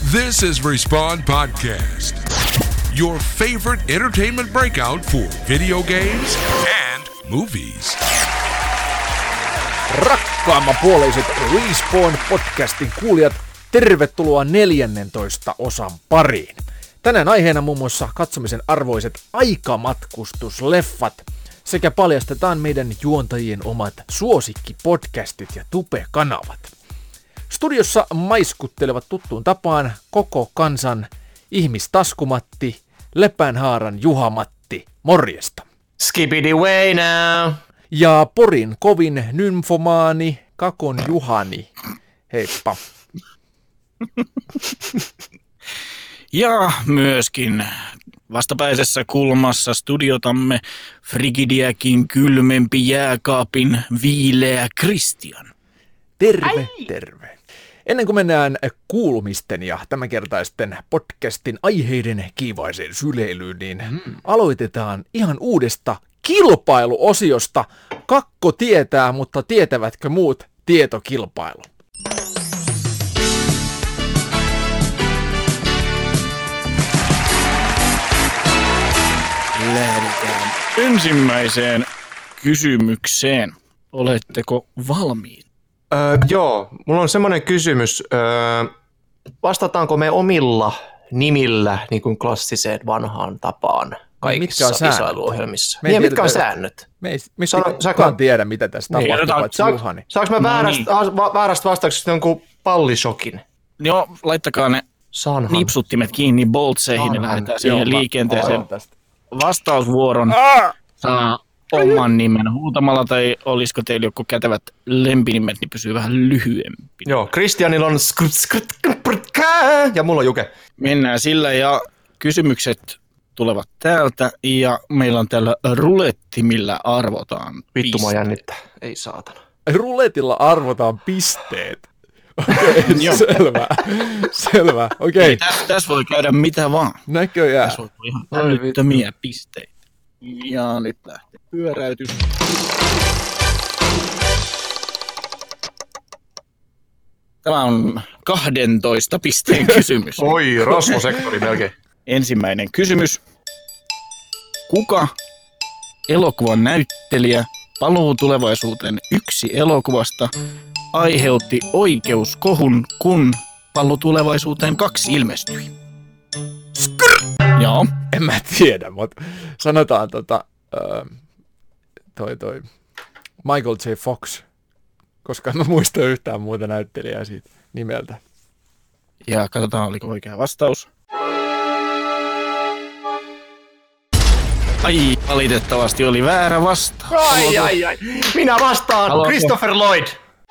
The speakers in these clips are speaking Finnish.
This is Respawn Podcast, your favorite entertainment breakout for video games and movies. Rakkaammanpuoleiset Respawn Podcastin kuulijat, tervetuloa 14 osan pariin. Tänään aiheena muun muassa katsomisen arvoiset aikamatkustusleffat sekä paljastetaan meidän juontajien omat suosikkipodcastit ja tube-kanavat. Studiossa maiskuttelevat tuttuun tapaan koko kansan ihmistaskumatti, Lepänhaaran Juha-Matti, morjesta. Skippity way now. Ja Porin kovin nymfomaani, Kakon Juhani, heippa. Ja myöskin vastapäisessä kulmassa studiotamme Frigidiäkin kylmempi jääkaapin viileä Kristian. Terve, terve. Ennen kuin mennään kuulumisten ja tämänkertaisten podcastin aiheiden kiivaiseen syleilyyn, niin aloitetaan ihan uudesta kilpailuosiosta. Kakko tietää, mutta tietävätkö muut tietokilpailu? Lähdetään ensimmäiseen kysymykseen. Oletteko valmiit? Joo, mulla on semmoinen kysymys. Vastataanko me omilla nimillä niin kuin klassiseen vanhaan tapaan kaikissa visailuohjelmissa? Mitkä on säännöt? Mistä kukaan tiedä, mitä tässä tapahtuu, paitsi Juhani. Saanko mä väärästä vastauksesta jonkun pallishokin? Joo, laittakaa ne nipsuttimet kiinni boltseihin ja lähdetään siihen liikenteeseen. Vastausvuoron saa oman nimen huutamalla, tai olisiko teillä joku kätevät lempinimet, niin pysyy vähän lyhyempi. Joo, Kristianilla on ja mulla on Juke. Mennään sillä, ja kysymykset tulevat täältä, ja meillä on täällä ruletti, millä arvotaan Vittu mua jännittää, ei saatana. Ruletilla arvotaan pisteet. Okei, selvä, okei. Tässä voi käydä mitä vaan. Näköjään. Tässä voi ihan älyttömiä pisteitä. Ja nyt lähtee pyöräytys. Tämä on 12 pisteen kysymys. Oi, rasvosektori melkein. Ensimmäinen kysymys. Kuka elokuvan näyttelijä Paluu tulevaisuuteen 1 elokuvasta aiheutti oikeuskohun, kun Paluu tulevaisuuteen 2 ilmestyi? Joo. En mä tiedä, mutta sanotaan toi Michael J. Fox, koska en mä muista yhtään muuta näyttelijää siitä nimeltä. Ja katsotaan, oliko oikea vastaus. Ai, valitettavasti oli väärä vastaus. Ai. Minä vastaan. Haluatko? Christopher Lloyd.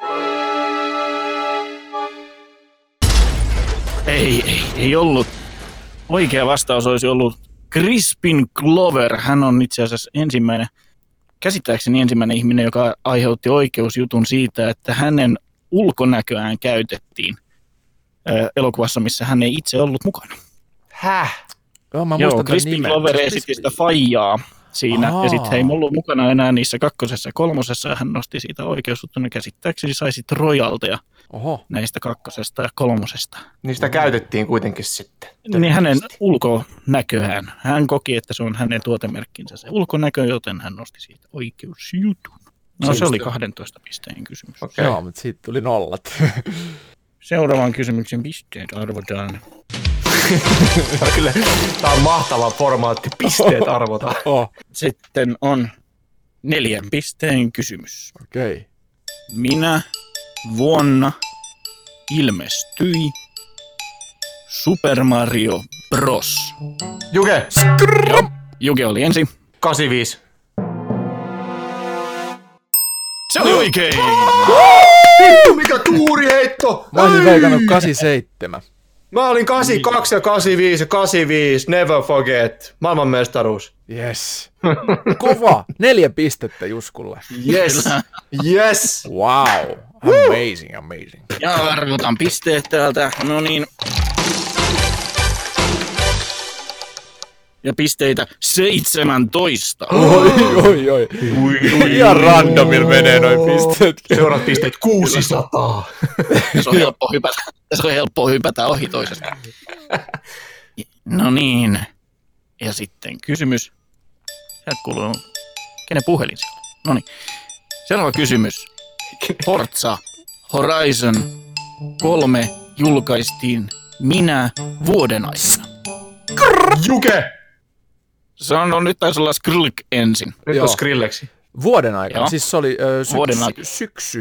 Ei ollut. Oikea vastaus olisi ollut Crispin Glover. Hän on itse asiassa käsittääkseni ensimmäinen ihminen, joka aiheutti oikeusjutun siitä, että hänen ulkonäköään käytettiin elokuvassa, missä hän ei itse ollut mukana. Häh? Joo, Crispin Glover esitti sitä faijaa siinä, ja sitten he ei ollut mukana enää niissä 2. ja 3. ja hän nosti siitä oikeusjutun, ja käsittääkseni sai sitten rojalteja näistä 2. ja 3. Niistä käytettiin kuitenkin sitten. Niin hänen ulkonäköään. Hän koki, että se on hänen tuotemerkkinsä se ulkonäkö, joten hän nosti siitä oikeusjutun. No se oli 12 pisteen kysymys. Okay. Joo, mutta siitä tuli 0. Seuraavan kysymyksen pisteet arvotaan. Kyllä, tämä on mahtava formaatti, pisteet arvotaan. Sitten on 4 pisteen kysymys. Okei. Minä vuonna ilmestyi Super Mario Bros. Juke. Joo, Juke oli ensin. 85. Se oli oikein. Vittu, mikä tuuriheitto. Mä olisin veikannut 87. Mä olin 82 ja 85 ja 85. Never forget. Maailmanmestaruus. Yes. Kova. 4 pistettä Juskulle. Yes. Wow. Amazing. Ja arvotan pisteet täältä. No niin. ja pisteitä 17. Oi. Ihan randomilla menee noin pisteet. Seuraat pisteet 600. Se on helppo hypätä ohi toisesta. No niin. Ja sitten kysymys. Sieltä kuuluu, kenen puhelin siellä? No niin. Seuraava kysymys. Forza Horizon 3 julkaistiin minä vuoden aikana? Juke! Sano, nyt taisi olla Skrillex ensin. Nyt on Skrillexi. Vuoden aikana, Joo. siis se oli syksy.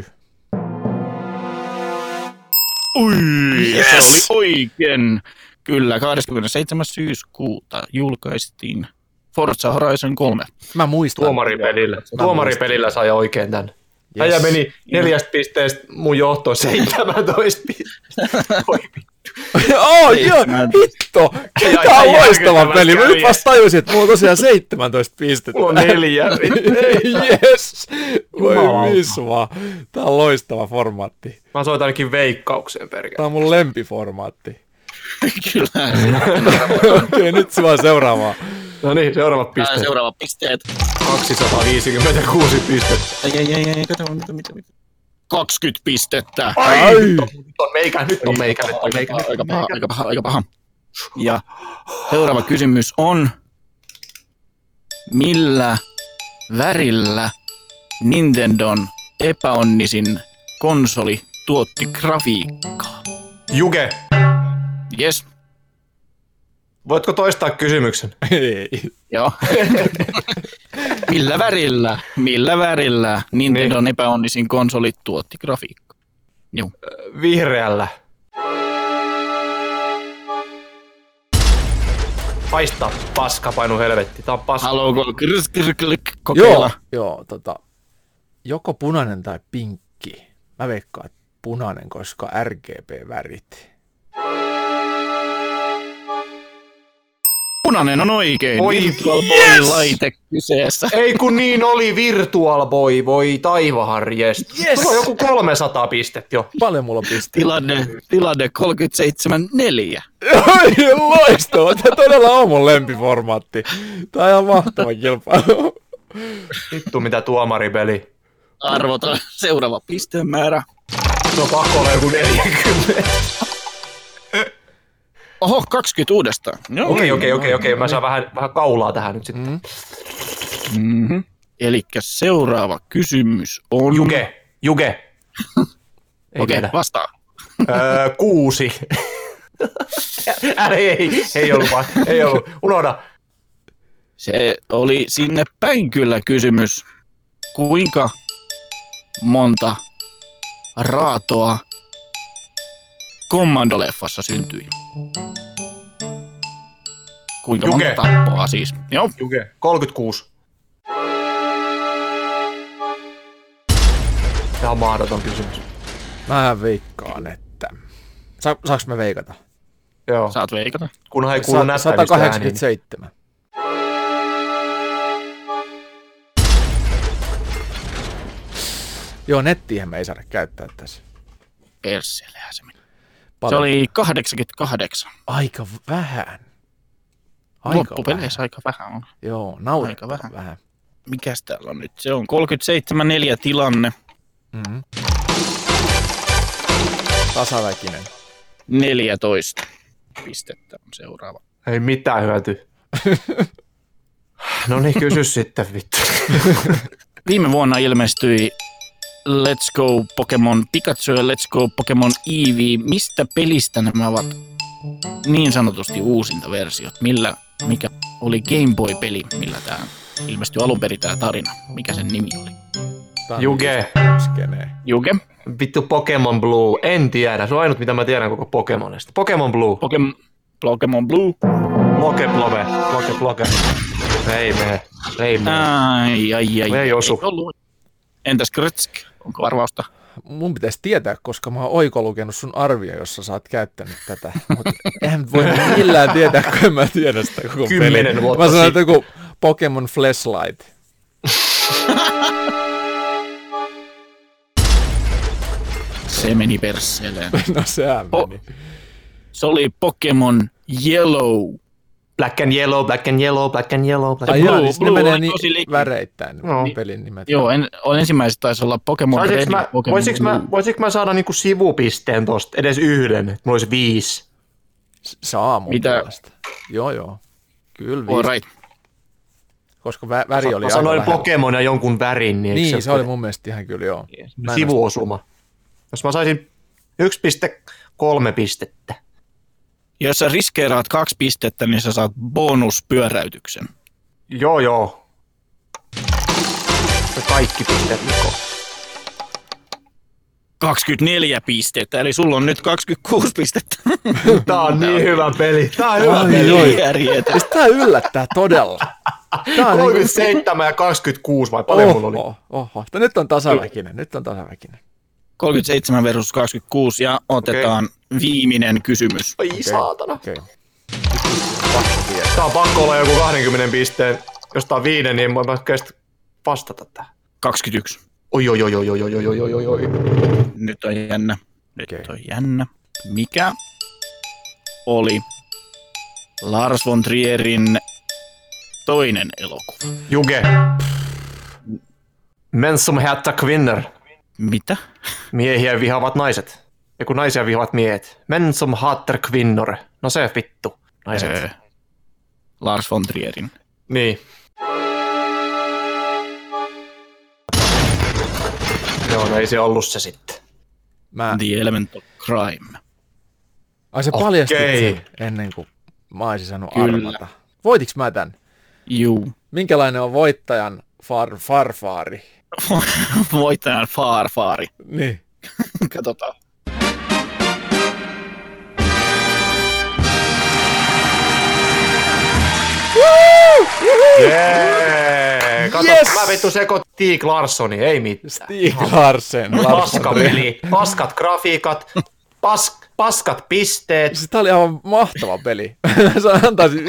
Ui, Yes! se oli oikein. Kyllä, 27. syyskuuta julkaistiin Forza Horizon 3. Mä muistan. Tuomaripelillä sai oikein tän. Äijä meni 4 pisteestä mun johtoon 17 pisteestä. Joo, hitto! Tää on loistava peli. Mä nyt vasta tajusin, että mulla on tosiaan 17 pistettä. Mulla on 4. Yes! Voi visvaa. Tää on loistava formaatti. Mä soitan ainakin Veikkaukseen perkele. Tää on mun lempiformaatti. Kyllä. Okei, nyt se vaan seuraavaa. No niin, seuraavat pisteet. Seuraavat pisteet. 256 pistettä. Ei, kato, mitä. 20 pistettä. Nyt on meikä. Aika paha. Ja seuraava kysymys on, millä värillä Nintendon epäonnisin konsoli tuotti grafiikkaa? Juke, Yes. voitko toistaa kysymyksen? Ei. Joo. Millä värillä Nintendon epäonnisin konsoli tuotti grafiikkaa? Joo. Vihreällä. Paista paska, painu helvetti. Tää on paska. Haluatko kokeilla? Joo, joko punainen tai pinkki. Mä veikkaan, että punainen, koska RGB-värit. Punainen on oikein. Oi, Virtual yes! Boy-laite kyseessä. Ei kun niin oli Virtual Boy, voi taivaharjesta. Yes! Tuolla on joku 300 pistettä jo. Paljon mulla on pisteitä. Tilanne 37-4. Loistava. Tämä todella on mun lempiformaatti. Tää on ihan mahtava kilpailu. Vittu mitä tuomaripeli. Arvota seuraava pistemäärä. Se on pakko olla joku 40. Oho, 20 uudestaan. Okei. Mä saan vähän kaulaa tähän nyt sitten. Mm-hmm. Elikkä seuraava kysymys on... Juke. Okei, vastaa. 6. Ei ollut. Unohda. Se oli sinne päin kyllä kysymys. Kuinka monta raatoa Commando-leffassa syntyi? Kuinka monta tappoa siis? Joo. Juke. 36. Tämä on mahdoton kysymys. Mä veikkaan, että... Saaks mä veikata? Joo. Saat veikata. Kunhan ei kuulu näppäimistä 187. Joo, nettiähän me ei saada käyttää tässä. Perselehän se meni. Paljon. Se oli 88. Aika vähän. Loppupeleissä aika vähän on. Joo, naurettavan vähän. Mikäs täällä on nyt? Se on 37-4 tilanne. Mm-hmm. Tasaväkinen. 14 pistettä on seuraava. Ei mitään hyötyä. No niin, kysy sitten vittu. Viime vuonna ilmestyi Let's Go Pokemon Pikachu ja Let's Go Pokemon Eevee. Mistä pelistä nämä ovat niin sanotusti uusintaversiot? Mikä oli Game Boy-peli, millä tämä ilmestyi alun perin tämä tarina? Mikä sen nimi oli? Juke. Juke. Vittu Pokemon Blue. En tiedä. Se on ainut, mitä mä tiedän koko Pokemonista. Pokemon Blue. Pokemon Blue. Bloke. Ei mene. Ai. Ei osu. Entäs Kretsk? Onko arvausta? Mun pitäisi tietää, koska mä oon oikolukenut sun arvio, jossa sä oot käyttänyt tätä. Mutta eihän voi millään tietää, kun en mä tiedä sitä koko 10 peliä. vuotta Mä sanoin, että joku Pokemon Flashlight. Se meni persseleen. No sehän meni. Se oli Pokemon Yellow Black and yellow, black and yellow, black and yellow, black and Ai yellow. joo, niin ne menee on niin tosi liikkeellä. väreittäin pelin nimet. Joo, ensimmäiset taisi olla Pokemon Red ja Pokemon Voisinko mä saada niinku sivupisteen tosta, edes yhden, että mulla olisi 5? Saa mun Mitä? mielestä. Joo. Kyllä 5. Right. Koska väri oli Mä sanoin aika Pokemon ja jonkun värin, niin, Niin, se oli mun mielestä ihan kyllä joo. sivuosuma. Jos mä saisin 1,3 pistettä. Jos sä riskeeraat 2 pistettä, niin sä saat bonuspyöräytyksen. Joo. Ja kaikki pisteet, Mikko. 24 pistettä, eli sulla on nyt 26 pistettä. Tää on niin hyvä peli. Tää on hyvä Ai, peli. joo. Järjetä. Siis tää yllättää todella. Tää on 37 ja 26 vai paljon mulla oli? Oho. Nyt on tasaväkinen. 37 versus 26 ja otetaan viimeinen kysymys. Ai saatana. Okei. Tää on pakko olla joku 20 pisteen. Jos tää on 5, niin mä kestä vastata tähän. 21. Oi. Nyt on jännä. Okei. Mikä oli Lars von Trierin toinen elokuva? Juge. Män som hatar kvinnor. Mitä? Miehiä vihaavat naiset. Ja kun naisia vihaavat miehet. Män som hatar kvinnor. No se vittu. Naiset. Lars von Trierin. Niin. Joo, no ei se ollut se sitten. The Element of Crime. Ai se paljastit sen ennen kuin mä olisin saanut Kyllä. arvata. Voitiks mä tän? Juu. Minkälainen on voittajan farfaari? Voittajan farfaari. Niin. Katsotaan. Jee! Kato, Yes! mä vittu Stieg Larssoni, ei mitään. Stieg Larsen. Paskapeli, paskat grafiikat, paskat pisteet. Siis tää oli aivan mahtava peli. Mä antaisin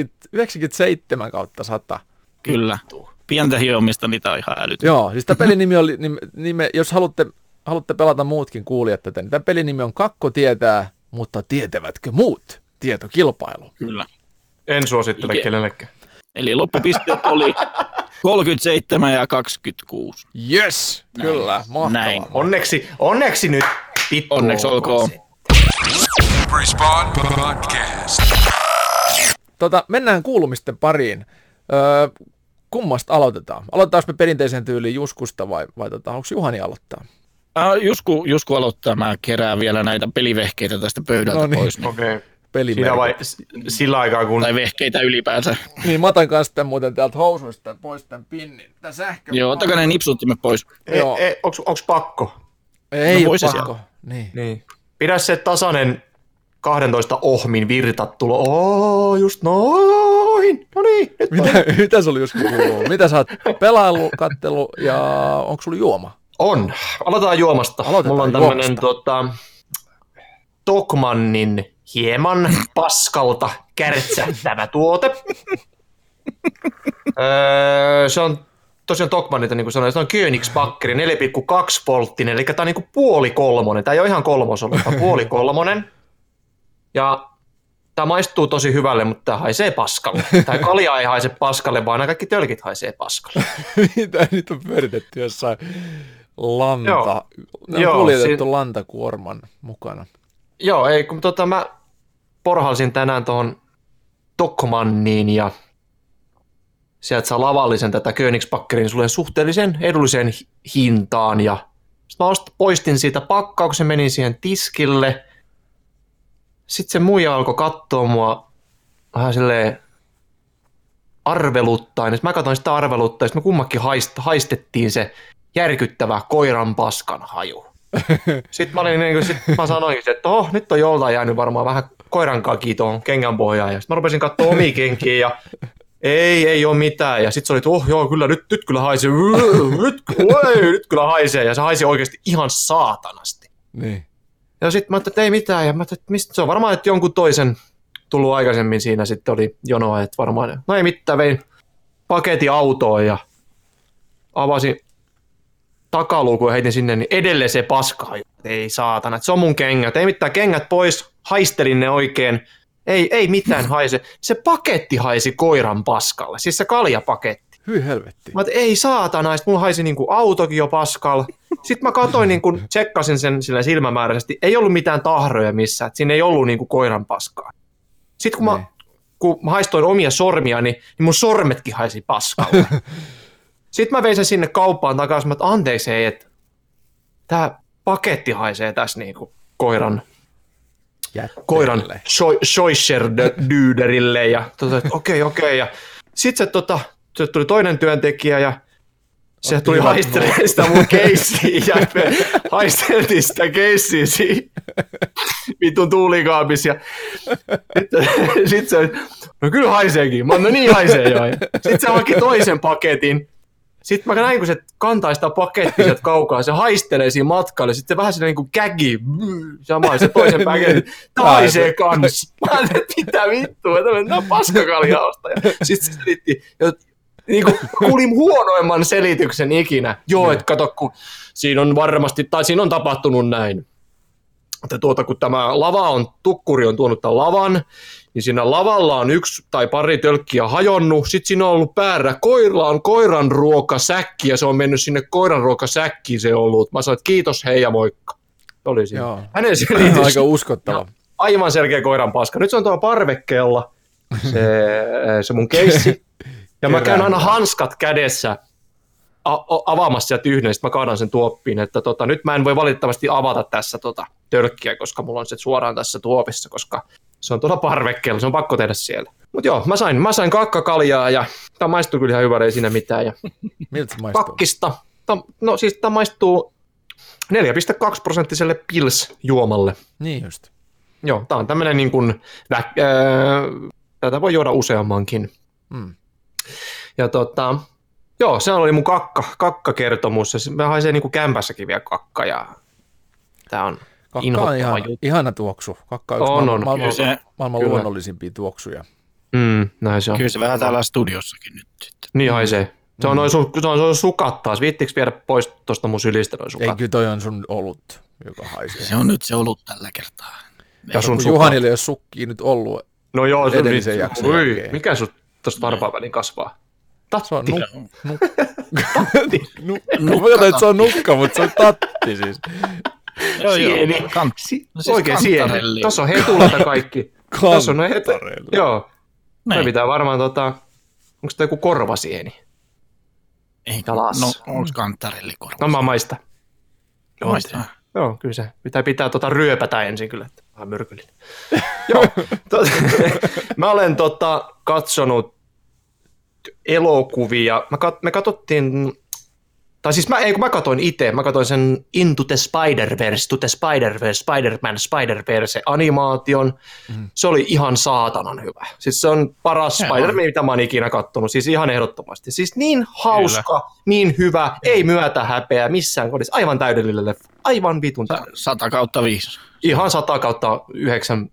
97/100. Kyllä. Pientä hiomista, niitä on ihan älytön. Joo, siis tämä pelin nimi oli, jos haluatte pelata muutkin kuulijat tätä, niin tämä pelin nimi on Kakko tietää, mutta tietävätkö muut? Tietokilpailu. Kyllä. En suosittele kenellekään. Eli loppupisteet oli 37 ja 26. Yes, kyllä, mahtavaa. Näin. Onneksi nyt. Vittu Onneksi olkoon. Respawn Podcast. Mennään kuulumisten pariin. Kummasta aloitetaan? Aloitetaanko me perinteisen tyyliin Juskusta vai onko Juhani aloittaa? Jusku aloittaa, mä kerään vielä näitä pelivehkeitä tästä pöydältä pois. Okei. Pelimerkit. Sillä aikaa kun... Tai vehkeitä ylipäänsä. Niin, mä otan kanssa tämän muuten täältä housuista pois tämän pinnin. Tää sähkö. Joo, ottakaa ne nipsuttimet pois. Onks pakko? Ei No ole voi se pakko. Niin. Pidä se tasainen 12 ohmin virtat tulo. Just noin. No niin, nyt Mitä sulla just kuuluu? Mitä sä oot pelaillut, kattellut ja onko sulla juoma? on. Aloitetaan juomasta. Mulla on tämmönen Tokmannin hieman paskalta kärtsähtävä tuote. Se on tosiaan Tokmannilta, niin kuin sanoin, se on Königsbackeri 4,2 volttinen, eli tämä on niin kuin puoli kolmonen. Tämä ei ole ihan kolmosolla, tämä on puoli kolmonen. Ja tämä maistuu tosi hyvälle, mutta tämä haisee paskalle. Tämä kalja ei haise paskalle, vaan nämä kaikki tölkit haisee paskalle. Mitä niitä on pyöritetty jossain lanta? Joo. Ne on kuljetettu lantakuorman mukana. Joo, ei, kun mä porhalsin tänään tuohon Tokmanniin ja sieltä saa lavallisen tätä Königsbackerin sulle suhteellisen edulliseen hintaan ja sitten mä poistin siitä pakkauksen, menin siihen tiskille. Sitten se muija alkoi katsoa mua vähän silleen arveluttain. Sitten mä katsoin sitä arveluttain, sitten me kummakin haistettiin se järkyttävä koiran paskan haju. Sitten mä sanoin, että nyt on joltain jäänyt varmaan vähän koiran kaki tuohon kengän pohjaan. Ja sitten mä rupesin katsoa omia kenkiä ja ei ole mitään. Ja sitten se oli, että joo, kyllä nyt kyllä haisee. Nyt kyllä haisee. Ja se haisi oikeasti ihan saatanasti. Niin. Ja sitten mä ajattelin, että ei mitään. Ja mä ajattelin, että mistä se on varmaan, että jonkun toisen tullut aikaisemmin siinä sitten oli jonoa. Että varmaan, no ei mitään, vein paketin autoon ja avasin takaluukun ja heitin sinne, niin edelleen se paska. Ei saatana, että se on mun kengät. Ei mitään, kengät pois, haistelin ne oikein. ei mitään haise. Se paketti haisi koiran paskalle, siis se kaljapaketti. Hyi helvetti. Mä ei saatana, sit mulla haisi niinku autokin jo paskalla. Sitten mä katsoin, niinku, tsekkasin sen silmämääräisesti, ei ollut mitään tahroja missään, että siinä ei ollut niinku koiran paskaa. Sitten kun mä haistoin omia sormiani, niin mun sormetkin haisi paskalle. Sitten mä vein sen sinne kauppaan takaisin, että anteeksi, että tää paketti haisee tässä niinku koiran Scheuscher-dyderille ja okei. Ja sitten se tuli toinen työntekijä ja se tuli haistelemaan sitä mun keissiä ja me haisteltiin sitä keissiä siinä vitun tuulikaapissa ja sitten se, no kyllä haiseekin, mä no niin haisee jo. Sitten se haki toisen paketin. Sitten mä näin, kun se kantaa sitä pakettia sieltä kaukaa, se haistelee siinä matkalle, sitten vähän siinä niin kuin kägi, se toisen paketin, haisee kans. Mä ajattelin, että mitä vittua, tämä on paskakaljausta. Sitten se selitti, niin kuin kuulin huonoimman selityksen ikinä. Joo, että kato, kun siinä on varmasti, tai siinä on tapahtunut näin. Että kun tämä tukkuri on tuonut tämän lavan, niin siinä lavalla on 1 tai pari tölkkiä hajonnut, sitten siinä on ollut päärä, koiran ruokasäkki, ja se on mennyt sinne koiran ruokasäkkiin se ollut. Mä sanoin, että kiitos, hei ja moikka. Oli siinä. Joo. Hänen selitys. Aika uskottava. Aivan selkeä koiran paska. Nyt se on tuolla parvekkeella, se mun keissi, ja mä käyn aina hanskat kädessä avaamassa sieltä yhden, sitten mä kaadan sen tuoppiin, että nyt mä en voi valitettavasti avata tässä tölkkiä, koska mulla on se suoraan tässä tuopissa, koska se on tuolla parvekkeella, se on pakko tehdä siellä. Mutta joo, mä sain kakkakaljaa ja tämä maistuu kyllä ihan hyvältä, ei siinä mitään. Ja miltä se maistuu? Pakkista. No siis tämä maistuu 4,2% pils-juomalle. Niin just. Joo, tämä on tämmöinen niin kuin, tätä voi juoda useammankin. Ja joo, se oli mun kakkakertomus. Mä haisee niin kuin kämpässäkin vielä kakka ja tää on kakka on ihana tuoksu. Kakka on yksi maailman luonnollisimpia tuoksuja. Näin se on. Kyllä se vähän täällä studiossakin nyt sitten. Niin haisee. Se on noin sukat taas. Viittikö viedä pois tuosta mun sylistä noin sukat? Ei, kyllä toi on sun olut, joka haisee. Se on nyt se olut tällä kertaa. Ja sun Juhanille ei ole sukkia nyt ollut edellisen jakson jälkeen. Mikä sun tuosta varpaan väliin kasvaa? Se on tatti. Mä katsoin, että se on nukka, mutta se on tatti siis. Sieni. Oikein sieni. Tuossa on hetulata kaikki. Kantarelli. Joo. Me pitää varmaan, onko tämä joku korvasieni? Ei, no onko kantarelli korvasieni? No mä maista. Maistaa. Joo, kyllä se. Pitää ryöpätä ensin kyllä, että vähän myrkyllinen. Joo. Mä olen katsonut elokuvia. Me katsottiin, tai siis mä katsoin itse, mä katsoin sen Into the Spider-Verse, Spider-Man, Spider-Verse animaation. Se oli ihan saatanan hyvä. Siis se on paras Spider-Man, mitä mä oon ikinä kattonut, siis ihan ehdottomasti. Siis niin hauska, niin hyvä, ei myötä häpeä missään kodissa, aivan täydellinen leffa, aivan vitun täydellinen. 100/5. Ihan 100/9.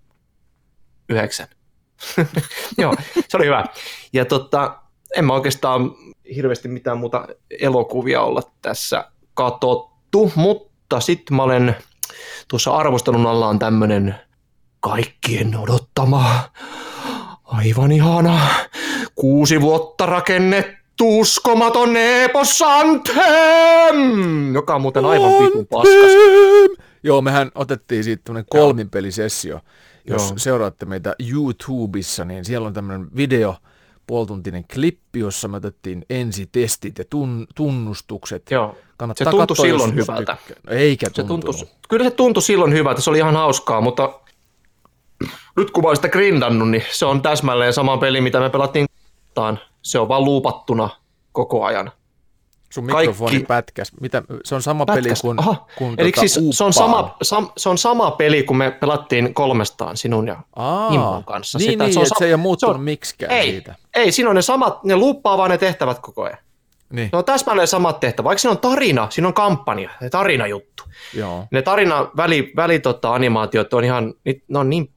Joo, se oli hyvä. Ja en mä oikeastaan hirveästi mitään muuta elokuvia olla tässä katsottu, mutta sitten mä olen tuossa arvostelun alla on tämmönen kaikkien odottama, aivan ihana, 6 vuotta rakennettu uskomaton epos Anthem, joka on muuten aivan vitun paskas. Joo, mehän otettiin siitä tämmönen 3-pelisessio. Jos seuraatte meitä YouTubessa, niin siellä on tämmöinen puolituntinen klippi, jossa me otettiin ensitestit ja tunnustukset. Joo, se tuntui silloin hyvältä. Eikä tuntunut. Kyllä se tuntui silloin hyvältä, se oli ihan hauskaa, mutta nyt kun mä oon sitä grindannut, niin se on täsmälleen sama peli, mitä me pelattiin. Se on vaan luupattuna koko ajan. Sun mikrofoni pätkäs. Se on sama peli kuin eli siis se on sama peli, kun me pelattiin 3 sinun ja Immon kanssa. Niin, se ei ole muuttunut miksikään siitä. Ei, siinä on ne samat, ne luuppaa vaan ne tehtävät koko ajan. Niin. Ne on täsmälleen samat tehtävät, vaikka siinä on tarina, siinä on kampanja, tarinajuttu. Joo. Ne animaatiot on ihan, ne on niin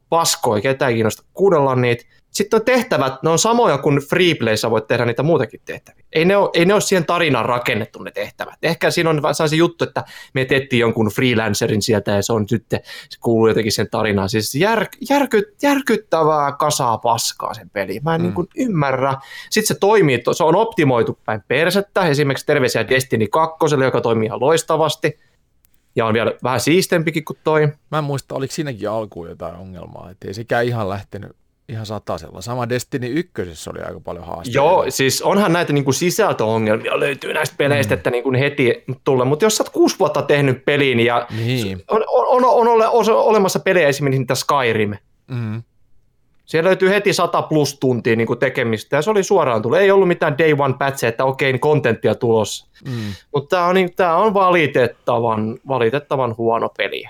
paskoja, ketään ei kiinnosta kuunnella niitä. Sitten on tehtävät, ne on samoja kuin Freeplayssä voit tehdä niitä muutakin tehtäviä. Ei ne ole siihen tarinaan rakennettu ne tehtävät. Ehkä siinä on se juttu, että me tehtiin jonkun freelancerin sieltä ja se kuuluu jotenkin sen tarinaan. Siis järkyttävää kasaa paskaa sen peli. Mä en niin kuin ymmärrä. Sitten se toimii, se on optimoitu päin persettä. Esimerkiksi terveisiä Destiny 2, joka toimii ihan loistavasti. Ja on vielä vähän siistempikin kuin toi. Mä en muista, oliko siinäkin alkuun jotain ongelmaa. Että ei sekään ihan lähtenyt ihan satasella. Sama Destiny 1 oli aika paljon haasteita. Joo, siis onhan näitä niin kuin sisältöongelmia löytyy näistä peleistä, että niin kuin heti tulee. Mutta jos sä oot 6 vuotta tehnyt peliin ja on olemassa pelejä esimerkiksi niitä Skyrim. Siellä löytyy heti 100 plus tuntia niin kuin tekemistä ja se oli suoraan tullut. Ei ollut mitään day one patcheja, että okei, niin kontenttia tulossa. Mutta tämä on valitettavan huono peli.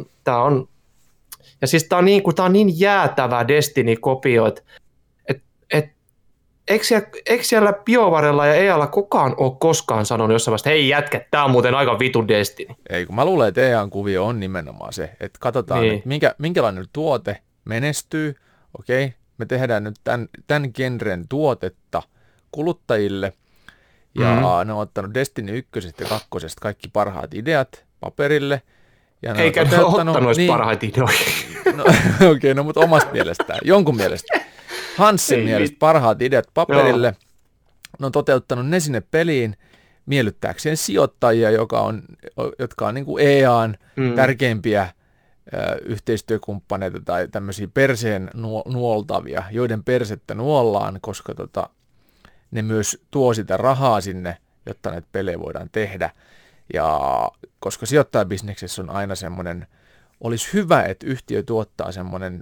Ja siis tämä on niin jäätävä Destiny-kopio, että eikö siellä BioWarella ja EAlla kukaan ole koskaan sanonut jossain vaiheessa, hei jätkä, tämä on muuten aika vitu Destiny. Ei, kun mä luulen, että EA:n kuvio on nimenomaan se, että katsotaan, niin. Että minkälainen tuote menestyy, okei, me tehdään nyt tämän genren tuotetta kuluttajille, ja ne on ottanut Destiny 1 ja 2 kaikki parhaat ideat paperille, eikä ne ottanut niin, parhaita ideoita. No, mutta omasta mielestään, jonkun mielestä. Hanssin mielestä parhaat ideat paperille. Ne on toteuttanut ne sinne peliin miellyttääkseen sijoittajia, jotka on niin kuin EA:n tärkeimpiä yhteistyökumppaneita tai tämmöisiä perseen nuoltavia, joiden persettä nuollaan, koska ne myös tuo sitä rahaa sinne, jotta näitä pelejä voidaan tehdä. Ja koska sijoittajabisneksessä on aina semmoinen, olisi hyvä, että yhtiö tuottaa semmoinen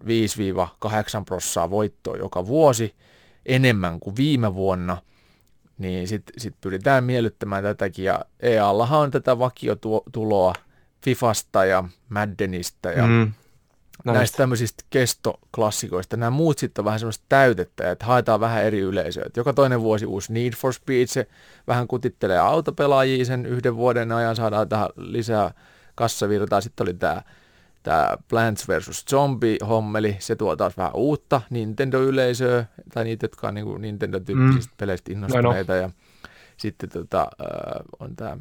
5-8% voittoa joka vuosi enemmän kuin viime vuonna, niin sit pyritään miellyttämään tätäkin. Ja EA:llahan on tätä vakiotuloa Fifasta ja Maddenista ja näistä tämmöisistä kestoklassikoista. Nämä muut sitten on vähän semmoista täytettä, että haetaan vähän eri yleisöä. Et joka toinen vuosi uusi Need for Speed, se vähän kutittelee autopelaajia sen 1 vuoden ajan, saadaan tähän lisää kassavirtaa. Sitten oli tämä Plants vs. Zombie-hommeli, se tuo taas vähän uutta Nintendo-yleisöä, tai niitä, jotka on niin Nintendo-tyyppisistä peleistä innostuneita. Ja sitten on tämä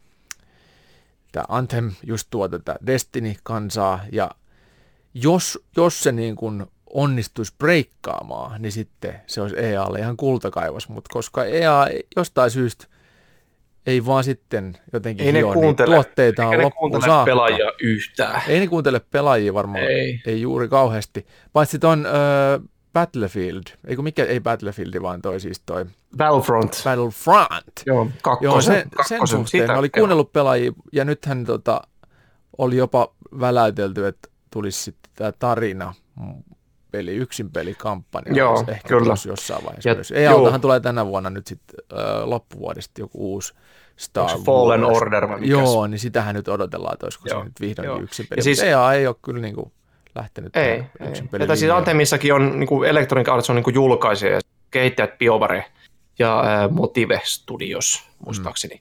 Anthem just tuo tätä Destiny-kansaa, ja jos se niin kuin onnistuisi breikkaamaan, niin sitten se olisi EA:lle ihan kultakaivos, mutta koska EA jostain syystä ei vaan sitten jotenkin hio niitä tuotteitaan loppuun saakka. Pelaajia yhtään. Ei ne kuuntele pelaajia varmaan, ei juuri kauheasti. Paitsi ton Battlefield, ei Battlefield, vaan toi Battlefront. Joo, sen suhteen oli kuunnellut pelaajia, ja nythän oli jopa väläytelty, että tulisi sitten tämä tarina yksin pelikampanja. Joo, ehkä kyllä. Jossain vaiheessa. EA:ltahan tulee tänä vuonna nyt sitten loppuvuodesta joku uusi Star Wars. Fallen Order vai mikäs? Joo, niin sitähän nyt odotellaan, että olisiko se nyt vihdoinkin yksin peli. Siis EA ei ole kyllä niinku lähtenyt yksin peli. Siis Anthemissakin on niinku Electronic Arts on niinku julkaisija ja kehittäjät BioWare ja Motive Studios muistaakseni.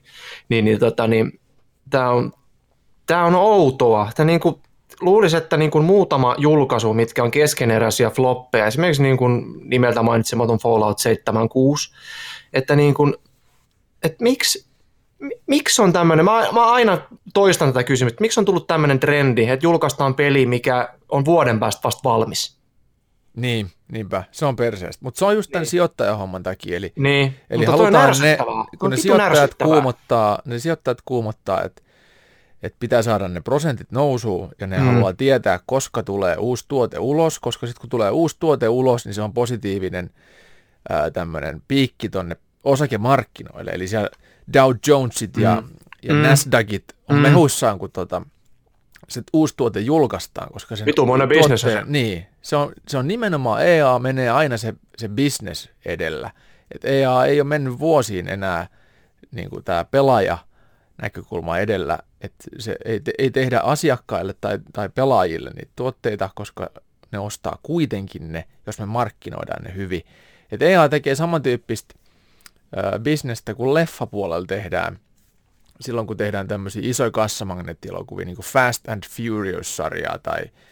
Tämä on outoa. Niinku luulisin, että niin kuin muutama julkaisu, mitkä on keskeneräisiä floppeja, esimerkiksi niin kuin nimeltä mainitsematon Fallout 76, että, niin kuin, että miksi on tämmöinen, mä aina toistan tätä kysymystä, miksi on tullut tämmöinen trendi, että julkaistaan peli, mikä on vuoden päästä vasta valmis? Niin, niinpä, se on perseestä, mutta se on just tämän sijoittajahomman takia, eli halutaan kun ne sijoittajat kuumottaa, että pitää saada ne prosentit nousuun ja ne haluaa tietää, koska tulee uusi tuote ulos, koska sitten kun tulee uusi tuote ulos, niin se on positiivinen tämmöinen piikki tonne osakemarkkinoille. Eli siellä Dow Jonesit ja Nasdaqit on mehuissaan, kun se uusi tuote julkaistaan. Koska sen vitumoinen business. Niin, se on nimenomaan EA menee aina se business edellä. Et EA ei ole mennyt vuosiin enää niin kuin tämä pelaaja näkökulma edellä, että se ei tehdä asiakkaille tai pelaajille niitä tuotteita, koska ne ostaa kuitenkin ne, jos me markkinoidaan ne hyvin. Et EA tekee samantyyppistä bisnestä kuin leffapuolella tehdään, silloin kun tehdään tämmöisiä isoja kassamagneettielokuvia, niin kuin Fast and Furious-sarjaa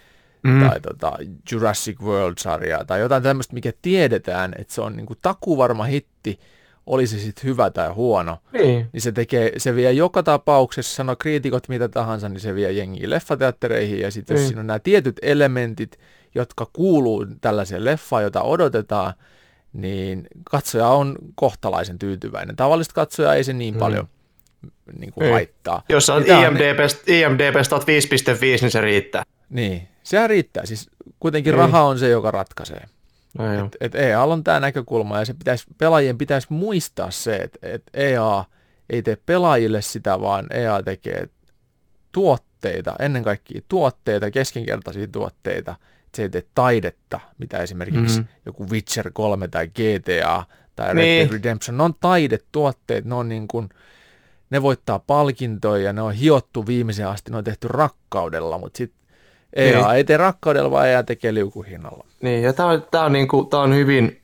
tai Jurassic World-sarjaa tai jotain tämmöistä, mikä tiedetään, että se on niin kuin takuvarma hitti, oli se sitten hyvä tai huono, niin se vie joka tapauksessa, sano kriitikot mitä tahansa, niin se vie jengiä leffateattereihin, ja sitten jos siinä on nämä tietyt elementit, jotka kuuluu tällaiseen leffaan, jota odotetaan, niin katsoja on kohtalaisen tyytyväinen. Tavallista katsojaa ei se niin paljon niin kuin haittaa. Jos on IMDb:stä 5.5, niin se riittää. Niin, sehän riittää. Siis kuitenkin raha on se, joka ratkaisee. Et EA:lla on tämä näkökulma, ja pelaajien pitäisi muistaa se, että EA ei tee pelaajille sitä, vaan EA tekee tuotteita, ennen kaikkea tuotteita, keskinkertaisia tuotteita. Se ei tee taidetta, mitä esimerkiksi joku Witcher 3 tai GTA tai Red Dead Redemption. Ne on taidetuotteet, ne on niin kuin, ne voittaa palkintoja ja ne on hiottu viimeiseen asti, ne on tehty rakkaudella, mutta sitten EA ei tee rakkaudella, vaan EA tekee liukuhinnalla. Niin, ja tämä on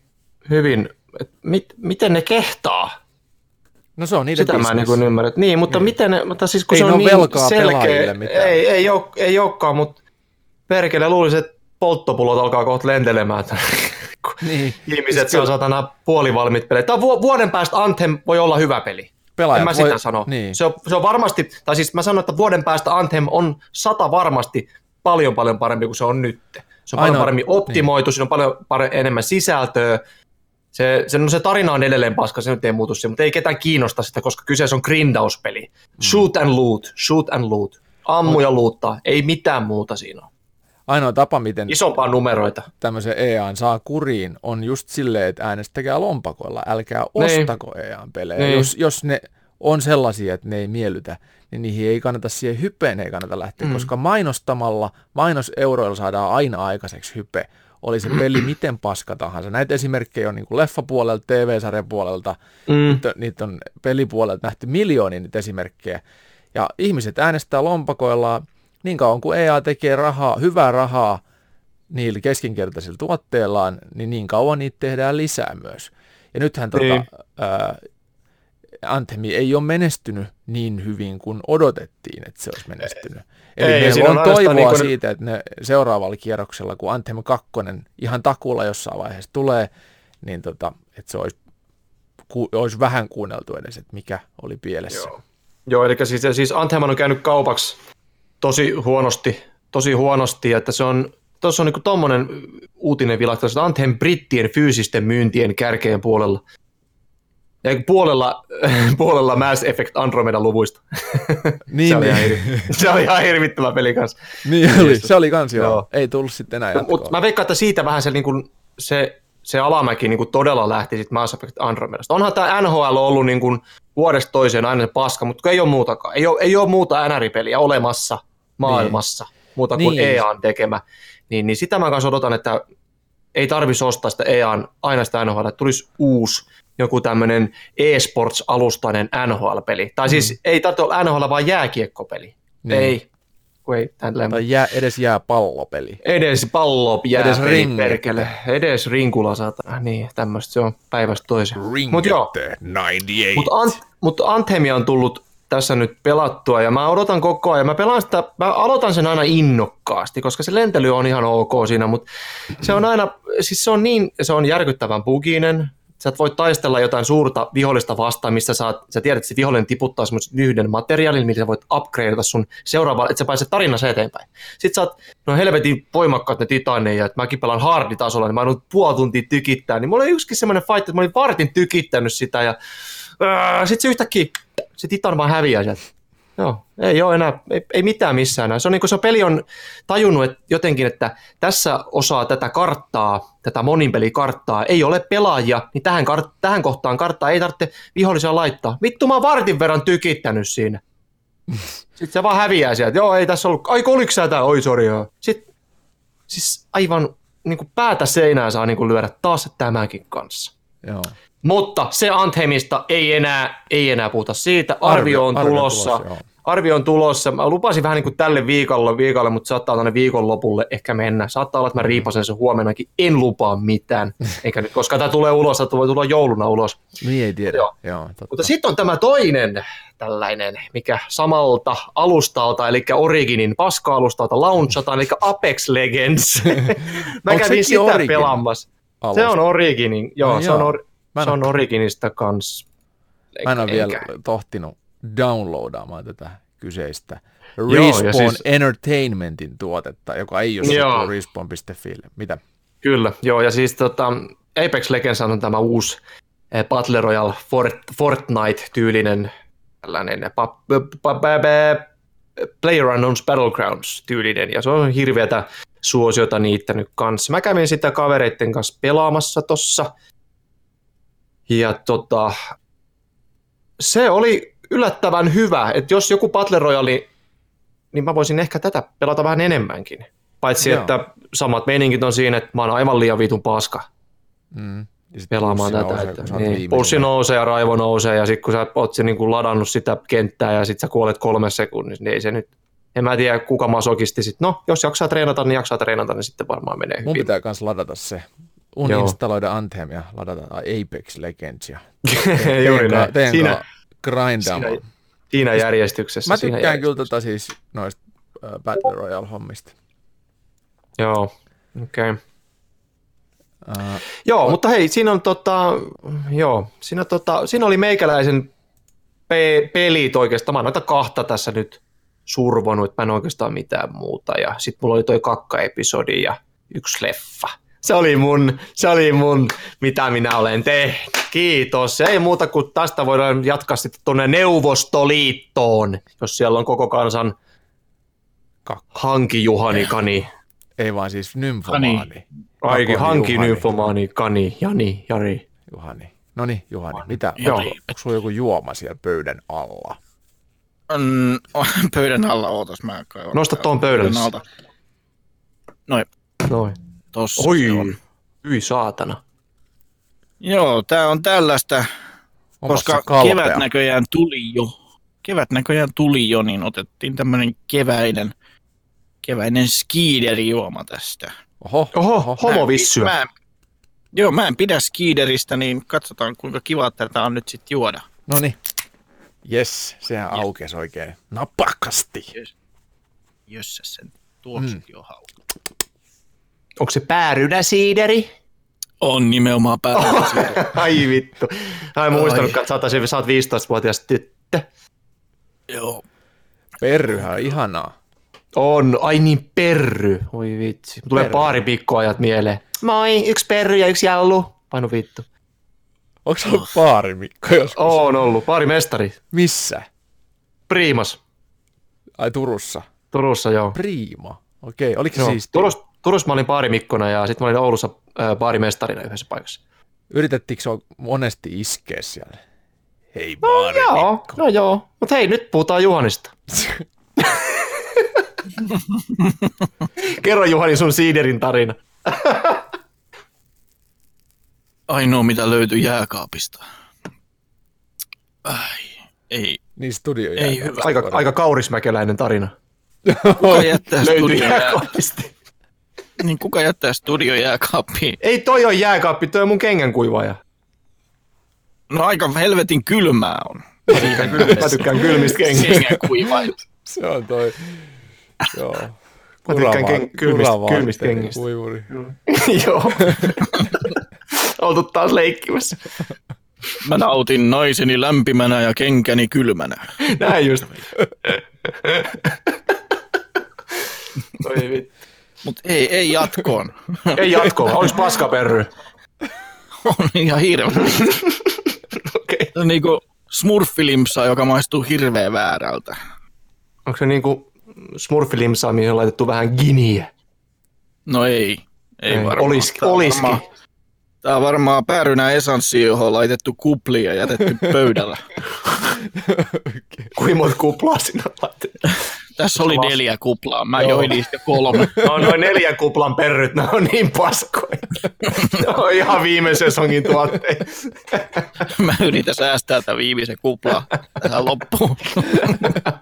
hyvin miten ne kehtaa? No se on niiden sitä business. Mä niin ymmärrän. Niin, mutta miten ne, mutta siis kun ei se on niin velkaa selkeä, mitään. ei olekaan, mutta perkele luulisi, että polttopullot alkaa kohta lentelemään. Niin. Ihmiset saa satana puolivalmiit pelejä. Tämä vuoden päästä Anthem voi olla hyvä peli. En mä sitä sano. Niin. Se on varmasti, tai siis mä sanon, että vuoden päästä Anthem on 100 varmasti paljon parempi kuin se on nyt. Se on paljon paremmin optimoitu, siinä on paljon enemmän sisältöä. Se tarina on edelleen paska, se nyt ei muutu siihen, mutta ei ketään kiinnosta sitä, koska kyseessä on grindauspeli. Shoot and loot. Ammu ja luuttaa, ei mitään muuta siinä ole. Ainoa tapa, miten isompaa numeroita tämmöisen EA:n saa kuriin, on just silleen, että äänestäkää lompakoilla, älkää ostako EA:n pelejä. Jos ne on sellaisia, että ne ei miellytä, niin niihin ei kannata, siihen hypeen ei kannata lähteä, koska mainostamalla, mainoseuroilla saadaan aina aikaiseksi hype. Oli se peli miten paska tahansa. Näitä esimerkkejä on niin kuin leffapuolelta, TV-sarjan puolelta, niitä on pelipuolelta nähty miljoonia niitä esimerkkejä. Ja ihmiset äänestää lompakoillaan niin kauan kuin EA tekee hyvää rahaa niillä keskinkertaisilla tuotteillaan, niin kauan niitä tehdään lisää myös. Ja nythän Anthem ei ole menestynyt niin hyvin kuin odotettiin, että se olisi menestynyt. Eli meillä on toivoa siitä, että ne seuraavalla kierroksella, kun Anthem 2 ihan takuulla jossain vaiheessa tulee, niin että se olisi vähän kuunneltu edes, että mikä oli pielessä. Joo, eli siis Anthem on käynyt kaupaksi tosi huonosti, että tuossa on niinku tommonen uutinen vilahtaa, että Anthem brittien fyysisten myyntien kärkeen puolella. Ja puolella Mass Effect Andromeda-luvuista. Niin, se oli ihan hirvittävä peli kanssa. Niin oli, se oli kans joo. Ei tullut sitten enää jatkoa. Mutta mä veikkaan, että siitä vähän se alamäki niin kuin todella lähti sitten Mass Effect Andromedasta. Onhan tämä NHL ollut niin kuin vuodesta toiseen aina se paska, mutta ei ole muutakaan. Ei ole muuta NR-peliä olemassa maailmassa, muuta kuin EA:n tekemä. Niin sitä mä kanssa odotan, että ei tarvitsisi ostaa sitä EA:n aina sitä NHL, että tulisi uusi joku tämmöinen e-sports-alustainen NHL-peli. Tai siis ei tarvitse olla NHL, vaan jääkiekkopeli. Niin. Ei. Tai edes jääpallopeli. Edes perkele. Edes rinkula saatana. Niin, tämmöistä se on päivästä toiseen. Ringette 98. Mutta Anthemia on tullut tässä nyt pelattua, ja mä odotan koko ajan. Mä aloitan sen aina innokkaasti, koska se lentely on ihan ok siinä, mutta se on aina, siis se on järkyttävän buginen. Sä voit taistella jotain suurta vihollista vastaan, missä sä tiedät, että se vihollinen tiputtaa semmoisen yhden materiaalin, millä sä voit upgradeata sun seuraavaan, että sä pääset tarinassa eteenpäin. Sitten sä oot, helvetin voimakkaat ne titaneja, että mäkin pelaan harditasolla, niin mä oon puoli tuntia tykittää, niin mulla oli yksikin semmoinen fight, että mä olin vartin tykittänyt sitä, ja sitten se yhtäkkiä, se titan vaan häviää sieltä. Joo, ei ole enää, ei mitään missään enää. Se on niin kuin se peli on tajunnut jotenkin, että tässä osaa tätä karttaa, tätä moninpelikarttaa, ei ole pelaajia, niin tähän kohtaan karttaa ei tarvitse vihollisia laittaa. Vittu, mä oon vartin verran tykittänyt siinä. Sitten se vaan häviää sieltä. Joo, ei tässä ollut, aiko oliko sä tää? Oi, sori joo. Sitten siis aivan niin kuin päätä seinään saa niin kuin lyödä taas tämänkin kanssa. Joo. Mutta se Anthemista ei enää puhuta siitä. Arvio on tulossa. arvio on tulossa. Mä lupasin vähän niin kuin tälle viikolle, mutta saattaa tänne viikonlopulle ehkä mennä. Saattaa olla, että mä riipasen sen huomennakin. En lupaa mitään, eikä nyt, koska tämä tulee ulos, tämä voi tulla jouluna ulos. Niin ei tiedä. Joo, mutta sitten on tämä toinen tällainen, mikä samalta alustalta, eli Originin paska-alustalta launchataan, eli Apex Legends. Mä kävin sitä pelaamassa. Se on Originin, joo, se on Originista kans. Mä en ole vielä tohtinut downloadaamaan tätä kyseistä Respawn Entertainmentin tuotetta, joka ei ole respawn.fille. Mitä? Kyllä, joo, ja siis Apex Legends on tämä uusi Battle Royale Fortnite-tyylinen tällainen PlayerUnknown's Battlegrounds-tyylinen, ja se on hirveätä suosiota niittänyt kanssa. Mä kävin sitä kavereiden kanssa pelaamassa tossa, ja se oli yllättävän hyvä, että jos joku Battle Royale, niin mä voisin ehkä tätä pelata vähän enemmänkin. Paitsi, että samat meiningit on siinä, että mä oon aivan liian vitun paska pelaamaan tätä. Pulssi nousee ja raivo nousee, ja sitten kun sä oot niin ladannut sitä kenttää ja sitten sä kuolet 3 sekunnissa, niin ei se nyt, en mä tiedä kuka masokisti sitten. No, jos jaksaa treenata, niin sitten varmaan menee hyvin. Mun pitää kans ladata se. Uninstalloida Anthem ja ladata Apex Legendsia. Juuri näin. Grindaamaan. Siinä järjestyksessä. Mä tykkään kyllä siis noista Battle Royale-hommista. Joo, okei. Okay. Joo, mutta hei, siinä on siinä oli meikäläisen pelit oikeastaan. Mä oon noita 2 tässä nyt survonut, että mä en oikeastaan mitään muuta. Ja sit mulla oli toi 2 episodi ja 1 leffa. Se oli mun, mitä minä olen tehnyt. Kiitos. Ei muuta kuin tästä voidaan jatkaa sitten tuonne Neuvostoliittoon, jos siellä on koko kansan hankijuhani kani. Ei vaan siis nymfomaani. Hanki nymfomaani kani, Jari. Juhani. Noniin, Juhani, mitä? Onko sulla joku juoma siellä pöydän alla? Pöydän alla, ootas mä kaivan. Nosta tuon pöydälle. Noin. Tossa oi, hyi saatana. Joo, tää on tällaista, koska kevät näköjään tuli jo, niin otettiin tämmönen keväinen skiiderijuoma tästä. Oho, homovissyä. Mä en pidä skiideristä, niin katsotaan kuinka kiva tätä on nyt sitten juoda. Noniin. Jes, sehän aukesi oikein napakasti. Jössä sen tuokset jo hauki. Onko se päärynäsiideri? On nimenomaan päärynäsiideri. Ai vittu. Ai muistanut, että sä oot 15-vuotias tyttö. Joo. Perryhän on ihanaa. On, ai niin perry. Oi vitsi. Tulee pari pikkuajat mieleen. Moi, 1 perry ja 1 jallu. Painu vittu. Onko se ollut baarimikko joskus? On ollut, baarimestari. Missä? Priimas. Ai Turussa? Turussa, joo. Priima. Okei, oliko se siistiä? Turussa mä olin baarimikkona ja sitten mä olin Oulussa baarimestarina yhdessä paikassa. Yritettikö se monesti iskeä siellä? Hei baarimikko. No joo, mutta hei, nyt puhutaan Juhanista. Kerro Juhani sun siiderin tarina. Ainoa mitä löytyi jääkaapista. Ei. Niin studio ei hyvä. Aika kaurismäkeläinen tarina. Kuka jättää studio jääkaapista? Niin kuka jättää studio jääkaappiin? Ei toi on jääkaappi, toi on mun kengänkuivaaja. No aika helvetin kylmää on. Mä tykkään kylmistä kengänkuivaajat. Se on toi. Joo. Mä tykkään kylmistä kengistä. Kuivuri. Joo. Oltu taas leikkimässä. Mä nautin naiseni lämpimänä ja kenkäni kylmänä. Näin just. Mut ei jatkoon. Ei jatkoon, olis paskaperry. On ihan hirveä. Okei. Se on niinku smurfilimsaa, joka maistuu hirveän väärältä. Onko se niinku smurfilimsaa, mihin on laitettu vähän giniä? No ei varmaan. Olisikin. Tää on varmaan päärynä esanssi, johon on laitettu kuplia ja jätetty pöydällä. Kuinka monta kuplaa sinä on laitettu? Tässä oli 4 kuplaa, mä join niistä 3. No noin 4 kuplan perryt, ne on niin paskoja. Ne on ihan viime sesongin tuotteita. Mä yritän säästää tämän viimeisen kuplaa tähän loppuun.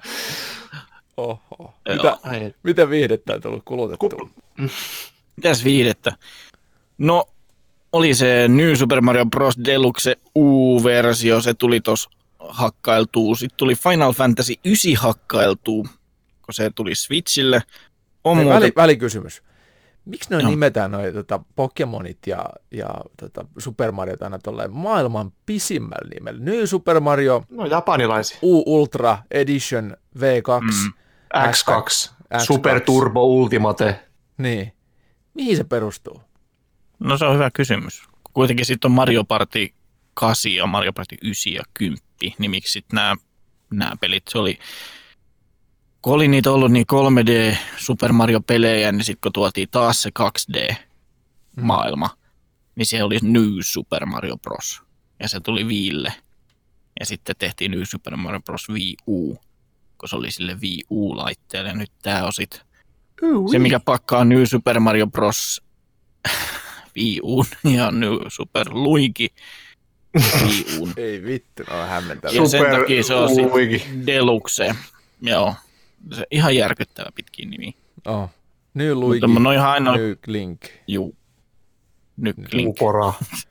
Oho. Mitä viihdettä on tullut kulutettua? Mitäs viihdettä? No, oli se New Super Mario Bros. Deluxe U-versio, se tuli tuossa hakkailtuu. Sitten tuli Final Fantasy 9 hakkailtuu, kun se tuli Switchille. Välikysymys. Miksi ne nimetään noi Pokemonit ja Super Mario aina tolleen maailman pisimmällä nimellä? New Super Mario no japanilaisia. U-Ultra Edition V2 X2 Super Turbo Ultimate. Niin. Mihin se perustuu? No se on hyvä kysymys. Kuitenkin sitten on Mario Party 8 ja Mario Party 9 ja 10, niin miksi sitten nämä pelit, se oli, kun oli niitä ollut niin 3D Super Mario-pelejä, niin sitten kun tuotiin taas se 2D-maailma, niin se oli New Super Mario Bros. Ja se tuli Wiille. Ja sitten tehtiin New Super Mario Bros. Wii U, kun se oli sille Wii U-laitteelle. Ja nyt tää on sit se, mikä pakkaa New Super Mario Bros. Wii U ja New Super Luigi Wii U. Ei vittu, on hämmentävä. Ja sen takia se on sitten Deluxe. Joo. Se ihan järkyttävä pitkin nimi. Oh. New Luigi, New Link. Juu. Nyt Link. Upora.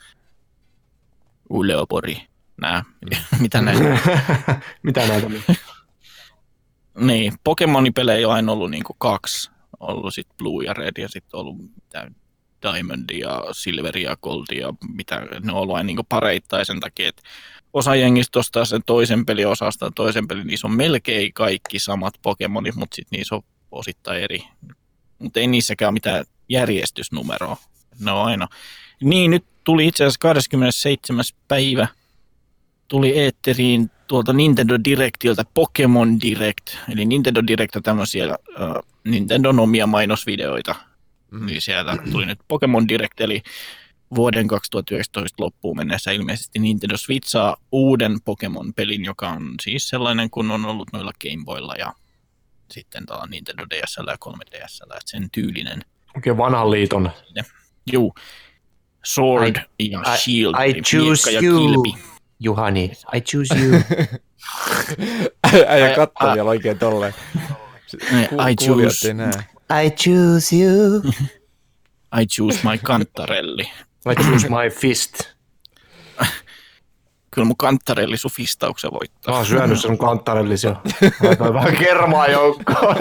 Uleopori. Mitä näitä? Mitä näitä? Niin, Pokemon-pelejä on aina ollut niinku 2. Ollut sitten Blue ja Red ja sitten ollut Diamond ja Silver ja Gold ja mitä ne on ollut aina niinku pareittain sen takia, että osa jengistä ostaa sen toisen pelin, osa ostaa toisen pelin, niissä on melkein kaikki samat Pokemonit, mutta sitten niissä on osittain eri. Mutta ei niissäkään mitään järjestysnumeroa. Ne on aina. Niin, nyt tuli itse asiassa 27. päivä tuli eetteriin tuolta Nintendo Directiltä Pokemon Direct. Eli Nintendo Direct on tämmöisiä Nintendon omia mainosvideoita. Niin sieltä tuli nyt Pokemon Direct, eli vuoden 2019 loppuun mennessä ilmeisesti Nintendo Switchaa uuden Pokemon-pelin, joka on siis sellainen, kun on ollut noilla Game Boylla ja sitten täällä Nintendo DS:llä ja 3DS:llä, että sen tyylinen. Oikein vanhan liiton. Juu. Sword ja Shield. I choose you, Juhani. I choose you. Äijä kattoo vielä oikein tolleen. I choose you. I choose my kantarelli. I choose my fist. Kyllä mun kantarelli sun fistauksen voittaa. Mä oon syönyt sen kantarellisi jo. Laitoin vähän kermaa joukkoon.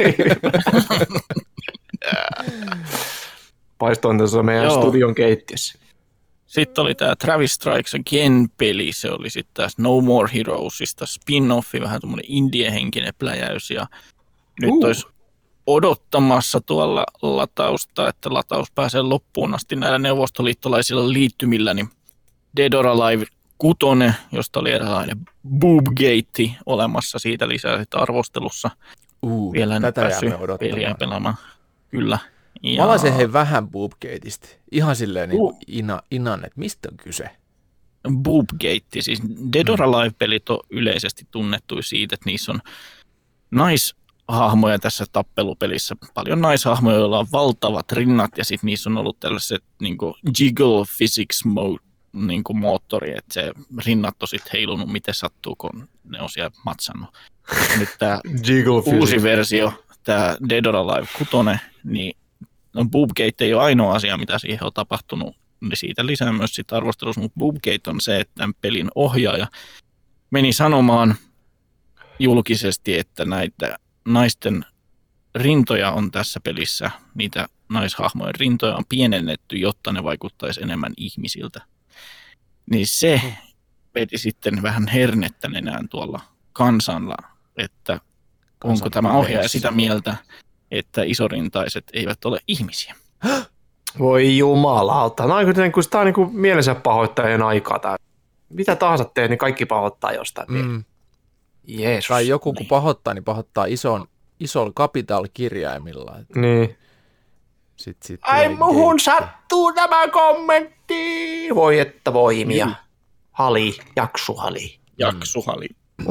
Paistoin tässä meidän studion keittiössä. Sitten oli tää Travis Strikes Again-peli. Se oli sitten taas No More Heroesista spin-offi, vähän tommonen indie-henkinen pläjäys. Ja nyt olisi odottamassa tuolla latausta, että lataus pääsee loppuun asti näillä neuvostoliittolaisilla liittymillä, niin Dead or Alive 6, josta oli erilainen boobgate olemassa, siitä lisää sitten arvostelussa. Vielä en päässyt peliä pelaamaan. Kyllä. Ja mä alasin hei vähän boobgateista. Ihan silleen niin inan, että mistä on kyse? Boobgate, siis Dead or Alive-pelit on yleisesti tunnettu siitä, että niissä on naishahmoja tässä tappelupelissä. Paljon naishahmoja, joilla on valtavat rinnat ja sitten niissä on ollut tällaiset niin jiggle physics mode, niin kuin moottori, että se rinnat on sitten heilunut miten sattuu, kun ne on siellä matsannut. Nyt tämä uusi versio, tämä Dead or Alive 6, niin boobgate ei ole ainoa asia, mitä siihen on tapahtunut. Niin siitä lisää myös sit arvostelussa, mutta boobgate on se, että tämän pelin ohjaaja meni sanomaan julkisesti, että näitä naisten rintoja on tässä pelissä, niitä naishahmojen rintoja on pienennetty, jotta ne vaikuttaisi enemmän ihmisiltä. Niin se veti sitten vähän hernettä nenään tuolla kansalla, että onko tämä ohjaaja sitä mieltä, että isorintaiset eivät ole ihmisiä. Voi jumalauta. Tämä on niin kuin mielensä pahoittajien aikaa. Tämä. Mitä tahansa teet, niin kaikki pahoittaa jostain. Jeesus. Tai joku kun pahoittaa, niin pahoittaa isolla capital-kirjaimilla. Niin. Sitten ai muhun sattuu tämä kommentti. Voi että voimia. Hali, jaksuhali. Jaksuhali.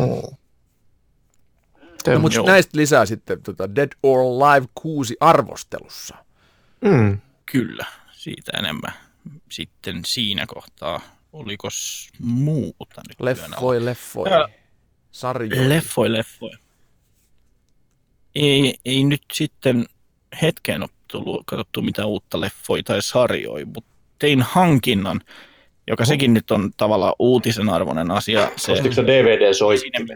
No, mutta näistä lisää sitten Dead or Alive 6 arvostelussa. Kyllä, siitä enemmän. Sitten siinä kohtaa, oliko muuta? Nyt leffoi. Sarjoja. Leffoi. Ei nyt sitten hetkeen ole tullut katsottu mitään uutta leffoja tai sarjoja, mutta tein hankinnan, joka sekin nyt on tavallaan uutisen arvoinen asia. Ostitko sä DVD-soittimen?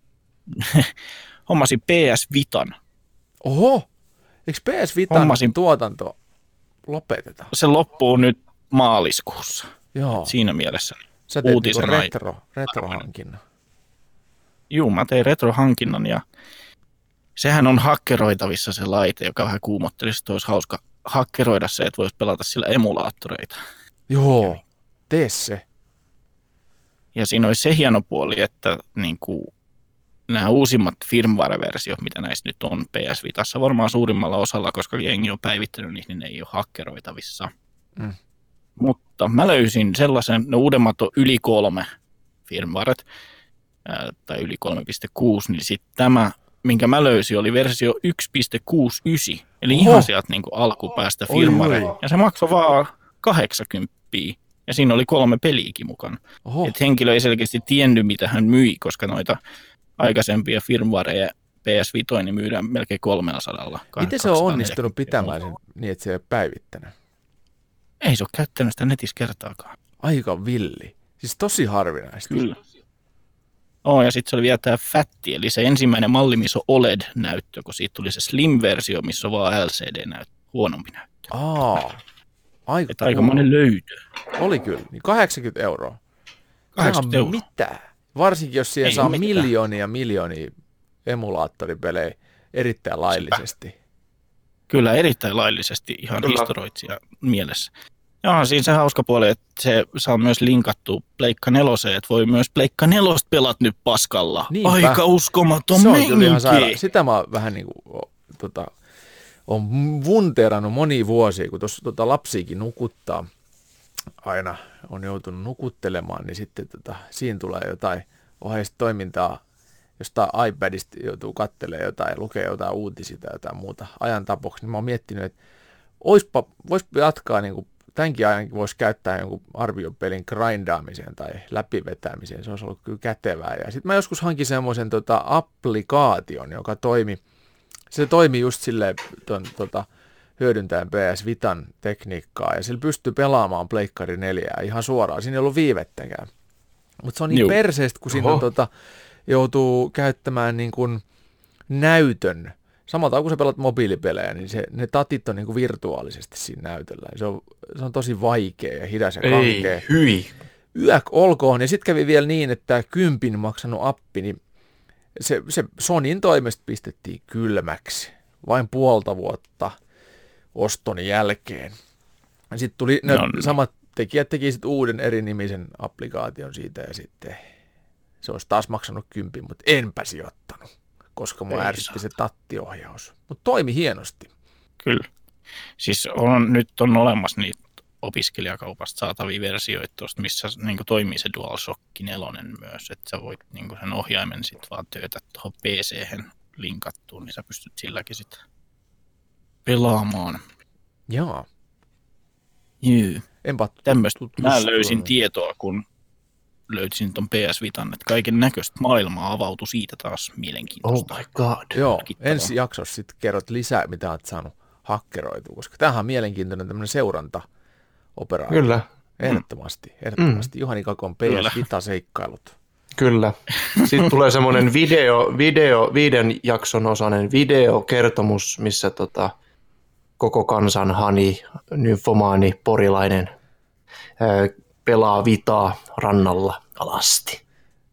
Hommasin PS Vitan. Oho, eikö PS Vitan tuotanto lopeteta? Se loppuu nyt maaliskuussa. Joo. Siinä mielessä. Sä teet uutisen retrohankinnan. Juu, mä tein retrohankinnan ja sehän on hakkeroitavissa se laite, joka vähän kuumottelisi, että olisi hauska hakkeroida se, että voisi pelata sillä emulaattoreita. Joo, tee se. Ja siinä olisi se hieno puoli, että niin kuin, nämä uusimmat firmware-versiot, mitä näistä nyt on PS Vitassa, varmaan suurimmalla osalla, koska jengi on päivittänyt niitä, niin ne ei ole hakkeroitavissa. Mutta mä löysin sellaisen, ne uudemmat on yli 3 firmwaret, tai yli 3.6, niin sitten tämä, minkä mä löysin, oli versio 1.69, eli ihan sieltä niin kuin alkupäästä firmware. Ja se maksoi vaan 80, ja siinä oli 3 peliäkin mukana. Et henkilö ei selkeästi tiennyt, mitä hän myi, koska noita aikaisempia firmwareja PS Vitoja niin myydään melkein 300. Miten se on onnistunut pitämään sen niin, että se ei ole päivittänyt? Ei se ole käyttänyt sitä netissä kertaakaan. Aika villi. Siis tosi harvinaista. Kyllä. Ja sitten se oli vielä tämä Fatti, eli se ensimmäinen malli, missä on OLED-näyttö, kun siitä tuli se Slim-versio, missä on vaan LCD-näyttö, huonompi näyttö. Aikamoinen löytö. Oli kyllä, niin 80 €. 80 €. Mitä? Varsinkin, jos siihen saa miljoonia emulaattoripelejä erittäin laillisesti. Kyllä, erittäin laillisesti, ihan historioitsija mielessä. Ja siinä se hauska puoli, että se saa myös linkattua Pleikka 4, että voi myös Pleikka 4 pelat nyt paskalla. Niinpä. Aika uskomaton meininki. Sitä mä vähän niin kuin, on vunteerannut monia vuosia, kun tuossa lapsiakin nukuttaa. Aina on joutunut nukuttelemaan, niin sitten siinä tulee jotain oheista toimintaa, jostain iPadista joutuu katselemaan jotain, lukee jotain uutisia tai jotain muuta ajan tapoksi. Niin mä oon miettinyt, että voisipa jatkaa niin kuin tämänkin ajan voisi käyttää jonkun arviopelin grindaamiseen tai läpivetämiseen. Se olisi ollut kyllä kätevää. Ja sitten mä joskus hankin semmoisen applikaation, joka toimi just silleen hyödyntäen PS Vitan tekniikkaa. Ja sillä pystyy pelaamaan Pleikkari 4 ihan suoraan. Siinä ei ollut viivettäkään. Mutta se on niin perseestä, kun siinä joutuu käyttämään niin kuin näytön. Samalta kun sä pelat mobiilipelejä, niin ne tatit on niin kuin virtuaalisesti siinä näytöllä. Se on tosi vaikea ja hidas ja kankea. Ei, hyi. Yök olkoon. Ja sitten kävi vielä niin, että 10 maksanut appi, niin se Sonyn toimesta pistettiin kylmäksi. Vain puolta vuotta oston jälkeen. Sitten tuli samat tekijät teki sitten uuden eri nimisen applikaation siitä ja sitten se olisi taas maksanut 10, mutta enpä sijoittanut, koska mua ärsytti se tattiohjaus. Mutta toimi hienosti. Kyllä. Siis nyt on olemassa niitä opiskelijakaupasta saatavia versioita tuosta, missä niin toimii se DualShock 4 myös, että sä voit niin sen ohjaimen sitten vaan töötä tuohon PC-hen linkattuun, niin sä pystyt silläkin sitten pelaamaan. Jaa. Juu. Tämmöistä mä löysin tuolla tietoa, kun löysin ton PS Vitan, että kaiken näköistä maailmaa avautui siitä taas mielenkiintoista. Oh my god. Joo, ensi jaksossa sitten kerrot lisää, mitä olet saanut hakkeroitua, koska tämähän on mielenkiintoinen tämmöinen seurantaoperaatio. Kyllä. Ehdottomasti. Juhani Kakon PS Vita-seikkailut. Kyllä. Sitten tulee semmoinen 5 jakson osainen videokertomus, missä koko kansan hani, nymfomaani, porilainen pelaa Vitaa rannalla alasti.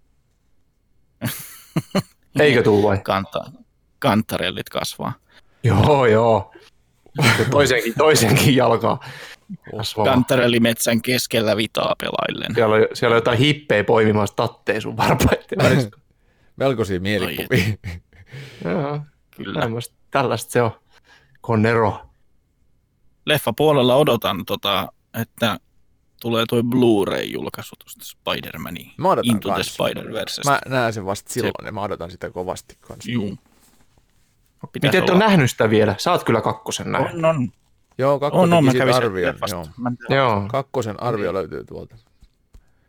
Eikö tuu vai? Kantarellit kasvaa. Joo. Toisenkin jalkaa kasvaa. Kantarellimetsän keskellä Vitaa pelaillen. Siellä on jotain hippejä poimimassa tatteja sun varpaiden. Melkoisia mielikuvia. Joo, kyllä. Tällaista se on. Conero. Leffapuolella odotan, että tulee tuo Blu-ray-julkaisu tuosta Spider-Manin Into the Spider-Versesta. Mä näen sen vasta silloin ja mä odotan sitä kovasti kanssa. Juu. Miten et ole nähnyt sitä vielä? Sä oot kyllä kakkosen nähnyt. On. Joo, kakkosen mä kävin arvion. Joo. Kakkosen arvio löytyy tuolta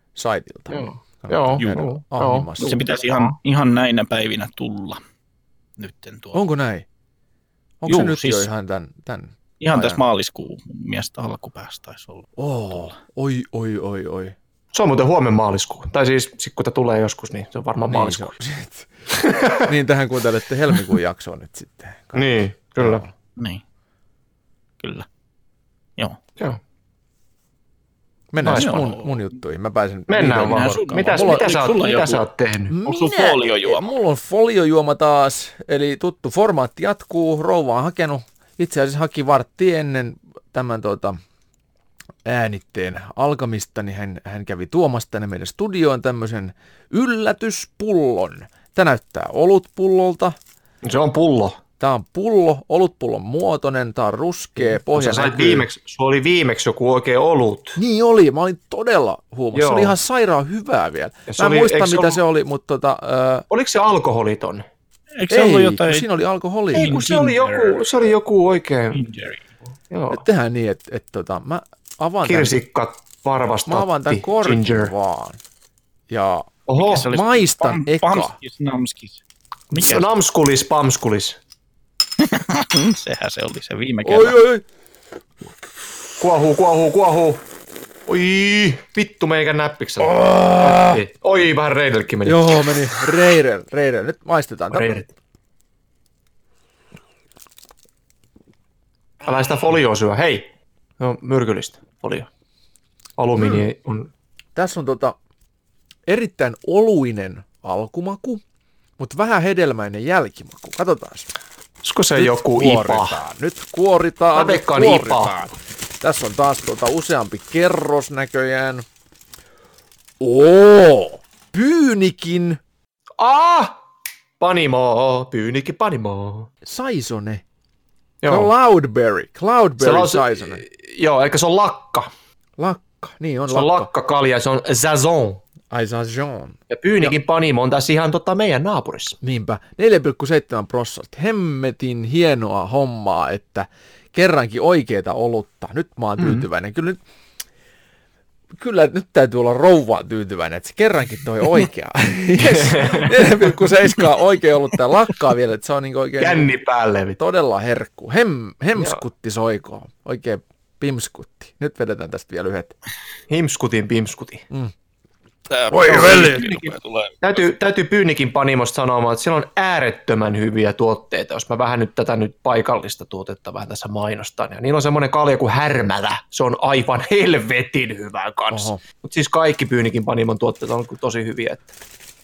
saitilta. Joo. Se pitäisi ihan näinä päivinä tulla. nytten tuo. Onko näin? Onko se nyt siis jo ihan tämän ihan tässä maaliskuun mielestä alkupäästä taisi olla. Oi. Se on muuten huomenna maaliskuu. Tai siis kun tämä tulee joskus, niin se on varmaan maaliskuu. Niin, tähän kuuntelette helmikuun jaksoa nyt sitten. Niin, kyllä. Niin, kyllä. Joo. Mennään mun juttuihin. Mä pääsen. Mennään vaan. Mitä sä oot tehnyt? Onko sun foliojuoma? Mulla on foliojuoma taas. Eli tuttu formaatti jatkuu. Rouva on hakenut. Itse asiassa haki vartti ennen tämän äänitteen alkamista, niin hän kävi tuomassa tänne meidän studioon tämmöisen yllätyspullon. Tämä näyttää olutpullolta. Se on pullo. Tämä on pullo, olutpullon muotoinen, tämä on ruskea, pohja se oli viimeksi joku oikein olut. Niin oli, mä olin todella huumassa. Se oli ihan sairaan hyvää vielä. Mä en muista mitä se oli, mutta oliko se alkoholiton? Eikö se ollut jotain? Siinä oli alkoholi. Ei, kun se oli joku oikein. Joo. Tehdään niin, että mä avaan kirsikkat, varvastatti, mä avaan tämän korkin vaan. Ja maistan eka. Namskis. Namskulis, pamskulis. Sehän se oli se viime kerran. Oi. Kuohuu. Oi, vittu meikän näppiksellä. Oi, vähän reidelkin meni. Joo, meni. Reidel. Nyt maistetaan. Älä sitä folioa syö. Hei. No, myrkyllistä folio. Alumiini on. Tässä on erittäin oluinen alkumaku, mutta vähän hedelmäinen jälkimaku. Katsotaan. Olisiko se nyt joku IPA? Nyt kuoritaan. IPA. Tässä on taas useampi kerros näköjään. Pyynikin. Pyynikin Panimo. Saisone. Cloudberry Saisone. Joo, eli se on lakka. Niin on se on lakkakalja, se on Sazon. Ai Sazon. Ja Pyynikin Panimo on tässä ihan meidän naapurissa. Niinpä, 4,7%. Hemmetin hienoa hommaa, että kerrankin oikeeta olutta. Nyt mä oon tyytyväinen. Kyllä nyt täytyy olla rouvaan tyytyväinen, että se kerrankin toi oikea. 4,7 oikein ollut tää lakkaa vielä, että se on niin oikein känni päälle. Todella herkku. Hemskutti soikoon. Oikein pimskutti. Nyt vedetään tästä vielä yhdet. Himskutin pimskutin. Oi veli! Täytyy Pyynikin Panimosta sanomaan, että siellä on äärettömän hyviä tuotteita, jos mä vähän nyt tätä paikallista tuotetta vähän tässä mainostan. Ja niillä on semmoinen kalja kuin Härmälä, se on aivan helvetin hyvää kanssa. Mutta siis kaikki Pyynikin Panimon tuotteet on tosi hyviä. Että.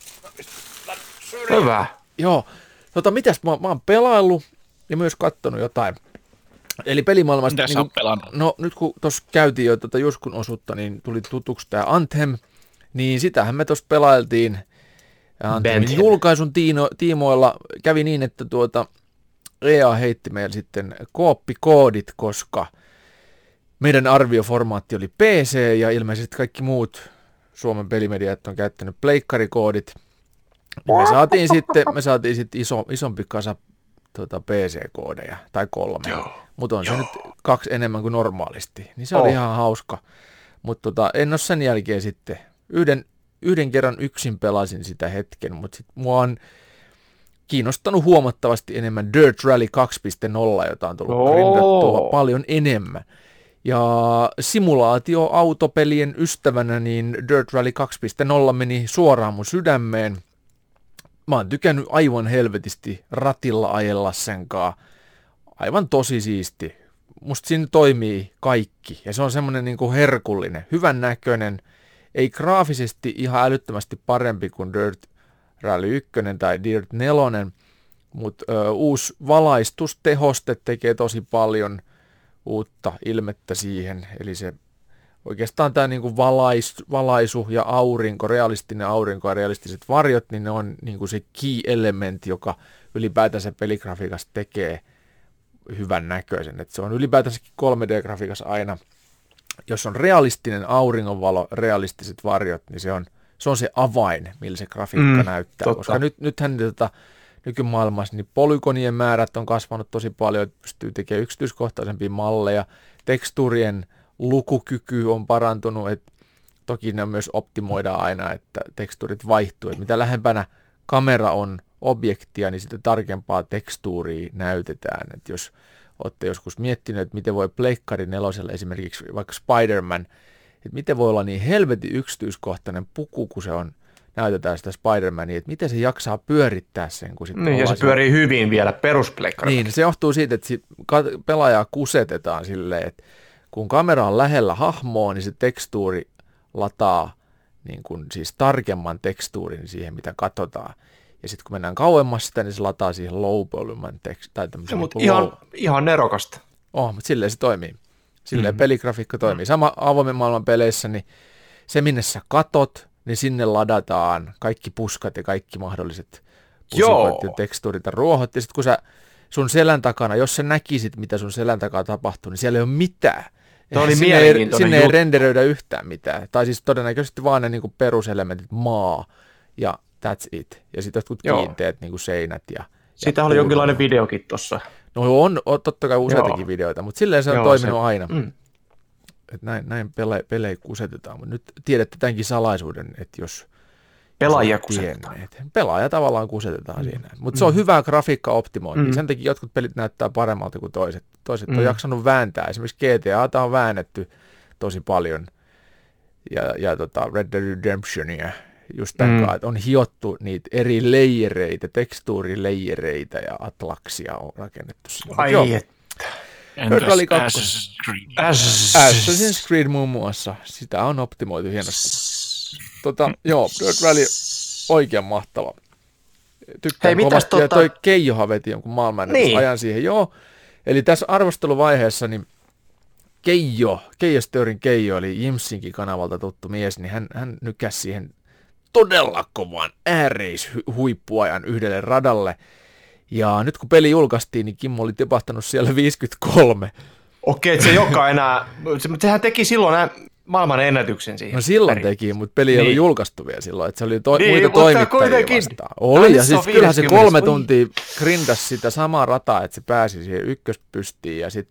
Hyvä. Joo, mitäs mä oon pelaillut ja myös katsonut jotain. Eli pelimaailmasta, no nyt kun tuossa käytiin jo Juskun osuutta, niin tuli tutuksi tämä Anthem. Niin sitähän me tuossa pelailtiin julkaisun tiimoilla. Kävi niin, että EA heitti meille sitten kooppikoodit, koska meidän arvioformaatti oli PC ja ilmeisesti kaikki muut Suomen pelimediat on käyttänyt pleikkarikoodit. Me saatiin sitten isompi kasa PC-koodeja, tai 3, mutta on se nyt 2 enemmän kuin normaalisti. Niin se oli ihan hauska, mutta en ole sen jälkeen sitten. Yhden kerran yksin pelasin sitä hetken, mutta sitten mua on kiinnostanut huomattavasti enemmän Dirt Rally 2.0, jota on tullut grindattua paljon enemmän. Ja simulaatioautopelien ystävänä, niin Dirt Rally 2.0 meni suoraan mun sydämeen. Mä oon tykännyt aivan helvetisti ratilla ajella senkaan. Aivan tosi siisti. Musta siinä toimii kaikki ja se on semmoinen niinku herkullinen, hyvän näköinen. Ei graafisesti ihan älyttömästi parempi kuin Dirt Rally 1 tai Dirt 4, mutta uusi valaistustehoste tekee tosi paljon uutta ilmettä siihen. Eli se oikeastaan tämä niinku valaisu ja realistinen aurinko ja realistiset varjot, niin ne on niinku se key-elementti, joka ylipäätänsä peligrafiikasta tekee hyvän näköisen. Et se on ylipäätänsäkin 3D-grafiikassa aina. Jos on realistinen auringonvalo, realistiset varjot, niin se on se avain, millä se grafiikka näyttää. Totta. Koska nythän nykymaailmassa niin polygonien määrät on kasvanut tosi paljon, että pystyy tekemään yksityiskohtaisempia malleja. Tekstuurien lukukyky on parantunut, että toki ne myös optimoidaan aina, että tekstuurit vaihtuu. Että mitä lähempänä kamera on objektia, niin sitten tarkempaa tekstuuria näytetään. Et jos olette joskus miettineet, että miten voi Pleikkari 4 esimerkiksi vaikka Spider-Man, että miten voi olla niin helvetin yksityiskohtainen puku, kun se on, näytetään sitä Spider-Mania, että miten se jaksaa pyörittää sen. Kun sitten niin, ja se pyörii hyvin vielä peruspleikkarilla. Niin, se johtuu siitä, että pelaajaa kusetetaan silleen, että kun kamera on lähellä hahmoa, niin se tekstuuri lataa niin kuin, siis tarkemman tekstuurin siihen, mitä katsotaan. Ja sitten kun mennään kauemmas sitä, niin se lataa siihen low polyman tai tämmöisen. Mutta ihan nerokasta. Mutta silleen se toimii. Silleen peligrafiikka toimii. Sama avoimen maailman peleissä, niin se minne sä katot, niin sinne ladataan kaikki puskat ja kaikki mahdolliset pusikat ja tekstuurit ja ruohot. Ja sitten kun sun selän takana, jos sä näkisit, mitä sun selän takana tapahtuu, niin siellä ei ole mitään. Sinne ei renderöidä yhtään mitään. Tai siis todennäköisesti vaan ne niinku peruselementit, maa ja that's it. Ja sitten jotkut kiinteät niinku seinät. Siitä oli jonkinlainen videokin tuossa. No on totta kai useitakin videoita, mutta silleen se on toiminut aina. Että näin pelejä kusetetaan. Mutta nyt tiedätte tämänkin salaisuuden, että jos pelaajia kusetetaan. Pelaaja tavallaan kusetetaan siinä. Mutta se on hyvää grafiikka-optimointia. Sen takia jotkut pelit näyttää paremmalta kuin toiset. Toiset on jaksanut vääntää. Esimerkiksi GTA:ta on väännetty tosi paljon. Ja Red Dead Redemptionia just tämän kanssa, että on hiottu niitä eri leijereitä, tekstuurileijereitä ja atlaksia on rakennettu. Ai että. Rally 2. Assassin's Creed muun muassa. Sitä on optimoitu hienosti. Dirt Rally oikein mahtava. Tykkään kovasti. Ja toi Keijohan veti jonkun maailmanennätysajan siihen. Joo. Eli tässä arvosteluvaiheessa niin Keijosteorin Keijo, eli Jimsinkin kanavalta tuttu mies, niin hän nykäsi siihen todella kovan ääreishuippuajan yhdelle radalle. Ja nyt kun peli julkaistiin, niin Kimmo oli tipahtanut siellä 53. Okei, se joka enää, sehän teki silloin maailman ennätyksen siihen. No silloin teki, mutta peli ei ollut julkaistu vielä silloin, että se oli muita toimittajia vastaan. Oli, ja siis kyllähän se 3 tuntia grindasi sitä samaa rataa, että se pääsi siihen ykköspystiin, ja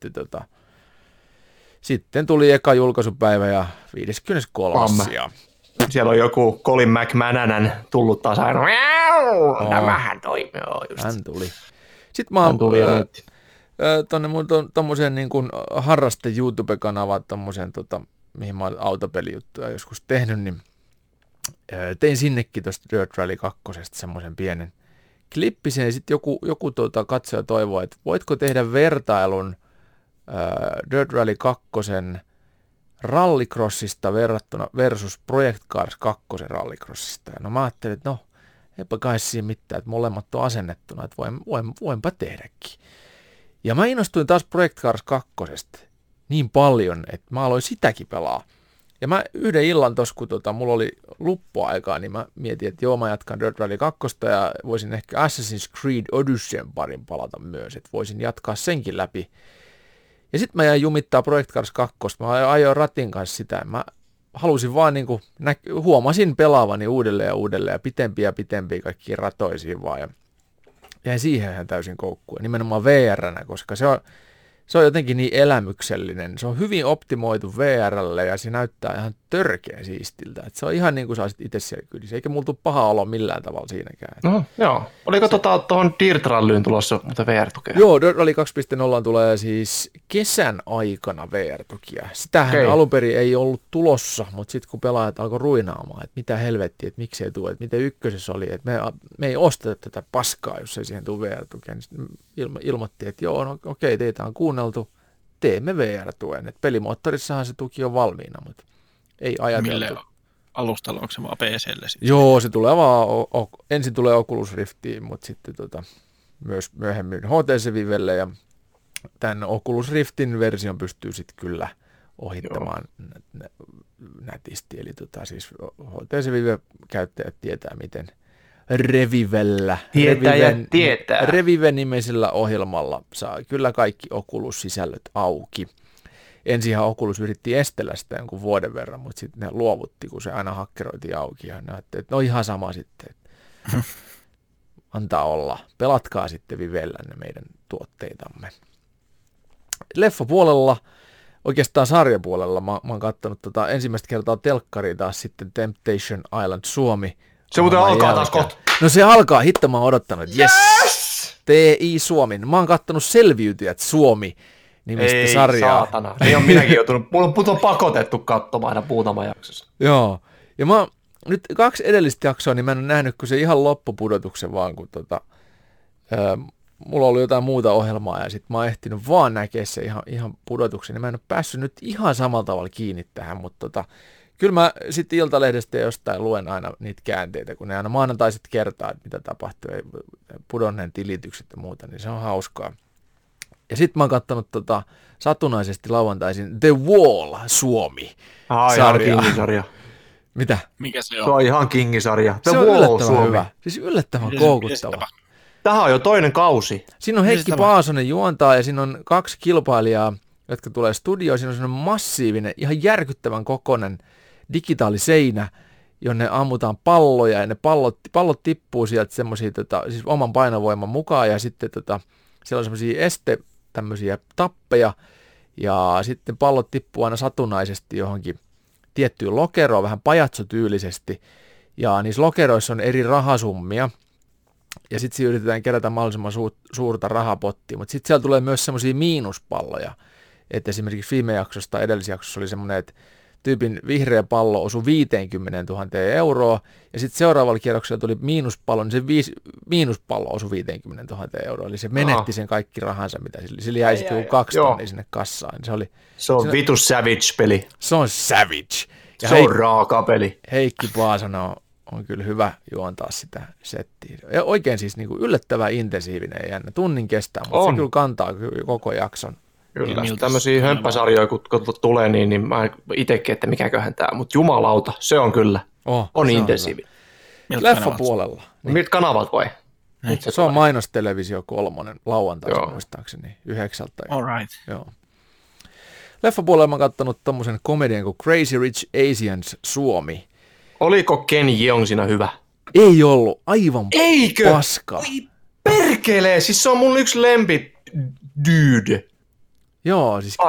sitten tuli eka julkaisupäivä ja 53. Siellä on joku Colin McMananan tullut taas aina. Nämähän toimii. Hän tuli. Sitten mä oon tuommoisen niin kuin harraste YouTube-kanava, tuommoisen, mihin mä oon autopelijuttuja joskus tehnyt, niin tein sinnekin tuosta Dirt Rally 2 semmoisen pienen klippisen, ja sitten joku katsoja toivoi, että voitko tehdä vertailun Dirt Rally 2 Rallycrossista versus Project Cars 2 Rallycrossista. Ja no mä ajattelin, että no, eipä kai siinä mitään, että molemmat on asennettuna, että voinpa tehdäkin. Ja mä innostuin taas Project Cars 2 niin paljon, että mä aloin sitäkin pelaa. Ja mä yhden illan tuossa, kun mulla oli luppuaikaa, niin mä mietin, että joo, mä jatkan Dirt Rally 2 ja voisin ehkä Assassin's Creed Odysseyn parin palata myös, että voisin jatkaa senkin läpi. Ja sitten mä jäin jumittaa Project Cars 2, mä ajoin ratin kanssa sitä, mä halusin vaan niinku, huomasin pelaavani uudelleen ja pitempiä kaikkia ratoisiin vaan, ja jäin siihen ihan täysin koukkuun, nimenomaan VR:nä, koska se on jotenkin niin elämyksellinen, se on hyvin optimoitu VR:lle ja se näyttää ihan törkeän siistiltä, että se on ihan niin kuin sä olisit itse siellä kylissä, eikä mulla tule paha olo millään tavalla siinäkään. No, joo. Oliko tuohon Dirt Rallyyn tulossa VR-tukea? Joo, Dirt Rally 2.0 tulee siis kesän aikana VR-tukia. Sitähän alun perin ei ollut tulossa, mutta sitten kun pelaajat alkoi ruinaamaan, että mitä helvettiä, että miksei tule, että miten ykkösessä oli, että me ei osteta tätä paskaa, jos ei siihen tule VR-tukia, niin ilmoittiin, että joo, no okei, teitä on kuunneltu, teemme VR-tuen. Et pelimoottorissahan se tuki on valmiina, mutta ei ajateltu. Mille alustalla, onko se vaan PC:lle? Joo, se tulee vaan, ensin tulee Oculus Riftiin, mutta sitten myös myöhemmin HTC Vivelle, ja tämän Oculus Riftin version pystyy sitten kyllä ohittamaan nätisti. Eli siis HTC Vive-käyttäjät tietää, miten Revive-nimeisellä ohjelmalla saa kyllä kaikki Oculus-sisällöt auki. Ensinhän Oculus yritti estellä sitä jonkun vuoden verran, mutta sitten ne luovutti, kun se aina hakkeroitiin auki. Ja ne ajatteli, että no ihan sama sitten, antaa olla. Pelatkaa sitten Vivellä ne meidän tuotteitamme. Leffapuolella, oikeastaan sarjapuolella, mä oon katsonut ensimmäistä kertaa telkkariin taas sitten Temptation Island Suomi Se muuten alkaa taas kohta. No se alkaa, hitto mä oon odottanut. Yes! TI Suomi. Mä oon kattonut Selviytyjät Suomi -nimistä sarjaa. Saatana. Niin on minäkin joutunut. Mulla on pakotettu katsomaan aina muutama jaksossa. Joo. Ja mä nyt 2 edellistä jaksoa, niin mä en ole nähnyt kuin se ihan loppupudotuksen vaan, kun mulla on ollut jotain muuta ohjelmaa ja sitten mä oon ehtinyt vaan näkee se ihan pudotuksen. Niin mä en ole päässyt nyt ihan samalla tavalla kiinni tähän, mutta kyllä mä sitten Iltalehdestä jostain luen aina niitä käänteitä, kun ne aina maanantaiset kertaa, että mitä tapahtuu, pudonneen tilitykset ja muuta, niin se on hauskaa. Ja sitten mä oon katsonut satunnaisesti lauantaisin The Wall Suomi Kingisarja. Mitä? Mikä se on? Se on ihan Kingisarja. Se on yllättävän hyvä. Siis yllättävän koukuttava. Tähän on jo toinen kausi. Siinä on Heikki Paasonen juontaa ja siinä on 2 kilpailijaa, jotka tulee studioon. Siinä on sellainen massiivinen, ihan järkyttävän kokoinen digitaaliseinä, jonne ammutaan palloja ja ne pallot tippuu sieltä semmoisia siis oman painovoiman mukaan ja sitten siellä on semmoisia tämmöisiä tappeja ja sitten pallot tippuu aina satunnaisesti johonkin tiettyyn lokeroon, vähän pajatsotyylisesti ja niissä lokeroissa on eri rahasummia ja sitten siinä yritetään kerätä mahdollisimman suurta rahapottia, mutta sitten siellä tulee myös semmoisia miinuspalloja, että esimerkiksi viime jaksossa tai edellisessä jaksossa oli semmoinen, että tyypin vihreä pallo osui 50 000 euroa, ja sitten seuraavalla kierroksella tuli miinuspallo, niin se miinuspallo osui 50 000 euroa, eli se menetti sen kaikki rahansa, mitä sillä jäi sitten 2 tonnia sinne kassaan. Se on vitu savage-peli. Se on savage. Ja se on raaka peli. Heikki Paasonen on kyllä hyvä juontaa sitä settiä. Ja oikein siis niin kuin yllättävän intensiivinen ja jännä. Tunnin kestää, mutta se kyllä kantaa koko jakson. Kyllä, tämmöisiä hömppäsarjoja, kun tulee, niin mä itsekin, että mikäköhän tämä, mutta jumalauta, se on kyllä, on intensiivinen. Leffapuolella. Niin. Miltä kanavat vai? Se on Mainostelevisio 3 lauantaisi muistaakseni 9. All right. Joo. Leffapuolella mä oon kattonut tommosen komedian kuin Crazy Rich Asians Suomi. Oliko Ken Jeong siinä hyvä? Ei ollut, aivan Eikö? Paska. Oi perkelee, siis se on mun yksi lempi dude. Joo, siis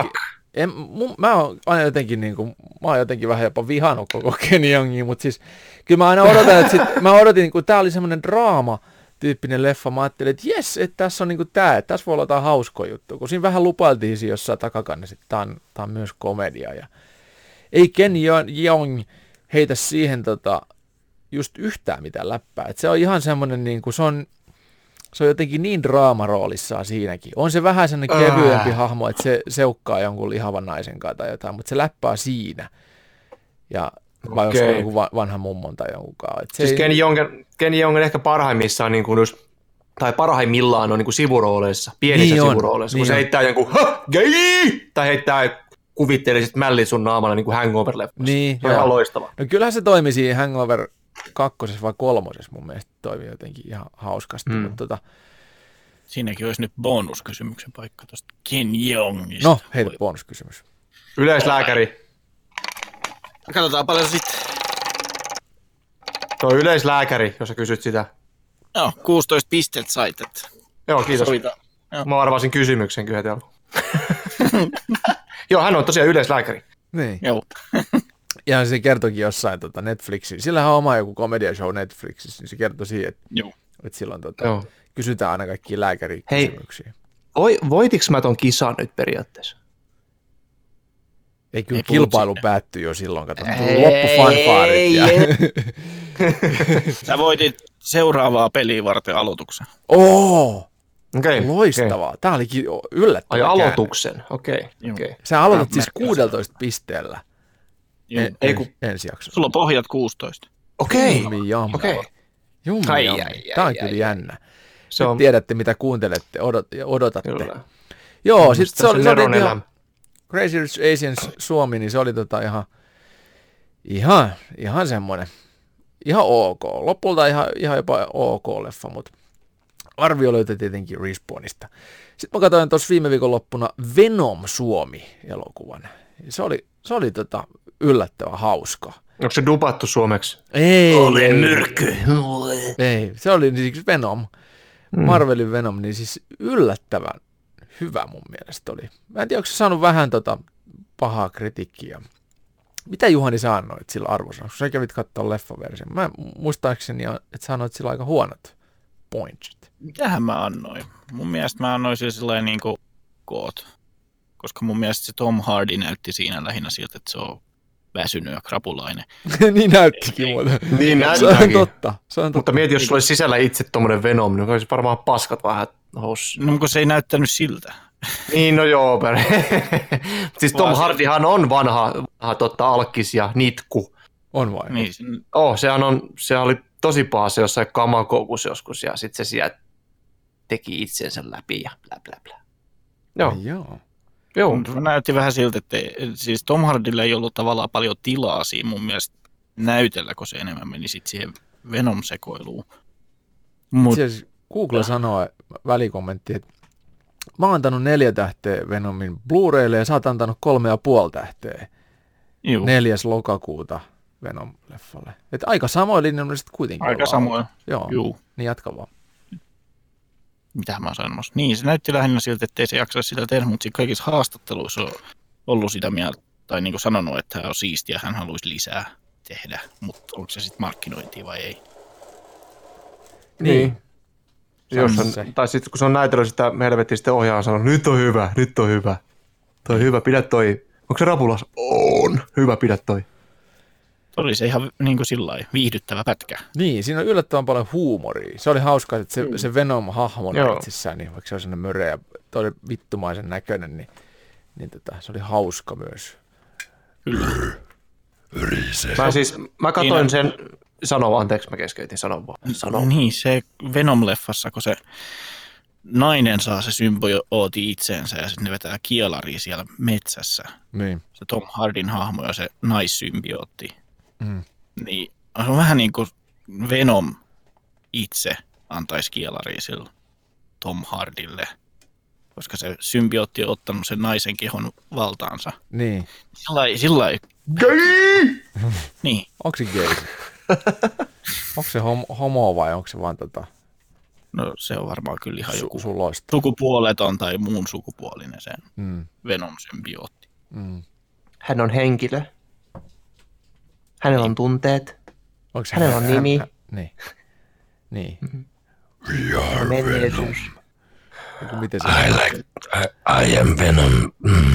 mä oon aina jotenkin vähän jopa vihannut koko Ken Jeongia, mutta siis kyllä mä aina odotan, että mä odotin, kun tää oli semmoinen draama-tyyppinen leffa, mä ajattelin, että jes, että tässä on niinku tää, että tässä voi olla jotain hauskoja juttuja, kun siinä vähän lupailtiin siinä jossain takakannessa, että tää on myös komedia, ja ei Ken Jeong heitä siihen just yhtään mitään läppää, että se on ihan semmoinen niinku, se on jotenkin niin draamaroolissaan siinäkin. On se vähän sellainen kevyempi hahmo, että se seukkaa jonkun lihavan naisen kanssa tai jotain, mutta se läppää siinä. Ja vai jos on joku vanha mummon tai jonkunkaan. Siis Ken Jeong on ehkä parhaimmissaan, niin kuin tai parhaimmillaan on niin kuin sivurooleissa, pienissä sivurooleissa, kun se heittää jonkun gay! Tai heittää kuvitteelliset mällit sun naamalla niin kuin Hangover-leffassa. Niin, se on ihan loistava. No kyllähän se toimi siinä Hangover 2. vai 3. mun mielestä toimii jotenkin ihan hauskasti. Mutta siinäkin olisi nyt bonuskysymyksen paikka tuosta Ken Jeongista. No, heitä bonuskysymys. Yleislääkäri. Katsotaan paljon sitten. Tuo yleislääkäri, jos sä kysyt sitä. Joo, 16 pistettä sait. Joo, kiitos. Mä arvasin kysymyksen kyllä heti alkuun. Joo, hän on tosiaan yleislääkäri. Niin. Joo. Ja se kertoikin jossain Netflixiin. Sillähän on oma joku komedia show Netflixissä, niin se kertoi siihen, että silloin kysytään aina kaikkia lääkärikysymyksiä. Hei, voitiko mä ton kisan nyt periaatteessa? Ei kyllä kilpailu päättyi jo silloin, kato. Loppufanfaarit. Sä voitit seuraavaa peliä varten aloituksen. Loistavaa. Okay. Tämä olikin yllättävä aloituksen, okei. Sä aloitat siis 16 pisteellä. Ensi jaksossa. Sulla on pohjat 16. Okei. Tämä on kyllä jännä. Nyt tiedätte, mitä kuuntelette, odotatte. Kyllä. Joo, siis se oli ihan Crazy Rich Asians Suomi, niin se oli ihan semmoinen, ihan ok. Lopulta ihan jopa ok leffa, mutta arvio löytyi tietenkin Respawnista. Sitten mä katsoin tuossa viime viikonloppuna Venom Suomi-elokuvan. Se oli yllättävän hauska. Onko se dupattu suomeksi? Ei. Olen myrkky. Ei, se oli siis Venom. Marvelin Venom, niin siis yllättävän hyvä mun mielestä oli. Mä en tiedä, onko se saanut vähän pahaa kritiikkiä. Mitä Juhani sä annoit sillä arvosanossa? Sä kävit katsoa leffaversion. Mä muistaakseni, että sä annoit sillä aika huonot pointsit. Mitähän mä annoin? Mun mielestä mä annoin sillä sellainen niin kuin koot. Koska mun mielestä se Tom Hardy näytti siinä lähinnä siltä, että se on väsynyt ja krapulainen. Niin näyttikin muuten. Niin Se on totta. Mutta mieti, jos sulla olisi sisällä itse tommonen Venom, niin olisi varmaan paskat vähän hossu. No, kun se ei näyttänyt siltä. Niin, no joo. Siis Tom Hardyhan on vanha alkkis ja nitku. On vai? Niin, sehän oli tosi paha se jossain kamakoukussa joskus, ja sitten se sieltä teki itsensä läpi ja blä blä blä. Joo. Näytti vähän siltä, että siis Tom Hardylla ei ollut tavallaan paljon tilaa siinä mun mielestä näytellä, kun se enemmän meni sitten siihen Venom-sekoiluun. Siis Google sanoo välikommentti, että mä oon antanut 4 tähteä Venomin Blu-raylle ja sä oot antanut 3,5 tähteä. 4. lokakuuta Venom-leffalle. Että aika samoin linjalla sitten kuitenkin. Aika samoin. Joo. Niin jatka vaan. Mitä mä oon sanomassa? Niin, se näytti lähinnä siltä, ettei se jaksaisi sitä tehdä, mutta siinä kaikissa haastatteluissa on ollut sitä mieltä, tai niin kuin sanonut, että hän on siistiä ja hän haluaisi lisää tehdä, mutta onko se sitten markkinointia vai ei? Niin. Tai sitten kun se on näytellyt sitä helvetistä ohjaa, sanoo, nyt on hyvä. Toi on hyvä, pidä toi. Onko se rapulas? On. Hyvä, pidä toi. Oli se ihan niin kuin sillain viihdyttävä pätkä. Niin, siinä on yllättävän paljon huumoria. Se oli hauska, että se Venom-hahmona itsessään, niin vaikka se on sellainen möreä ja toi vittumaisen näköinen, niin se oli hauska myös. Kyllä. Mä katsoin sen, anteeksi mä keskeytin, sano. Niin, se Venom-leffassa, kun se nainen saa se symbiooti itseensä ja sitten ne vetää kielaria siellä metsässä. Niin. Se Tom Hardyn hahmo ja se naissymbiooti. Niin on vähän niin kuin Venom itse antaisi kielaria sille Tom Hardylle, koska se symbiootti on ottanut sen naisen kehon valtaansa. Niin. Sillai. Gay! Niin. Onko se gay? Onko se homo vai onko se vaan No se on varmaan kyllä ihan joku sukupuoleton tai muun sukupuolinen se Venom-symbiootti. Hän on henkilö. Hänellä on tunteet. Hänellä on nimi. Niin. We are Venom. Miten se I am Venom.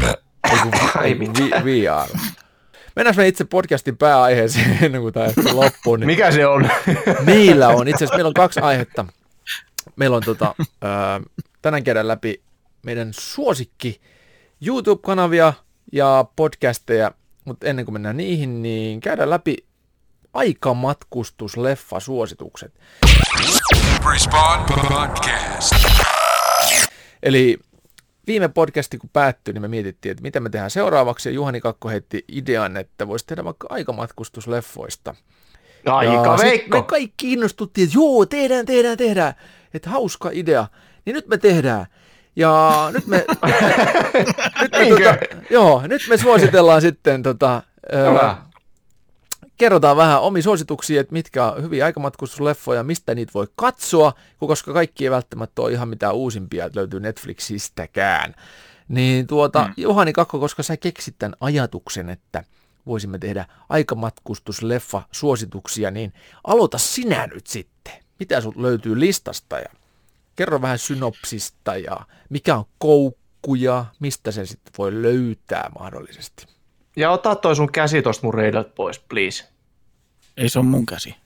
VR. Mennään me itse podcastin pääaiheeseen ennen kuin tämä loppuu. Niin mikä se on? Meillä on. Itse asiassa meillä on 2 aihetta. Meillä on tänään käydään läpi meidän suosikki YouTube-kanavia ja podcasteja, mutta ennen kuin mennään niihin, niin käydään läpi aikamatkustusleffasuositukset. Respawn Podcast. Eli viime podcasti kun päättyi, niin me mietittiin, että mitä me tehdään seuraavaksi, ja Juhani Kakko heitti idean, että voisi tehdä vaikka aikamatkustusleffoista. Aikaveikko! Me kaikki innostuttiin, että joo, tehdään, että hauska idea, niin nyt me tehdään. Ja nyt me, nyt me suositellaan sitten, kerrotaan vähän omia suosituksia, että mitkä on hyviä aikamatkustusleffoja, mistä niitä voi katsoa, koska kaikki ei välttämättä ole ihan mitään uusimpia, että löytyy Netflixistäkään. Niin Juhani Kakko, koska sä keksit tämän ajatuksen, että voisimme tehdä aikamatkustusleffa-suosituksia, niin aloita sinä nyt sitten. Mitä sun löytyy listasta ja kerro vähän synopsista ja mikä on koukku ja mistä se sitten voi löytää mahdollisesti. Ja ota toi sun käsi tosta mun reidalta pois, please. Ei se on mun käsi.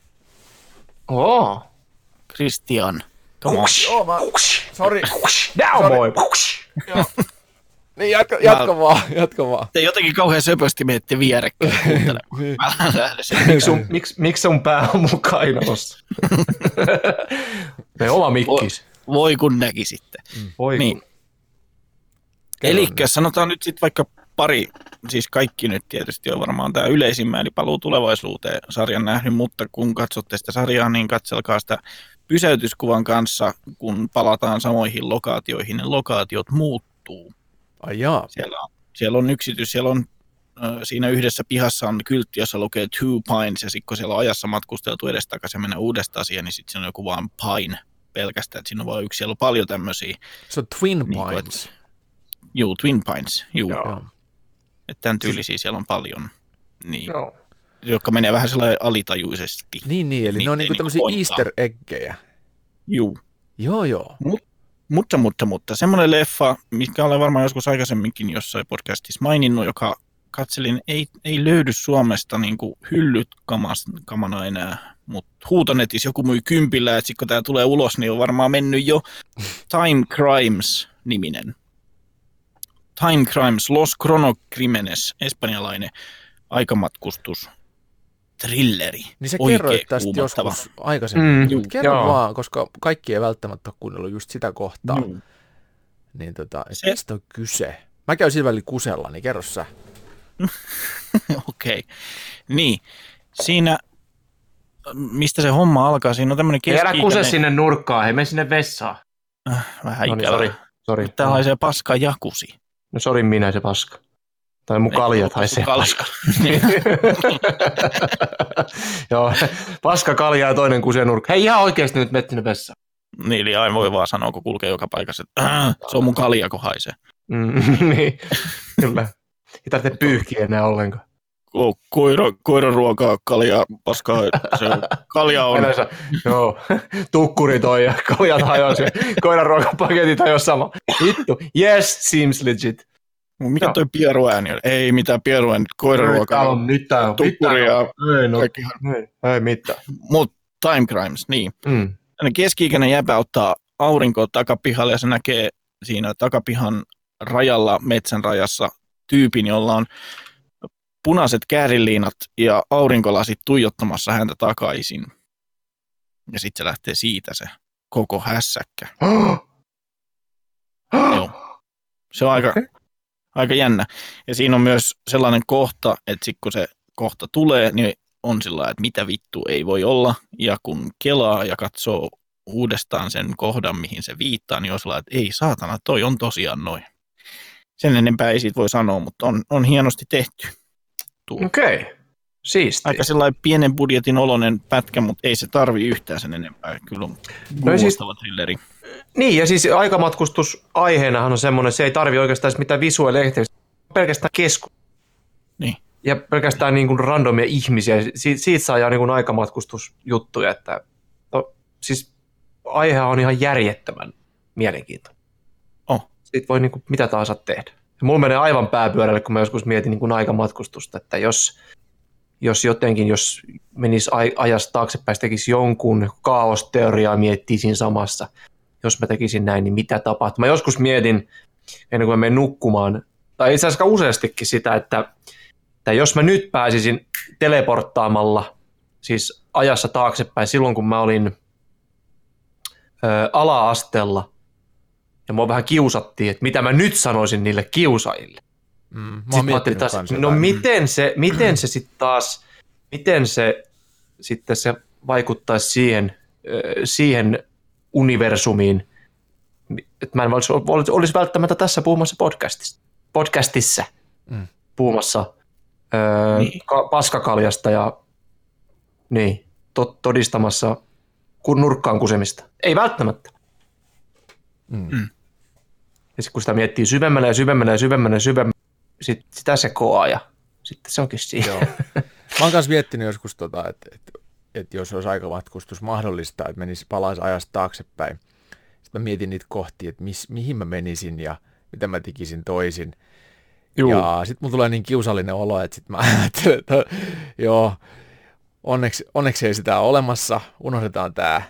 Christian. Sorry. Now boy. Niin, jatka vaan. Te jotenkin kauhean söpösti menette vierekkäin kuuntelemaan. Mä lähden sen. Miksi sun pää on mun kainalossa? Me oma mikkis. Voi kun näkisitte. Niin. Elikkä sanotaan nyt sitten vaikka pari, siis kaikki nyt tietysti on varmaan tämä yleisimmä, eli Paluu tulevaisuuteen -sarjan nähnyt, mutta kun katsotte sitä sarjaa, niin katselkaa sitä pysäytyskuvan kanssa, kun palataan samoihin lokaatioihin, ne lokaatiot muuttuu. Ai jaa. Siellä on yksitys, siellä on siinä yhdessä pihassa on kyltti, jossa lukee Two Pines, ja sitten kun siellä on ajassa matkusteltu edestakaisin ja mennä uudestaan siihen, niin sitten siinä on joku vaan Pine pelkästään, että siinä on vain yksi, siellä on paljon tämmöisiä. Se on Twin Pines. Twin Pines, Että tämän tyylisiä siellä on paljon. Niin. No. Jotka menee vähän sellainen alitajuisesti. Niin, eli ne on niinku tämmöisiä easter eggejä. Joo. Mutta semmoinen leffa, mikä olen varmaan joskus aikaisemminkin jossain podcastissa maininnut, joka katselin, ei löydy Suomesta niinku hyllyt kamana enää, mutta huutonetissä joku myi 10, että kun tämä tulee ulos, niin on varmaan mennyt jo Time Crimes-niminen. Time Crimes, Los Cronocrímenes, espanjalainen aikamatkustus. Trilleri. Niin sä kerroit tästä joskus aikaisemmin. Kerro vaan, koska kaikki ei välttämättä ole kuunnellut just sitä kohtaa. Niin mistä on kyse? Mä käyn sillä välillä kusella, niin kerro sä. Okei. Niin, siinä, mistä se homma alkaa, siinä on tämmöinen keski-ikäinen... Älä kuse sinne nurkkaan, hei mene sinne vessaan. Vähän ikävä. Sori. Tää haisee paskaa jakusi. No sori minä se paska. Tai mun kaljat haisee paska. Joo, paska kaljaa ja toinen kusee nurkka. Hei ihan oikeesti nyt menet sinne vessaan. Niin, eli aina voi vaan sanoa, kun kulkee joka paikassa, että se on mun kalja, kun haisee. Niin, kyllä. Ei tarvitse pyyhkiä enää ollenkaan. Koiran ruokaa, kaljaa, paskaa, se on, kalja on. Joo, tukkuri toi ja kaljat hajosi. Koiran ruokapaketit hajosi sama. Vittu, yes, seems legit. Mikä toi pieruääni on? Ei mitään pieruääni, koiran ruokaa. Nyt tää on. Tukkuri ja kaikki. Ei mitään. Mut Time Crimes, niin. Keski-ikäinen jäbä ottaa aurinkoa takapihalle ja se näkee siinä takapihan rajalla, metsän rajassa, tyypin, jolla on punaiset käärinliinat ja aurinkolasit tuijottamassa häntä takaisin. Ja sitten se lähtee siitä se koko hässäkkä. Joo. Se on aika jännä. Ja siinä on myös sellainen kohta, että sitten kun se kohta tulee, niin on sillä lailla, että mitä vittu ei voi olla. Ja kun kelaa ja katsoo uudestaan sen kohdan, mihin se viittaa, niin on sillä lailla, että ei saatana, toi on tosiaan noin. Sen enempää ei siitä voi sanoa, mutta on hienosti tehty. Okei, siistiä. Aika sellainen pienen budjetin oloinen pätkä, mutta ei se tarvii yhtään sen enempää. Kyllä on kuulostava thrilleri. Niin, ja siis aikamatkustus aiheenahan on semmoinen, se ei tarvitse oikeastaan mitään visuaalehtiä, pelkästään keskustelua. Niin. Ja pelkästään niin kuin randomia ihmisiä. Siitä saa niin kuin aikamatkustusjuttuja. Että, siis aihe on ihan järjettömän mielenkiintoinen. Siitä voi niin kuin mitä tahansa tehdä. Ja mulla menee aivan pääpyörälle, kun mä joskus mietin niin kuin aikamatkustusta, että jos menisi ajasta taaksepäin, tekisi jonkun kaosteoriaa, miettii siinä samassa. Jos mä tekisin näin, niin mitä tapahtuu? Mä joskus mietin, ennen kuin mä menen nukkumaan, tai itse asiassa useastikin sitä, että jos mä nyt pääsisin teleporttaamalla, siis ajassa taaksepäin silloin, kun mä olin ala-asteella, ja mua vähän kiusattiin, että mitä mä nyt sanoisin niille kiusaajille. Miten se sitten taas, miten se sitten se vaikuttaisi siihen universumiin, että mä en olisi välttämättä tässä puhumassa podcastissa puhumassa paskakaljasta ja niin, todistamassa nurkkaan kusemista. Ei välttämättä. Ja sitten kun sitä miettii syvemmälle ja syvemmälle, sitä se koaa ja sitten se onkin siinä. Joo. Mä oon kanssa miettinyt joskus, että jos olisi aikamatkustus mahdollista, että palaisi ajasta taaksepäin. Sitten mä mietin niitä kohtia, että mihin mä menisin ja mitä mä tekisin toisin. Juu. Ja sitten mulla tulee niin kiusallinen olo, että sitten mä ajattelen, että joo, onneksi ei sitä ole olemassa, unohdetaan tää.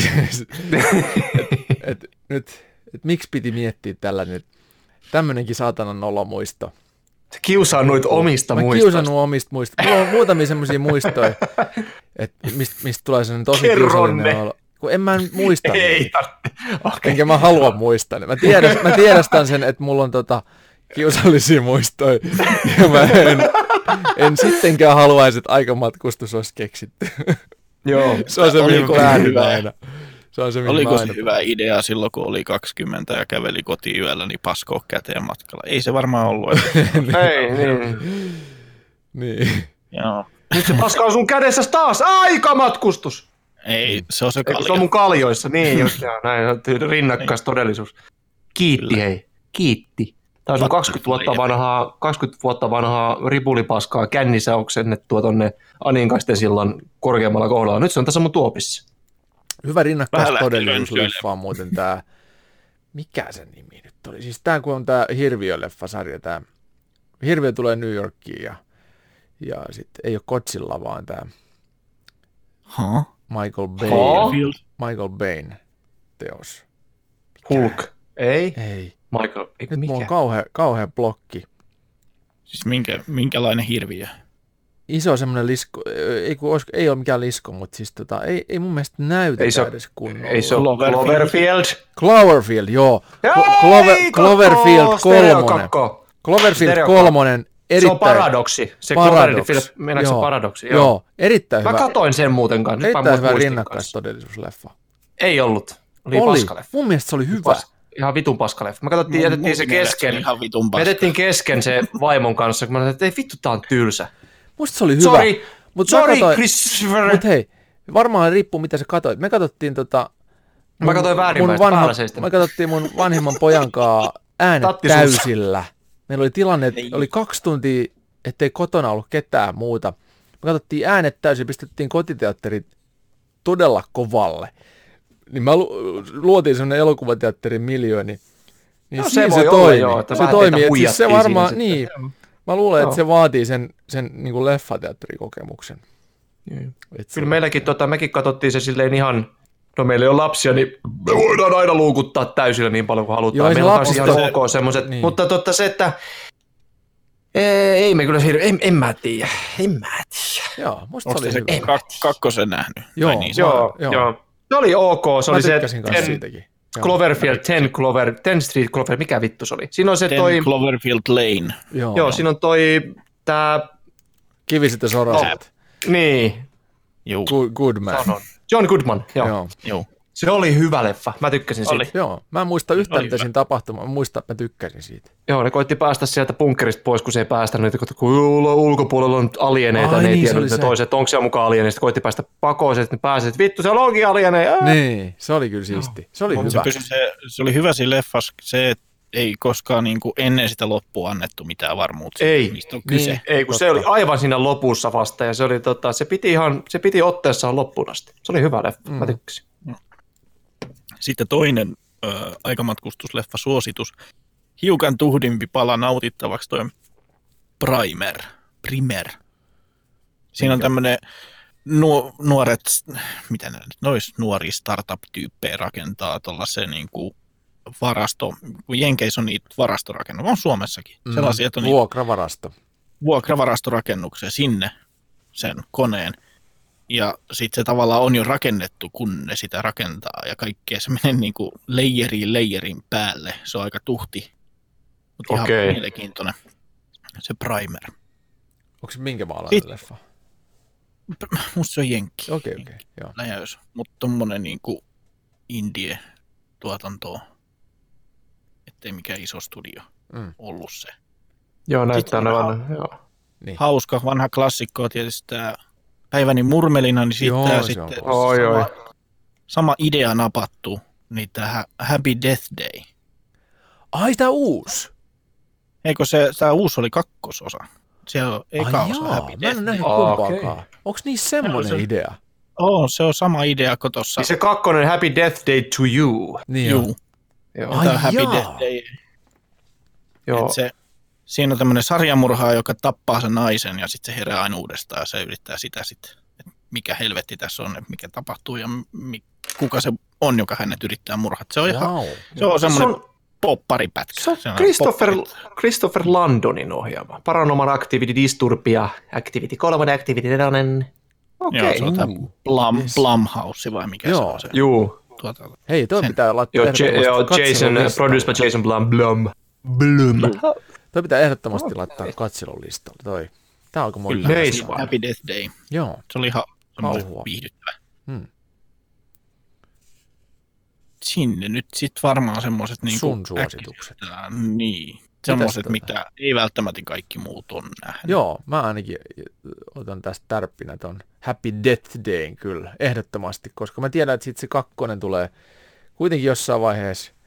Miksi piti miettiä tällainen, että tämmöinenkin saatanan nolomuisto. Sä kiusaannuit omista muistoista. Mä kiusannut omista muistoista. Mulla on muutamia semmoisia muistoja, että mistä tulee sellainen tosi kiusallinen olo. Kun en mä muista. Ei tarvitse. Okay. Enkä mä halua muistaa. Mä tiedostan sen, että mulla on kiusallisia muistoja. Ja mä en sittenkään haluaisi, että aikamatkustus olisi keksitty. Joo. Se on se, mihin päädyin aina. Oliko se hyvä idea silloin, kun oli 20 ja käveli kotiin yöllä, niin paskoo käteen matkalla? Ei se varmaan ollut. Ei, niin. Joo. Nyt se paska on sun kädessä taas. Aikamatkustus! Ei, se on se kalja. Se on mun kaljoissa, niin just näin. Rinnakkais todellisuus. Kiitti, kyllä. Hei. Kiitti. Tämä on 20 vuotta vanhaa ripulipaskaa kännissä oksennettua tuonne Aninkaisten sillan korkeammalla kohdalla. Nyt se on tässä mun tuopissa. Hyvä rinnakkaistodellisuusleffa on muuten tämä, mikä se nimi nyt oli? Siis tämä kun on tämä Hirviö-leffasarja, tämä Hirviö tulee New Yorkiin ja sitten ei ole Godzilla, vaan tämä Michael Bayn teos. Hulk. Ei. Michael, nyt mulla on kauhea blokki. Siis minkälainen hirviö? Iso semmoinen lisko, ei ole mikään lisko, mutta siis ei mun mielestä näytetä edes kunnolla. Ei se ole Cloverfield, joo. Cloverfield 3. Cloverfield 3. Se on paradoksi. Se Cloverfield, mennäänkö se paradoksi? Joo, erittäin hyvä. Mä katoin sen muuten kanssa. Erittäin hyvä rinnakkaistodellisuusleffa. Ei ollut. Oli paskaleffa. Mun mielestä se oli hyvä. Ihan vitun paskaleffa. Me jätettiin se kesken. Me jätettiin kesken se vaimon kanssa, kun mä sanoin, että ei vittu, tää on tylsä. Musta se oli hyvä. Sorry, Christopher. Mutta hei, varmaan riippuu mitä sä katsoit. Me katsottiin Mä katsoin väärinpäistä päällä seistä. Me katsottiin mun vanhimman pojankaan äänet täysillä. Meillä oli tilanne, että oli 2 tuntia, ettei kotona ollut ketään muuta. Me katsottiin äänet täysin, pistettiin kotiteatterit todella kovalle. Niin mä luotiin semmoinen elokuvateatterin miljooni. Niin no, se voi toimi. Joo, että se toimi. Siis se varmaan, niin. Mä luulen, että se vaatii sen niin kuin leffateatterikokemuksen. Kyllä meilläkin, mekin katsottiin se silleen ihan, no meillä ei ole lapsia, niin me voidaan aina luukuttaa täysillä niin paljon kuin halutaan. Joo, meillä on taas ihan ok semmoiset, niin. Mutta se, että ei me kyllä en mä tiedä. Joo, musta se oli se kakkosen nähnyt? Joo. Se oli ok, se oli se siitäkin. Cloverfield, 10 Street Clover, mikä vittu se oli? Siinä on se 10 Cloverfield Lane. Joo, siinä on tää Kiviset ja soraset. Niin. Goodman. John Goodman, joo. Se oli hyvä leffa, mä tykkäsin siitä. Joo, mä en muista yhtään mitä siinä tapahtui, mä muistan, että mä tykkäsin siitä. Joo, ne koitti päästä sieltä bunkkerista pois, kun se ei päästä, kun ulkopuolella on alieneita, ne ei tiedä, että toiset, onko siellä mukaan alieneista, koitti päästä pakoon, että ne pääsee, että vittu, siellä onkin alieneja. Niin, se oli kyllä siisti, se oli hyvä. Se oli hyvä siinä leffassa, se, että ei koskaan niin kuin ennen sitä loppua annettu mitään varmuutta. Mistä on kyse. Ei, kun se oli aivan siinä lopussa vasta, ja se oli, se piti otteessaan loppuun asti. Se oli hyvä leffa, mä tykkäsin. Sitten toinen aikamatkustusleffa suositus. Hiukan tuhdimpi pala nautittavaksi toi Primer. Siinä on tämmöinen nuoret, mitä ne nyt nois nuoria startup-tyyppejä rakentaa tuollaisen niin kuin varasto, kun Jenkeissä on niitä varastorakennuksia, on Suomessakin. Sellaisia, että on vuokravarastorakennuksia sinne sen koneen. Ja sitten se tavallaan on jo rakennettu, kun ne sitä rakentaa, ja kaikkea se menee niin kuin leijerin päälle. Se on aika tuhti, mutta ihan mielenkiintoinen se Primer. Onko se minkä maalainen leffa? Musta se on jenkki. Okei, joo. Läjäys, mutta tommonen niin kuin indie-tuotantoa, ettei mikään iso studio ollut se. Joo, näyttää olevan, joo. Niin. Hauska, vanha klassikko tietysti tämä Päiväni murmelina, niin sitten sama idea napattu, niin tämä Happy Death Day. Ai, tämä uusi? Eikö tämä uusi oli kakkososa? Se on eka osa Happy Death Day. Mä en nähnyt kumpaakaan. Onko niissä semmoinen idea? Se on sama idea kuin tuossa. Niin se kakkonen Happy Death Day to You. Niin joo. Tämä Happy Death Day. Joo. Siinä on tämmöinen sarjamurhaa, joka tappaa sen naisen ja sitten se herää aina uudestaan ja se yrittää sitä sitten, että mikä helvetti tässä on, että mikä tapahtuu ja kuka se on, joka hänet yrittää murhata. Se on ihan, se on semmoinen popparipätkä. Se on Christopher Landonin ohjaama. Paranormal Activity, Disturbia, Activity 3, Activity 4. Okei. Joo, se on tämä Blumhouse vai mikä se on se. Juu. Hei, toi pitää laittaa produced by Jason Blum. Toi pitää ehdottomasti laittaa katselun listalle. Tää alkoi monta. Happy Death Day. Joo. Se oli ihan viihdyttävä. Sinne nyt sitten varmaan semmoiset niin sun suositukset. Niin. Semmoiset, mitä ei välttämättä kaikki muut on nähnyt. Joo, mä ainakin otan tästä tärppinä ton Happy Death Dayn kyllä, ehdottomasti, koska mä tiedän, että sitten se kakkonen tulee kuitenkin jossain vaiheessa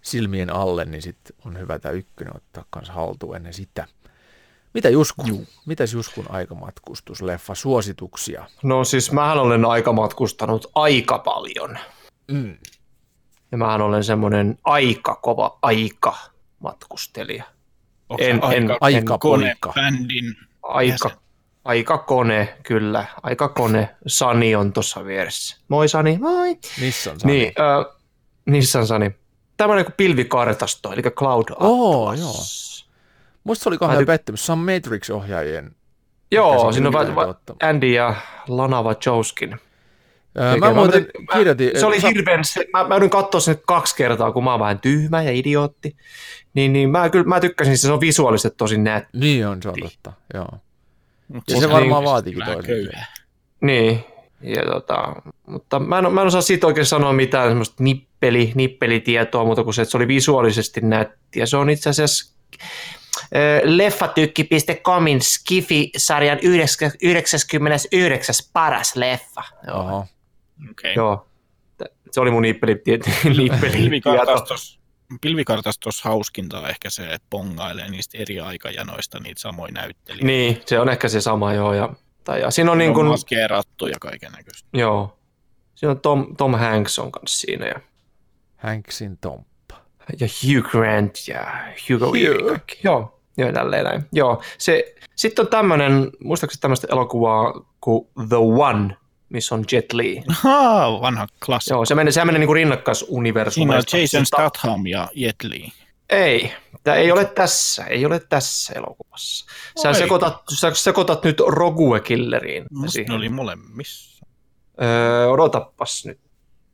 silmien alle, niin sitten on hyvä tämä ykkönen ottaa kanssa haltuun ennen sitä. Mitä Jusku? Mitäs Juskun aikamatkustusleffa suosituksia? No siis mähän olen aikamatkustanut aika paljon. Ja mähän olen semmoinen aika kova aikamatkustelija. Aikapoika. Bändin Aikakone, kyllä. Aikakone. Sani on tuossa vieressä. Moi Sani, moi. Nissan Sani. Niin, Nissan Sani. Tämmöinen kuin pilvikartasto, eli Cloud Atlas. Joo. Musta se oli kahden pettymys. Se on Matrix-ohjaajien. Joo, siinä on Andy ja Lana Wachowskin. Mä muuten kirjoitin. Se oli hirveän, mä joudun katsoa sen 2 kertaa, kun mä oon vähän tyhmä ja idiootti. Niin mä tykkäsin, se on visuaalisesti tosi nätti. Niin on, se on totta, joo. Ja se varmaan vaatikin toisen. Niin, ja mutta mä en osaa siitä oikein sanoa mitään semmoista nippelitietoa, mutta kuin se, että se oli visuaalisesti nätti. Ja se on itse asiassa leffatykki.comin Skifi-sarjan 99. paras leffa. Oho. Okay. Joo, se oli mun nippelitieto. Pilvikartastos hauskinta on ehkä se, että pongailee niistä eri aikajanoista niitä samoja näyttelijöitä. Niin, se on ehkä se sama, joo. Ja siinä on niin kuin maskeerattu ja kaiken näköistä. Joo. Siinä on Tom Hanks on kanssa siinä. Ja Hanksin Tomppa. Ja Hugh Grant ja Hugo Weaving. Joo, tälleen näin. Joo, sitten on tämmöinen, muistaakseni tämmöistä elokuvaa kuin The One, missä on Jet Li. Vanha klassikko. Joo, se menee niin kuin rinnakkaisuniversumista. Siinä on Jason Statham ja Jet Li. Tämä ei ole tässä elokuvassa. Sä sekoitat nyt Rogue Killeriin. Ne oli molemmissa. Odotappas nyt.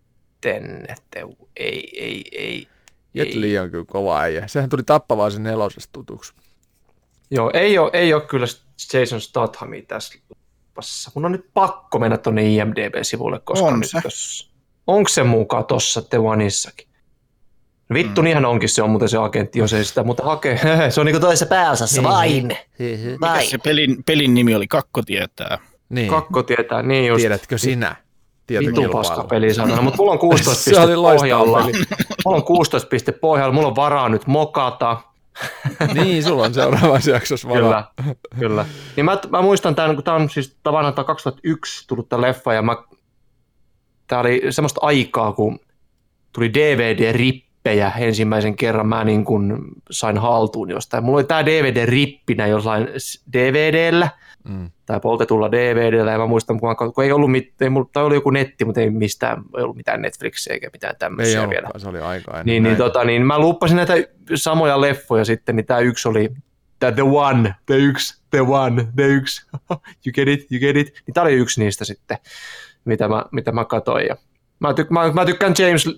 Ei. Jet Li on kyllä kova äijä. Sehän tuli Tappavaa sen 4 tutuksi. Joo, ei ole kyllä Jason Stathamia tässä. Mun on nyt pakko mennä tuonne IMDb-sivulle, koska on nyt onko se mukaan tuossa The Oneissakin? Vittu, niinhän onkin, se on muuten se agentti, jos ei sitä, mutta hakee. Se on niinku toisessa pääosassa, vain. Mikä se pelin nimi oli? Kakko tietää. Niin. Kakko tietää, niin just. Tiedätkö sinä? Vittu paska peli sanana, mutta mulla on 16 pistettä pohjalla. Mulla on 16 pistettä pohjalla, mulla on varaa nyt mokata. Niin, sulla on seuraavassa jaksossa varaa. Kyllä. Niin mä muistan tämän, kun tämä on siis tavallaan 2001 tullut tämä leffa, ja tämä oli semmoista aikaa, kun tuli DVD-rippejä ensimmäisen kerran, mä niin kuin sain haltuun jostain. Mulla oli tämä DVD-rippinä jollain DVDllä, tai poltetulla DVDllä, ja mä muistan, kun ei ollut mitään, tai oli joku netti, mutta ei ollut mitään Netflixiä eikä mitään tämmöisiä ei vielä. Se oli aika ennen niin mä luuppasin näitä samoja leffoja sitten, niin tämä yksi oli The One, The yksi, you get it, niin tämä oli yksi niistä sitten, mitä mä katsoin, ja mä tykkään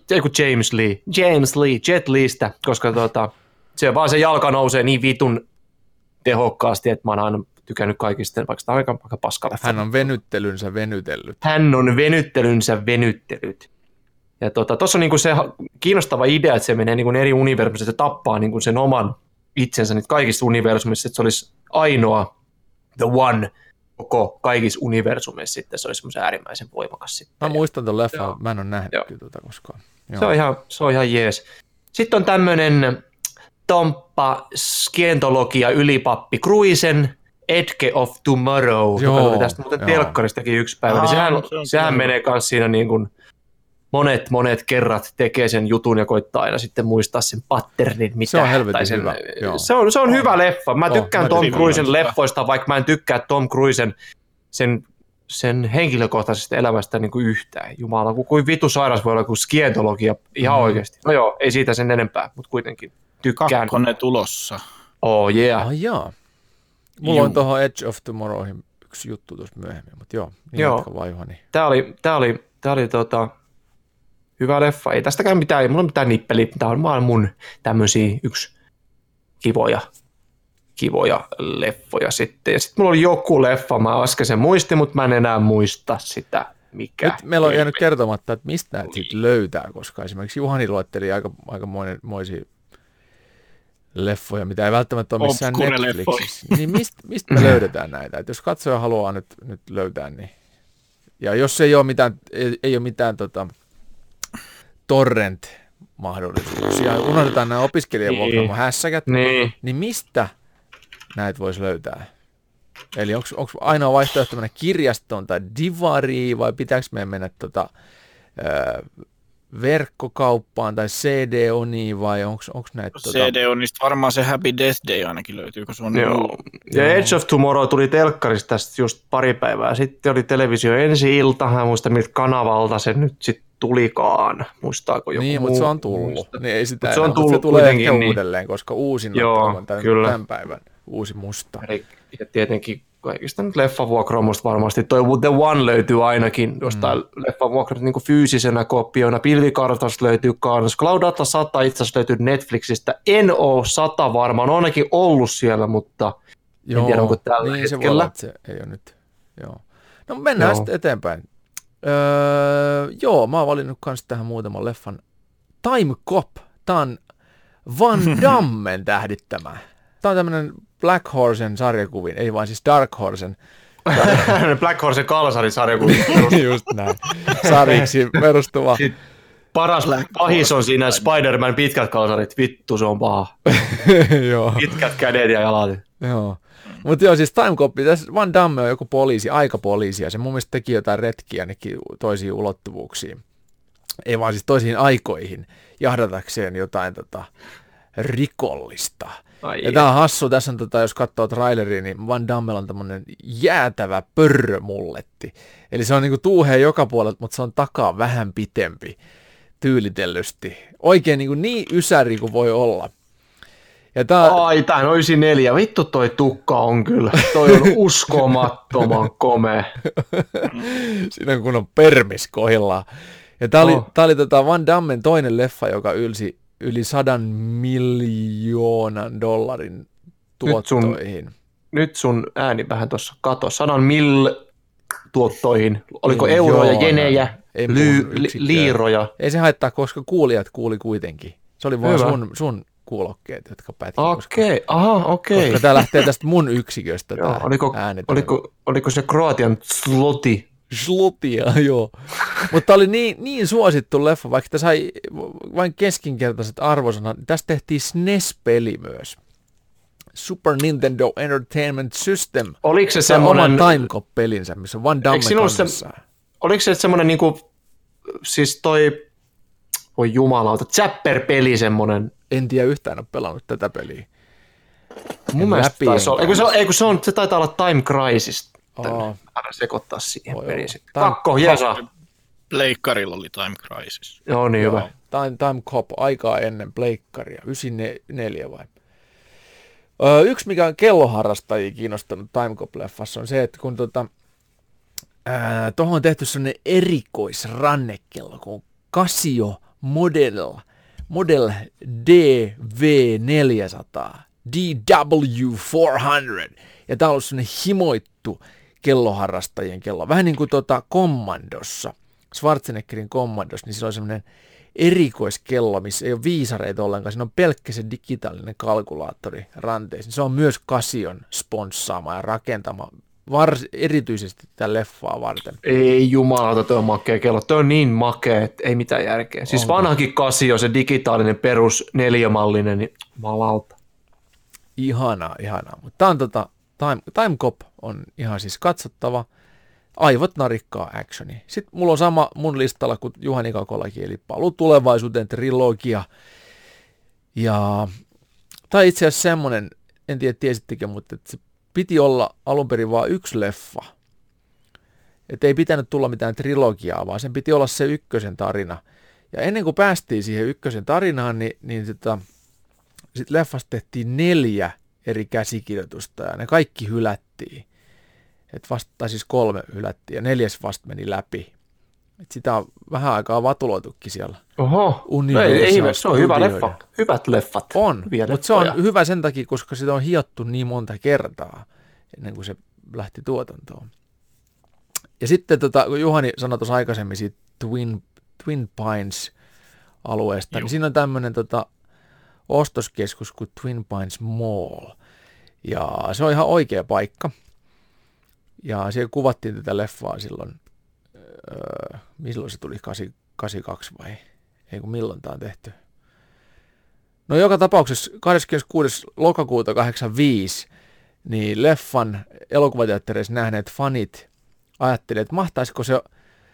Jet Leestä, koska se vaan se jalka nousee niin vitun tehokkaasti, että mä oon aina tykännyt kaikista, vaikka tämä on aika paskalle. Hän on venyttelynsä venytellyt. Ja tuossa on niinku se kiinnostava idea, että se menee niinku eri universumissa, että se tappaa niinku sen oman itsensä nyt kaikissa universumissa, että se olisi ainoa The One koko kaikissa universumissa, sitten se olisi semmoisen äärimmäisen voimakas sitten. Mä muistan ton leffan, mä en ole nähnyt kyllä koskaan. Se on ihan jees. Sitten on tämmöinen Tomppa skientologia ylipappi Cruisen Edge of Tomorrow, joka tuli tästä muuten telkkaristakin yksi päivä, niin sehän menee myös siinä niin kuin monet kerrat tekee sen jutun ja koittaa aina sitten muistaa sen patternin, mitä. Se on helvetin hyvä. Se on hyvä leffa. Mä tykkään Tom Cruisen leffoista, vaikka mä en tykkää Tom Cruisen sen henkilökohtaisesta elämästä niin kuin yhtään. Jumala, kuin vitu sairas voi olla kuin skientologia ihan oikeasti. No joo, ei siitä sen enempää, mutta kuitenkin tykkään. Kakkonen tulossa. Oh yeah. Mulla on tuohon Edge of Tomorrowhin yksi juttu tuossa myöhemmin, mutta jatka vaan Juhani. Tää oli hyvä leffa. Ei tästäkään mitään, ei mulla mitään nippeliä. Tää on vaan mun tämmöisiä yksi kivoja leffoja sitten. Ja sitten mulla oli joku leffa, mä äsken sen muistin, mutta mä en enää muista sitä, mikä. Nyt meillä on jäänyt kertomatta, että mistä näitä sitten löytää, koska esimerkiksi Juhani luetteli aikamoisia leffoja, mitä ei välttämättä ole missään Netflixissä. Niin mistä me löydetään näitä? Et jos katsoja haluaa nyt löytää, niin. Ja jos ei ole mitään torrent mahdollisuus. Ja unohdetaan nämä opiskelijavuokraamon hässäkät, niin mistä näitä voisi löytää? Eli onko ainoa vaihtoehto mennä kirjastoon tai divariin, vai pitääkö meidän mennä verkkokauppaan tai CD-oniin, vai onko näitä... CD-onista varmaan se Happy Death Day ainakin löytyy, kun se on... Joo. Ja Edge of Tomorrow tuli telkkarista tästä just pari päivää. Sitten oli televisio ensi-ilta, mä muistan miltä kanavalta se nyt sitten tulikaan. Muistaako joku niin, muu? Mutta se on tullut. Niin, ei sitä se on tullut, se tulee ehkä niin. uudelleen, koska uusin on tämän päivän uusi musta. Ja tietenkin kaikista nyt leffavuokraamosta varmasti. Toi The One löytyy ainakin jostain leffavuokrasta niin fyysisenä kopioina. Pilvikartasta löytyy kans. Cloud Atlas 100 itse asiassa löytyy Netflixistä. En ole 100 varmaan. On ainakin ollut siellä, mutta en tiedä onko tällä niin hetkellä. Se voi olla, että se ei ole nyt. Joo. No mennään sitten eteenpäin. Mä oon valinnut kans tähän muutaman leffan. Time Cop. Tää on Van Dammen tähdittämä. Tää on tämmönen Black Horsen sarjakuvin, ei vaan siis Dark Horsen. Black Horsen kalsarin sarjakuvin. Just näin. Sarjiksi perustuva. Paras pahis on siinä Spider-Man pitkät kalsarit. Vittu, se on paha. Joo. Pitkät kädet ja jalat. Joo. Mutta joo, siis Time Cop, tässä Van Damme on joku poliisi, aikapoliisi, ja se mun mielestä teki jotain retkiä ainakin toisiin ulottuvuuksiin. Ei vaan siis toisiin aikoihin, jahdatakseen jotain rikollista. Ja tää on hassu, tässä on jos katsoo traileria, niin Van Dammella on tämmönen jäätävä pörrömulletti. Eli se on niinku tuuhea joka puolelta, mutta se on takaa vähän pitempi, tyylitellysti. Oikein niin ysäri kuin voi olla. Ja tää on 94. Vittu toi tukka on kyllä. Toi on uskomattoman komea. Siinä on kunnon permis kohdillaan. Ja tää oli Van Dammen toinen leffa, joka ylsi yli $100 miljoonan tuottoihin. Nyt sun ääni vähän tuossa katosi. 100 tuottoihin. Oliko euroja, jenejä, liiroja? Ei se haittaa, koska kuulijat kuuli kuitenkin. Se oli vaan sun kuulokkeet, jotka pätki. Okei. Koska tää lähtee tästä mun yksiköstä tää ääni. Oliko se Kroatian sloti? Slotia, joo. Mutta oli niin suosittu leffa, vaikka tämä sai vain keskinkertaiset arvosanat. Tästä tehtiin SNES-peli myös. Super Nintendo Entertainment System. Oliko se semmoinen Time Cop-pelinsä, missä Van Damme kannassa. Oliko se semmoinen niinku, siis toi, voi jumalauta, Zapper-peli semmoinen? En tiedä yhtään ole pelannut tätä peliä. Mun mielestä taisi olla. Se taitaa olla Time Crisis. Älä sekoittaa siihen peliin sitten. Kakko, Jesa. Pleikkarilla oli Time Crisis. Joo, niin hyvä. Time Cop, aikaa ennen pleikkaria, 94 vai? Yksi, mikä on kelloharrastajia kiinnostanut Time Cop-leffassa, on se, että kun tuohon on tehty sellainen erikoisrannekello, kuin Casio Model DV400, DW400, ja tämä on ollut sellainen himoittu kelloharrastajien kello. Vähän niin kuin Commandossa, Schwarzeneggerin Commandossa, niin sillä on semmoinen erikoiskello, missä ei ole viisareita ollenkaan, siinä on pelkkä se digitaalinen kalkulaattori ranteissa. Se on myös Casion sponssaama ja rakentama, erityisesti tätä leffaa varten. Ei jumalauta, tuo on makea kello. Tuo on niin makea, että ei mitään järkeä. Siis vanhakin Casio, se digitaalinen perus neliömallinen, niin malauta. Ihanaa. Mutta tämä on Time Cop on ihan siis katsottava. Aivot narikkaa actioni. Sitten mulla on sama mun listalla kuin Juhani Kakolakin, eli Paluu tulevaisuuteen trilogia. Ja tämä itse asiassa semmoinen, en tiedä tiesittekö, mutta se piti olla alun perin vaan yksi leffa. Että ei pitänyt tulla mitään trilogiaa, vaan sen piti olla se ykkösen tarina. Ja ennen kuin päästiin siihen ykkösen tarinaan, niin sitten leffasta tehtiin 4 eri käsikirjoitusta ja ne kaikki hylättiin. Siis 3 hylättiin ja 4 vasta meni läpi. Et sitä on vähän aikaa vatuloitukin siellä. Oho, ei, se on hyvä leffa. Hyvät leffat. On, mutta se on hyvä sen takia, koska sitä on hiottu niin monta kertaa ennen kuin se lähti tuotantoon. Ja sitten kun Juhani sanoi tuossa aikaisemmin siitä Twin Pines-alueesta, niin siinä on tämmöinen ostoskeskus kuin Twin Pines Mall. Ja se on ihan oikea paikka. Ja siellä kuvattiin tätä leffaa silloin, milloin se tuli, 82 vai? Ei kun milloin tämä on tehty? No joka tapauksessa 26. lokakuuta 85 niin leffan elokuvateattereissa nähneet fanit ajattelivat, että mahtaisiko se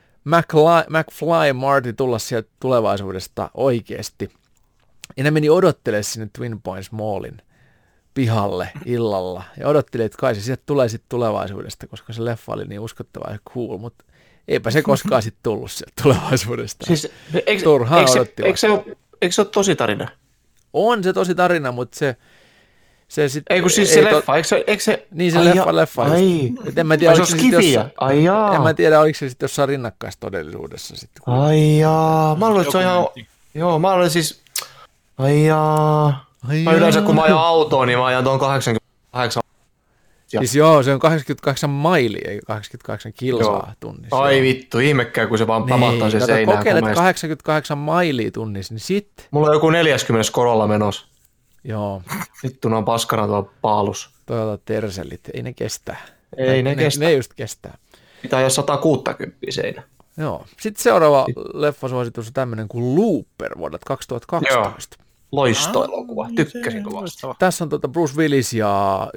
McFly Marty tulla sieltä tulevaisuudesta oikeasti. Ja ne meni odottelemaan sinne Twin Points Mallin pihalle illalla ja odotteli, että kai se sieltä tulee sitten tulevaisuudesta, koska se leffa oli niin uskottava ja cool, mutta eipä se koskaan sitten tullut sieltä tulevaisuudesta. Siis, turhaan odottivat. Eikö se ole tosi tarina? On se tosi tarina, mutta se sitten... Ei kun siis se leffa, eikö se... Niin se leffa. Ai. En mä tiedä, se on skifiä. Ai jaa. En mä tiedä, oliko se sitten jossain rinnakkaistodellisuudessa sitten. Ai jaa. Mä luulen, että se on ihan... Joo, mä luulen siis... Ai jaa. Mä yleensä kun mä ajan autoon, niin mä ajan tuon 88. Siis joo, se on 88 mailia, eikä 88 kilsaa tunnissa. Ai vittu, ihmekkää, kun se vaan pamahtaa sen seinään. Niin, kokeilet 88 mailia tunnissa, niin sit... Mulla on joku 40 korolla menossa. Joo. Vittu, ne on paskana tuolla paalus. Toyota Tercellit, ei ne kestää. Ei ne kestä. Ne just kestää. Pitää jo 160 seinä. Joo. Sitten seuraava leffasuositus on tämmöinen kuin Looper vuodelta 2012. Joo. Loistoelokuva, tykkäsin kovasti. Tässä on Bruce Willis ja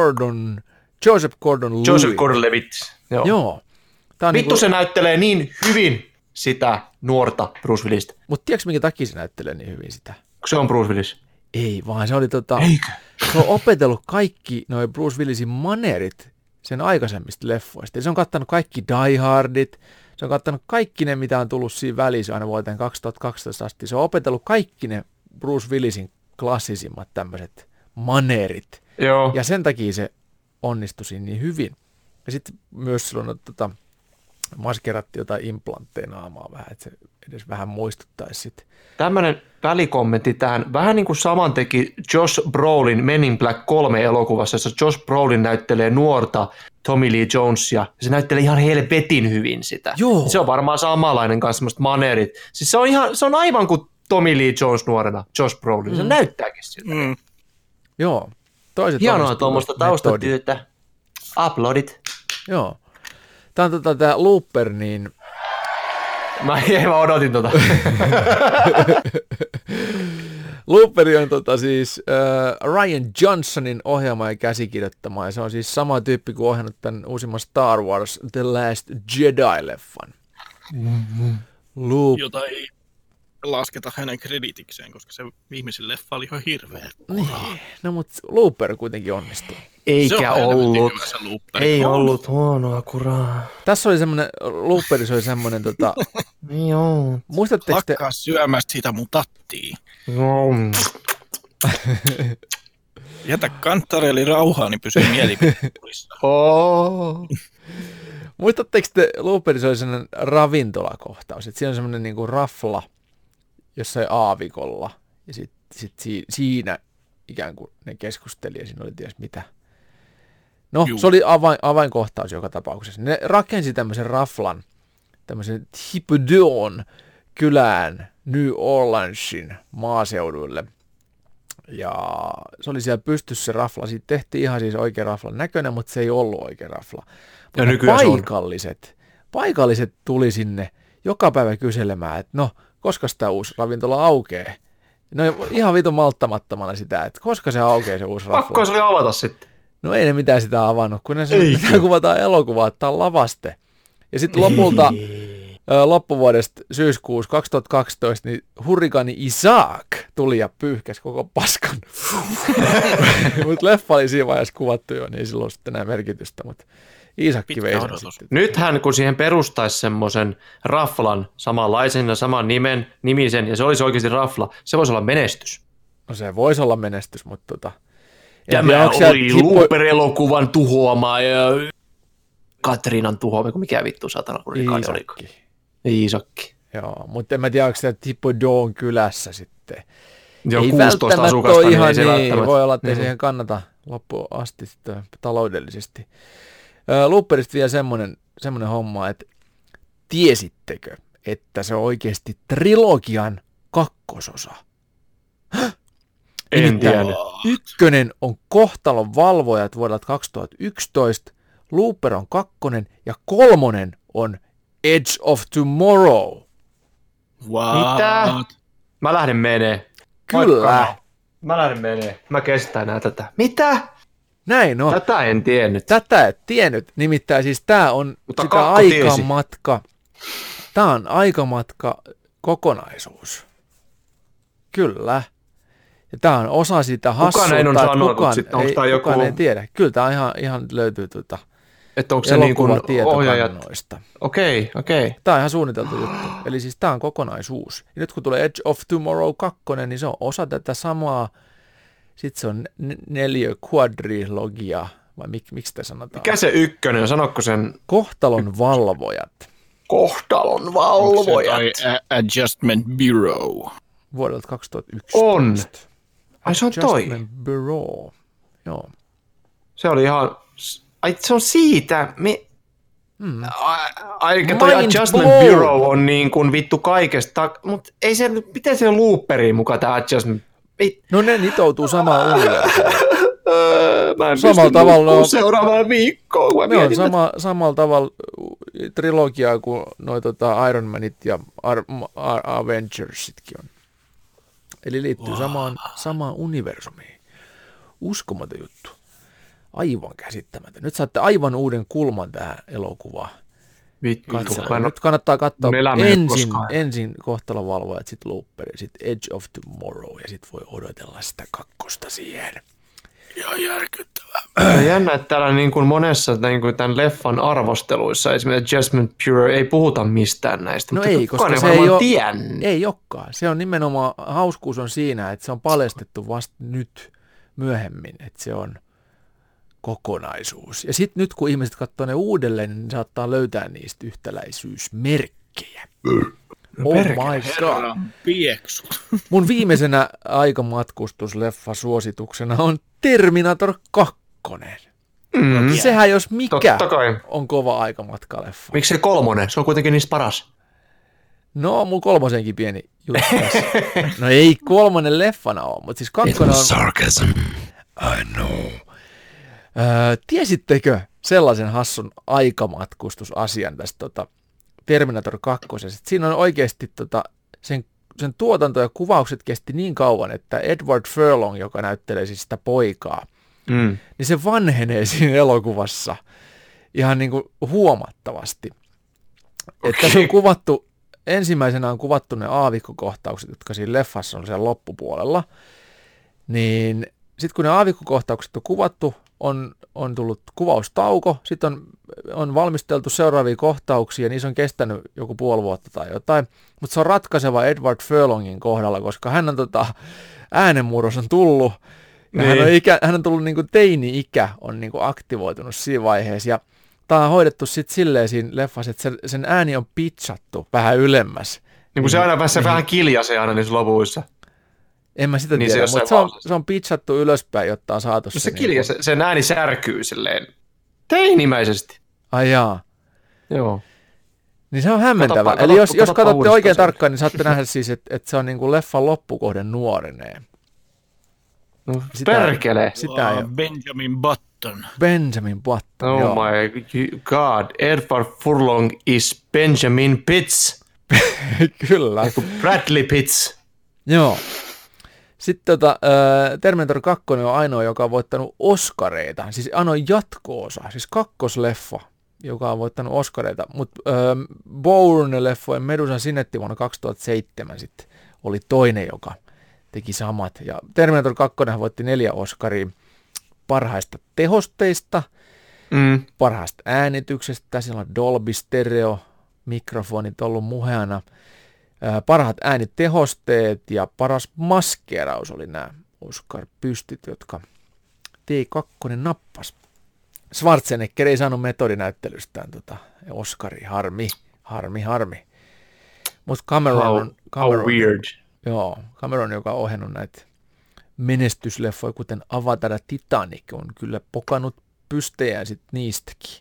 Joseph Gordon-Levitt. Joo. Vittu niinku... se näyttelee niin hyvin sitä nuorta Bruce Willistä. Mutta tiedätkö minkä takia se näyttelee niin hyvin sitä? Se on Bruce Willis. Ei, vaan se oli Eikö? Se on opetellut kaikki noi Bruce Willisin maneerit sen aikaisemmista leffoista. Ja se on kattanut kaikki Die Hardit, se on kattanut kaikki ne, mitä on tullut siinä välissä aina vuoteen 2012 asti. Se on opetellut kaikki ne Bruce Willisin klassisimmat tämmöiset maneerit. Joo. Ja sen takia se onnistui siinä niin hyvin. Ja sitten myös silloin maskeratti jotain implantteja naamaa vähän, että se edes vähän muistuttaisi sitten. Tämmöinen välikommentti tähän. Vähän niin kuin saman teki Josh Brolin Men in Black 3 elokuvassa, jossa Josh Brolin näyttelee nuorta Tommy Lee Jonesia. Se näyttelee ihan helvetin hyvin sitä. Joo. Se on varmaan samanlainen kanssa semmoista maneerit. Siis se on aivan kuin Tommy Lee Jones nuorena, Josh Brolin. Se näyttääkin siltä. Joo. Hienoa tuommoista taustatyötä. Uploadit. Joo. Tämä on tämä Looper, niin... Mä odotin tota. Looperi on siis Ryan Johnsonin ohjaama ja käsikirjoittama, ja se on siis sama tyyppi kuin ohjannut tämän uusimman Star Wars The Last Jedi-leffan. Jota ei lasketa hänen kreditikseen, koska se viimeisin leffa oli ihan hirveä. Niin. No mutta Looper kuitenkin onnistuu. Eikä ollut. Ei ollut huonoa kuraa. Tässä oli semmoinen, Looperissa oli semmoinen Joo. Muistatteko te... Lakkaa syömästä sitä mun tattiin. Jätä Kantarelli rauhaan, niin pysyy mielipiteessä. Muistatteko te, Looperissa oli semmoinen ravintolakohtaus, että siinä on semmoinen niinku rafla jossain aavikolla, ja sit siinä ikään kuin ne keskusteli, ja siinä oli ties mitä. No, se oli avainkohtaus joka tapauksessa. Ne rakensi tämmöisen raflan, tämmöisen Thibodon kylään New Orleansin maaseuduille. Ja se oli siellä pystyssä se rafla. Siitä tehtiin ihan siis oikea raflan näköinen, mutta se ei ollut oikea rafla. Ja paikalliset tuli sinne joka päivä kyselemään, että no, koska tämä uusi ravintola aukeaa. No ihan vitun malttamattomana sitä, että koska se aukeaa se uusi rafla. Pakko se oli avata sitten. No ei ne mitään sitä avannut, kun ne kuvataan elokuvaa, että tämä on lavaste. Ja sitten lopulta loppuvuodesta syyskuussa 2012 niin hurrikaani Isaac tuli ja pyyhkäsi koko paskan. Mutta leffa oli siinä vaiheessa kuvattu jo, niin ei silloin sitten enää merkitystä, mutta Isakki vei sen sitten. Nythän kun siihen perustaisi semmoisen raflan samanlaisen ja saman nimisen, ja se olisi oikeasti rafla, se voisi olla menestys. No se voisi olla menestys, mutta Tämä oli Looper-elokuvan tuhoama ja Katriinan tuhoama, kun mikä vittu satana hurrikaani oliko. Isakki. Joo, mutta en mä tiedä, onko se Thibodon kylässä sitten. Joo, 16 asukasta, niin ei se välttämättä. Voi olla, että ei siihen kannata loppuun asti sitten taloudellisesti. Looperista vielä semmoinen homma, että tiesittekö, että se on oikeasti trilogian kakkososa? En tiedä. Ykkönen on Kohtalon valvojat vuodelta 2011, Looper on 2 ja 3 on Edge of Tomorrow. What? Mitä? Mä lähden menee. Kyllä. Mä lähden menee. Mä kestän enää tätä. Mitä? Näin on. Tätä en tiennyt. Tätä et tiennyt. Nimittäin siis tää on Mutta sitä aikamatka. Tää on aikamatka kokonaisuus. Kyllä. Ja tää on osa sitä hassuutta. Kukaan ei ole sanonut, kukaan ei tiedä. Kyllä tää ihan löytyy että onko se niin kuin elokuvatietokannoista. Okei. Tämä on ihan suunniteltu juttu. Eli siis tämä on kokonaisuus. Ja nyt kun tulee Edge of Tomorrow 2, niin se on osa tätä samaa. Sitten se on 4 quadrilogia, vai miksi te sanotaan? Mikä se ykkönen on? Sanokko sen? Kohtalon valvojat. Kohtalon valvojat. Onko se Adjustment Bureau? Vuodelta 2011. On. Ai se on toi. Adjustment Bureau. Joo. Se oli ihan... Ai se on siitä. Aika toi Adjustment Bureau on niin kuin vittu kaikesta, mutta ei se, miten se on looperiin mukaan tämä Adjustment? No ne nitoutuu samaan universumiin. Mä en pysty tavalla seuraavaan viikkoon. Ne on samalla tavalla trilogiaa kuin noi Iron Manit ja Avengersitkin on. Eli liittyy samaan universumiin. Uskomaton juttu. Aivan käsittämätön. Nyt saatte aivan uuden kulman tähän elokuvaan. Vittu. Nyt kannattaa katsoa ensin Kohtalonvalvojat, sitten Looperi, sitten Edge of Tomorrow ja sitten voi odotella sitä kakkosta siihen. Ihan järkyttävää. Jännä, että täällä niin kuin monessa niin kuin tämän leffan arvosteluissa esimerkiksi Adjustment Bureau ei puhuta mistään näistä. No ei, koska se ei olekaan. Se on nimenomaan, hauskuus on siinä, että se on paljastettu vasta nyt myöhemmin, että se on kokonaisuus. Ja sitten nyt kun ihmiset katsoo ne uudelleen, niin saattaa löytää niistä yhtäläisyysmerkkejä. Oh my god. Pieksut. Mun viimeisenä aikamatkustusleffa-suosituksena on Terminator 2. Sehän jos mikä on kova aikamatkaleffa. Miksi se 3? Se on kuitenkin niistä paras. No, mun 3:nkin pieni juttu tässä. No ei 3 leffana ole, mutta siis 2 on... sarcasm. I know. Tiesittekö sellaisen hassun aikamatkustusasian tästä Terminator 2? Siinä on oikeasti sen tuotanto ja kuvaukset kesti niin kauan, että Edward Furlong, joka näyttelee siis sitä poikaa, niin se vanhenee siinä elokuvassa ihan niin kuin huomattavasti. Okay. Että se on kuvattu, ensimmäisenä on kuvattu ne aavikkokohtaukset, jotka siinä leffassa on siellä loppupuolella, niin sitten kun ne aavikkokohtaukset on kuvattu, on tullut kuvaustauko, sitten on valmisteltu seuraavia kohtauksia, niissä on kestänyt joku puoli vuotta tai jotain, mutta se on ratkaiseva Edward Furlongin kohdalla, koska hän on äänenmurros on tullut, ja hän on tullut niin kuin teini-ikä on niin kuin aktivoitunut siinä vaiheessa, ja tämä on hoidettu sitten silleen siinä leffassa, että sen ääni on pitchattu vähän ylemmäs. Niin kuin se aina vähän kiljasee aina niissä lopuissa. En mä sitä tiedä, mutta se on pitchattu ylöspäin, jotta on saatu se kilja, sen ääni särkyy silleen teinimäisesti. Ai jaa. Joo. Niin se on hämmentävä. Eli jos katsotte oikein tarkkaan, niin saatte nähdä siis, että se on niin kuin leffan loppukohden nuorenee. No, perkele. Benjamin Button. Oh joo. My god, Edward Furlong is Benjamin Pitts. Kyllä. Bradley Pitts. Joo. Sitten Terminator 2 on ainoa, joka on voittanut Oscareita, siis ainoa jatko-osa, siis kakkosleffa, joka on voittanut Oscareita, mutta Bourne-leffojen Medusan sinetti vuonna 2007 sitten oli toinen, joka teki samat. Ja Terminator 2 voitti 4 Oscaria parhaista tehosteista, parhaasta äänityksestä, siellä on Dolby Stereo, mikrofonit ollut muheana. Parhaat äänitehosteet ja paras maskeeraus oli nämä Oscar-pystyt, jotka T2 nappasi. Schwarzenegger ei saanut metodinäyttelystään Oscaria, harmi. Mutta Cameron, weird. Joo, Cameron, joka on ohjannut näitä menestysleffoja, kuten Avatar ja Titanic, on kyllä pokannut pystejään sit niistäkin.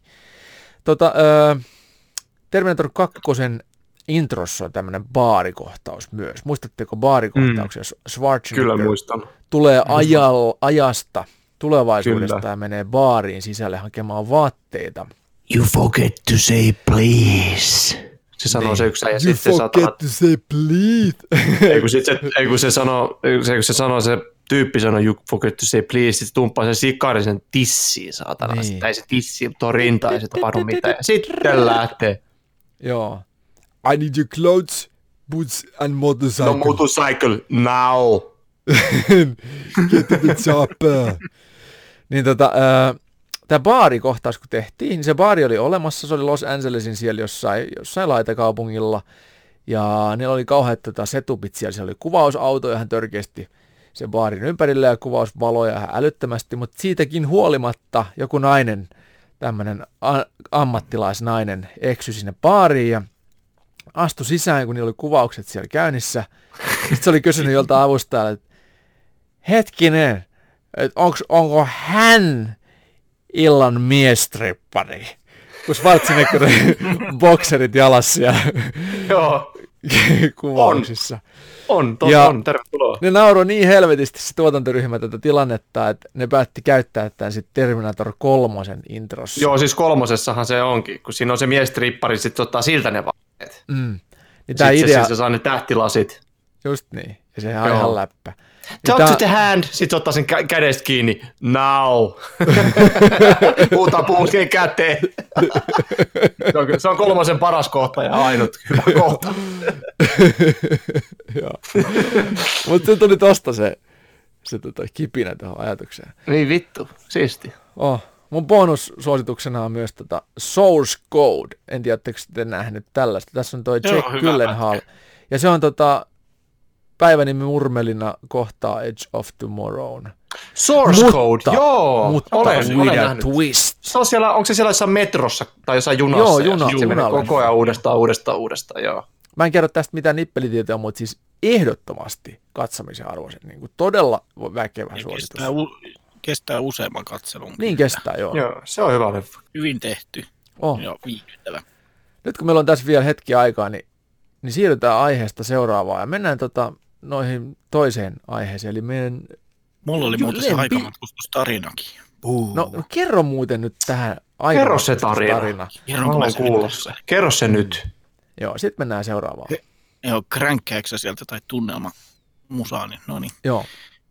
Terminator 2 introssa on tämmöinen baarikohtaus myös. Muistatteko baarikohtauksia? Schwarzenegger kyllä muistan. Tulee ajasta tulevaisuudesta ja menee baariin sisälle hakemaan vaatteita. You forget to say please. Se sanoo se yksi ja sitten se to say please. Ei kun se sanoo se tyyppi sanoi you forget to say please, sitten tumppaa sen sikarisen tissiin, saatana. Niin. Sitten ei se tissi tuo rintaan, ei se tapahdu mitään. Sitten lähtee. Joo. I need your clothes, boots and motorcycle. No motorcycle, now. Get to the chopper. Niin tämä baarikohtaus kun tehtiin, niin se baari oli olemassa, se oli Los Angelesin siellä jossain laitakaupungilla, ja niillä oli kauheat setupit siellä oli kuvausautoja ihan törkeästi sen baarin ympärillä ja kuvausvaloja ihan älyttömästi, mutta siitäkin huolimatta joku nainen, tämmöinen ammattilaisnainen eksyi sinne baariin ja astui sisään, kun niillä oli kuvaukset siellä käynnissä. Sitten se oli kysynyt joltain avustajalle, että hetkinen, että onko hän illan miestrippari? Kun Schwarzeneggerin bokserit jalassa ja kuvauksissa. On, tervetuloa. Ne nauroi niin helvetisti se tuotantoryhmä tätä tilannetta, että ne päätti käyttää tämän sitten Terminator 3 introssa. Joo, siis 3:ssahan se onkin, kun siinä on se miestrippari, sitten ottaa siltä ne vaatteet. Niin sitten idea... se saa ne tähtilasit. Just niin, ja se on ihan läppä. Talk to the hand, sitten ottaa sen kädestä kiinni, now. Puhutaan puuskeen käteen. Se on 3 paras kohta ja ainut hyvä kohta. Mutta se tuli tosta se kipinä tuohon ajatukseen. Niin vittu, siisti. Mun bonussuosituksena on myös Source Code. En tiedä, oletteko te nähnyt tällaista. Tässä on toi Jack Gyllenhaal. Ja se on päivänimi murmelina kohtaa Edge of Tomorrow. Source Code, joo. Mutta olen nähnyt. Twist. Se on siellä, onko se siellä jossain metrossa tai jossain junassa? Joo, se menee koko ajan uudestaan, joo. Mä en kerro tästä mitään nippelitietoa, mutta siis ehdottomasti katsomisen arvoisen. Niin kuin todella väkevä suositus. Kestää useamman katselun. Niin kestää, joo. Joo, se on hyvä leffa. Hyvin tehty. Joo, viihdyttävä. Nyt kun meillä on tässä vielä hetki aikaa, niin siirrytään aiheesta seuraavaan ja mennään noihin toiseen aiheeseen, eli meidän... Mulla oli muuten se aikamatkustustarinakin. No kerro muuten nyt tähän Kerro se tarina. Haluan kuulla se. Kerro se nyt. Joo, sitten mennään seuraavaan. Joo, kränkkääkö sä sieltä tai tunnelma musaani? No niin. Joo.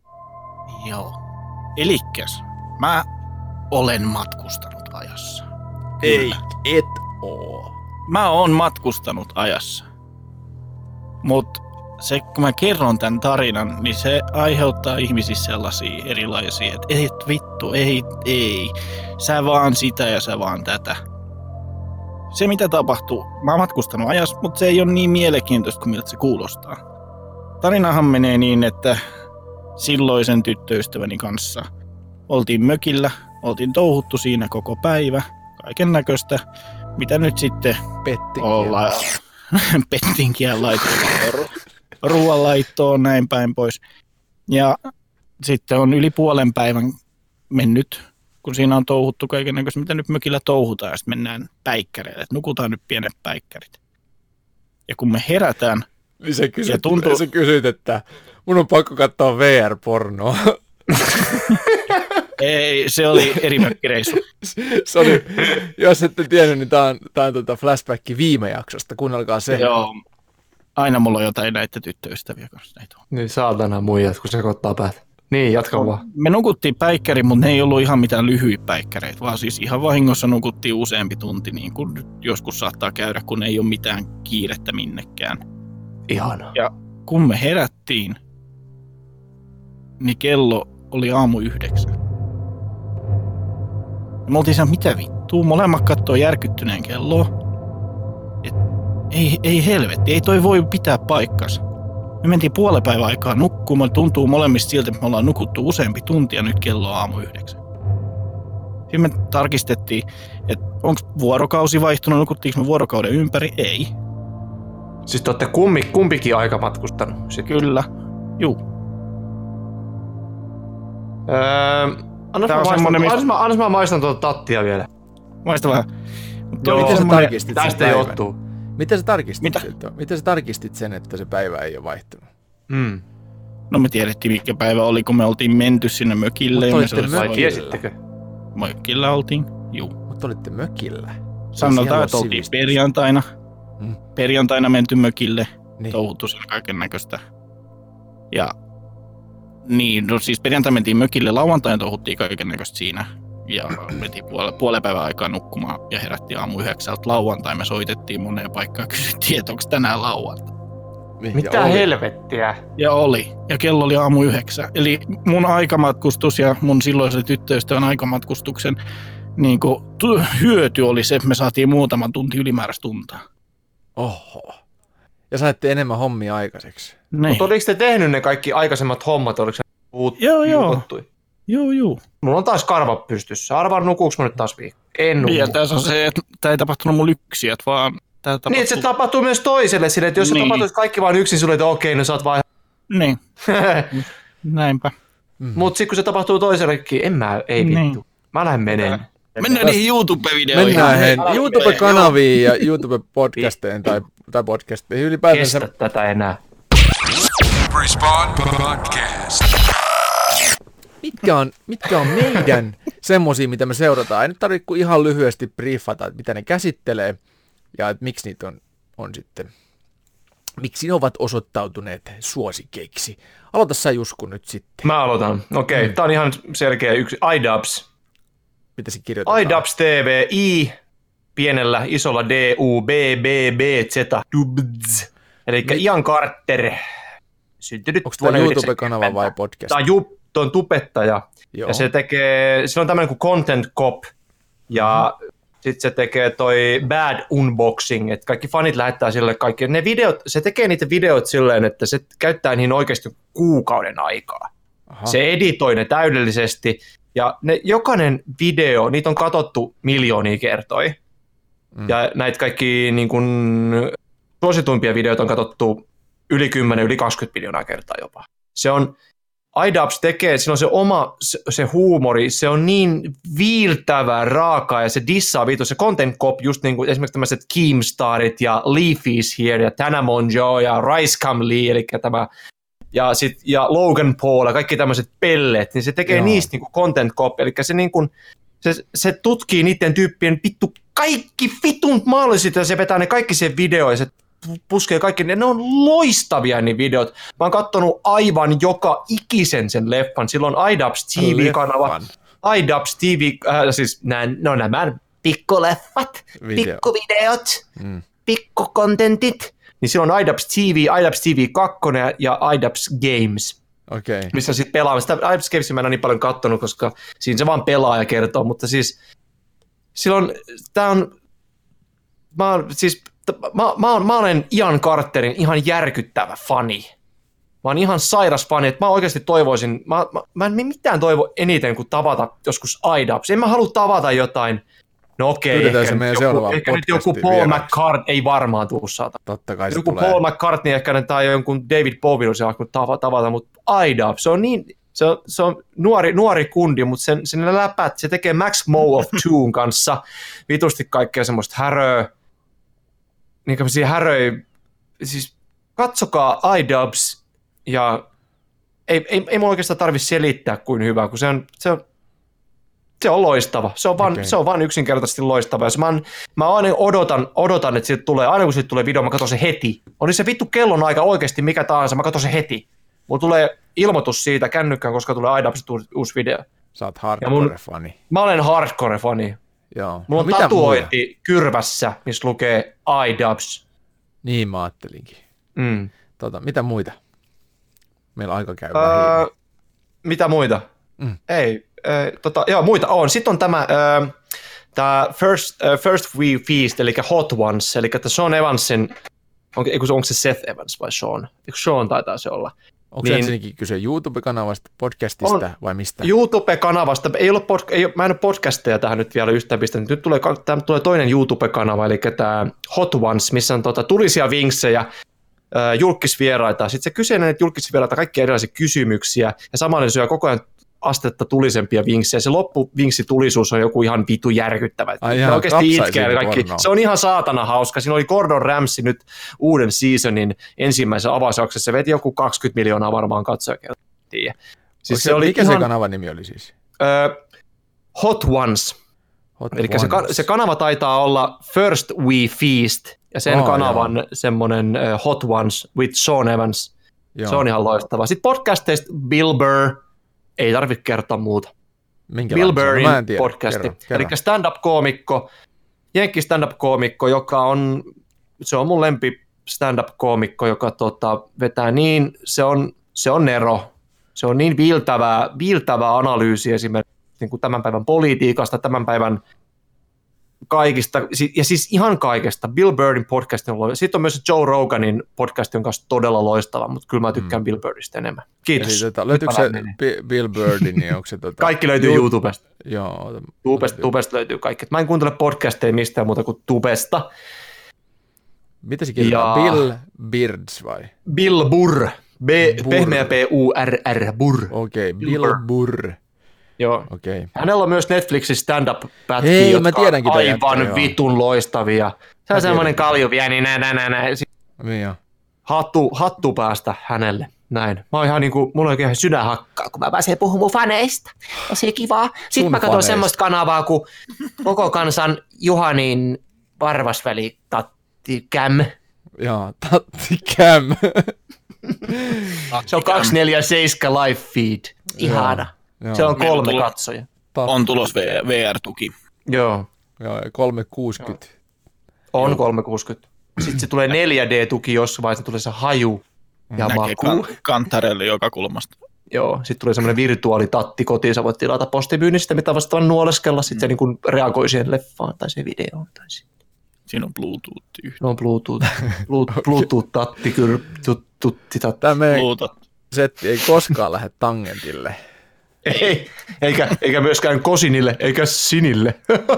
Elikkäs, mä olen matkustanut ajassa. Ei, et oo. Mä oon matkustanut ajassa. Mut se, kun mä kerron tämän tarinan, niin se aiheuttaa ihmisissä sellaisia erilaisia, että ei vittu, ei. Sä vaan sitä ja sä vaan tätä. Se mitä tapahtuu, mä oon matkustanut ajassa, mutta se ei ole niin mielenkiintoista kuin miltä se kuulostaa. Tarinahan menee niin, että silloisen tyttöystäväni kanssa oltiin mökillä, oltiin touhuttu siinä koko päivä, kaiken näköistä, mitä nyt sitten ollaan. Pettinkiä laitoon, ruoanlaittoon, näin päin pois. Ja sitten on yli puolen päivän mennyt, kun siinä on touhuttu kaikennäköistä, mitä nyt mökillä touhutaan, ja sitten mennään päikkäreille, että nukutaan nyt pienet päikkärit. Ja kun me herätään, niin sä kysyt, että mun on pakko katsoa VR-pornoa. Ei, se oli eri mökkireissu. Se oli, jos ette tiennyt, niin tää on flashback viime jaksosta, kuunnelkaa se. Joo, aina mulla on jotain näitä tyttöystäviä kanssa. Niin saatana muijat, kun se koittaa päätä. Niin, jatka vaan. Me nukuttiin päikkäri, mutta ne ei ollut ihan mitään lyhyitä päikkäreitä, vaan siis ihan vahingossa nukuttiin useampi tunti, niin kuin nyt joskus saattaa käydä, kun ei ole mitään kiirettä minnekään. Ihana. Ja kun me herättiin, niin kello oli 8:00. Me oltiin siellä, mitä vittua, molemmat kattoo järkyttyneen kelloa. Ei helvetti, ei toi voi pitää paikkansa. Me mentiin puolen päivän aikaa nukkumaan, tuntuu molemmista siltä, että me ollaan nukuttu useampi tunti ja nyt kello on 8:00. Sitten me tarkistettiin, että onko vuorokausi vaihtunut, nukuttiinko me vuorokauden ympäri? Ei. Siis te olette kumpikin aika matkustanut? Sitten. Kyllä, juu. Annas mä maistan tuota tattia vielä. Maista vähän. Joo, miten sä tarkistit sen tästä johtuu. Miten sä tarkistit sen, että se päivä ei ole vaihtunut? No me tiedettiin, mikä päivä oli, kun me oltiin menty sinne mökille. Vai tiesittekö? Mökillä oltiin, juu. Mutta olitte mökillä? Sanotaan, että oltiin perjantaina. Perjantaina menty mökille, niin. Touhuttu sen kaiken näköistä. Ja Niin, no siis perjantai mentiin mökille, lauantaina touhuttiin kaikennäköistä siinä. Ja mentiin puolen päivän aikaa nukkumaan ja herättiin aamu 9. Lauantai me soitettiin moneen paikkaan ja kysyttiin, että onko tänään lauantai. Mitä helvettiä? Ja oli. Ja kello oli aamu 9. Eli mun aikamatkustus ja mun silloisen tyttöystävän aikamatkustuksen niin hyöty oli se, että me saatiin muutaman tunti ylimääräistä tuntaa. Oho. Ja saitte enemmän hommia aikaiseksi. Mutta oliko te tehnyt ne kaikki aikaisemmat hommat? Oliko se Joo. Mulla on taas karvat pystyssä. Arvaan nukuuks mä nyt taas viikko? En nuku. Ja tässä on se, että tää ei tapahtunut mun yksin, vaan tää tapahtuu. Niin, että se tapahtuu myös toiselle sille, että jos se tapahtuisi kaikki vaan yksin sulle, että okei, no sä oot vaan... Niin. Näinpä. Mut sit kun se tapahtuu toisellekin, ei vittu. Mä lähden meneen. Mennään niihin YouTube-videoihin. Mennään YouTube-kanaviin ja YouTube-podcasteen tai podcasteihin ylipäätänsä. Kestä tätä enää. Respawn Podcast. Mitkä on meidän semmosia, mitä me seurataan? Ei nyt tarvitse kuin ihan lyhyesti briefata, että mitä ne käsittelee ja että miksi niitä on sitten, miksi ne ovat osoittautuneet suosikeiksi. Aloita sä, Jusku, nyt sitten. Mä aloitan. Okei. Tää on ihan selkeä yksi. iDubbbz. Mitä se kirjoitetaan? iDubbbz TV, I pienellä isolla D, U, B, B, B, Z, Dubbbz. Elikkä Ian Carter. Syntynyt onko tämä YouTube-kanava vai podcast? Tämä on tubettaja. Joo. Ja se tekee, sillä on tämmöinen kuin Content Cop. Ja sitten se tekee toi Bad Unboxing, että kaikki fanit lähettää sille kaikki. Ne videot, se tekee niitä videoita silleen, että se käyttää niihin oikeasti kuukauden aikaa. Aha. Se editoi ne täydellisesti. Ja jokainen video, niitä on katsottu miljoonia kertoja. Ja näitä kaikki niin kun, suosituimpia videoita on katsottu yli 10, yli 20 miljoonaa kertaa jopa. Se on, iDubbbz tekee, sillä on se oma se huumori, se on niin viiltävä, raaka ja se dissaa viitu. Se Content Cop, just niin kuin esimerkiksi tämmöiset Keemstarit ja Leafy's Here ja Tanamon Joe ja Ricecam Lee, eli tämä ja Logan Paul ja kaikki tämmöiset pellet, niin se tekee niistä niin kuin Content Cop, eli se, niin kuin, se tutkii niiden tyyppien vittu kaikki vitun mahdolliset ja se vetää ne kaikki sen videoon ja se puskee kaikki, ne on loistavia ne videot. Mä oon kattonut aivan joka ikisen sen leffan, silloin iDubbbz TV-kanava, iDubbbz TV, siis nämä pikkuleffat, pikkuvideot, pikkukontentit. Niin silloin iDubbbz TV, iDubbbz TV 2 ja iDubbbz Games. Okay. Missä sitten pelaa. Sitä iDubbbz Gamesia mä en ole niin paljon kattonut, koska siinä se vaan pelaa ja kertoo. Mutta siis silloin tää on... Mä olen Ian Carterin ihan järkyttävä fani. Mä oon ihan sairas fani, että mä oikeasti toivoisin... Mä en mitään toivo eniten kuin tavata joskus iDubbbz. En mä halua tavata jotain... No okei, ehkä nyt joku Paul McCartney, ei varmaan tuu saata. Totta kai joku Paul McCartney ehkä tai jonkun David Bowie olisi alkanut tavata, mutta iDubbbz, se on niin, se on nuori kundi, mutta sen läpät, se tekee Max Mo of Toon kanssa vitusti kaikkea semmoista häröä, siis katsokaa iDubbbz ja ei mun oikeastaan tarvitse selittää kuin hyvä, kun se on loistava. Se on vaan yksinkertaisesti loistava. Jos mä aina odotan, että siitä tulee, aina kun siitä tulee video, mä katson se heti. On se vittu kellon aika oikeasti mikä tahansa, mä katson se heti. Mulla tulee ilmoitus siitä kännykkään, koska tulee iDubbbz uusi video. Sä oot hardcore-fani. Mä olen hardcore-fani. Joo. Mulla on tatuointi kyrvässä, missä lukee iDubbbz. Niin mä ajattelinkin. Mitä muita? Meillä aika käy vähin. Mitä muita? Muita on. Sitten on tämä First We Feast, eli Hot Ones, eli Sean Evansin, onko se Seth Evans vai Sean? Sean taitaa se olla. Onko se ensinnäkin kyse YouTube-kanavasta, podcastista vai mistä? YouTube-kanavasta. Mä en ole podcasteja tähän nyt vielä yhtään pistänyt. Nyt tulee toinen YouTube-kanava, eli tämä Hot Ones, missä on tulisia vinksejä, julkisvieraita. Sitten se kyseinen julkisvieraita, kaikkia erilaisia kysymyksiä, ja samalla ne syö koko ajan astetta tulisempia vinksejä. Se loppuvinksitulisuus on joku ihan vitu järkyttävä. Oikeasti itkee kaikki. Se on ihan saatana hauska. Siinä oli Gordon Ramsay nyt uuden seasonin ensimmäisessä avausjaksossa. Se veti joku 20 miljoonaa varmaan katsojakertaa. Siis mikä se kanavan nimi oli siis? Hot Ones. Eli se kanava taitaa olla First We Feast. Ja sen kanavan semmoinen Hot Ones with Sean Evans. Se on ihan loistavaa. Sitten podcasteista Bill Burr, ei tarvitse kertoa muuta. Bill Burrin podcasti, eli stand-up-koomikko, jenkki stand-up-koomikko, joka on, se on mun lempi stand-up-koomikko, joka vetää niin, se on nero, se on niin viiltävää analyysiä esimerkiksi niin kuin tämän päivän politiikasta, tämän päivän kaikista, ja siis ihan kaikesta. Bill Burrin podcast on loistava. Sitten on myös Joe Roganin podcast, jonka on todella loistava, mutta kyllä mä tykkään Bill Burrista enemmän. Kiitos. Eli, löytyykö se Bill Burrin, niin onko se kaikki löytyy YouTubesta. Joo. Tubesta löytyy kaikki. Mä en kuuntele podcasteja mistään muuta kuin Tubesta. Mitä se kirjoittaa? Bill Birds vai? Bill Burr. Pehmeä B-U-R-R. Burr. Okei, Bill Burr. Joo. Okay. Hänellä on myös Netflixin stand-up-pätkiä, jotka on aivan vitun loistavia. Se on semmoinen kaljuvieni, Niin hattu päästä hänelle. Näin. Mä oon ihan niinku, mulla on oikein sydän hakkaa, kun mä pääsen puhumaan mun faneista. Tosi kivaa. Sitten mä katson semmoista kanavaa, kuin koko kansan Juhanin varvasväli Tatti Käm. Joo, Tatti Käm. Se on 247 live feed. Ihana. Joo. Se on 3 katsoja. On tulos VR-tuki. Joo. Joo, 360. On 360. Sitten se tulee 4D-tuki jossain vaiheessa, tulee se haju ja maku. Kantarelli joka kulmasta. Joo, sitten tulee semmoinen virtuaalitatti kotiin, sä voit tilata postimyynnistä, mitä vastaan nuoleskella, sitten se niin kuin reagoi siihen leffaan tai siihen videoon. Tai sitten. Siinä on Bluetooth. No Bluetooth-tatti, kyllä. Tämä meidän setti ei koskaan lähde tangentille. Ei, eikä myöskään kosinille, eikä sinille.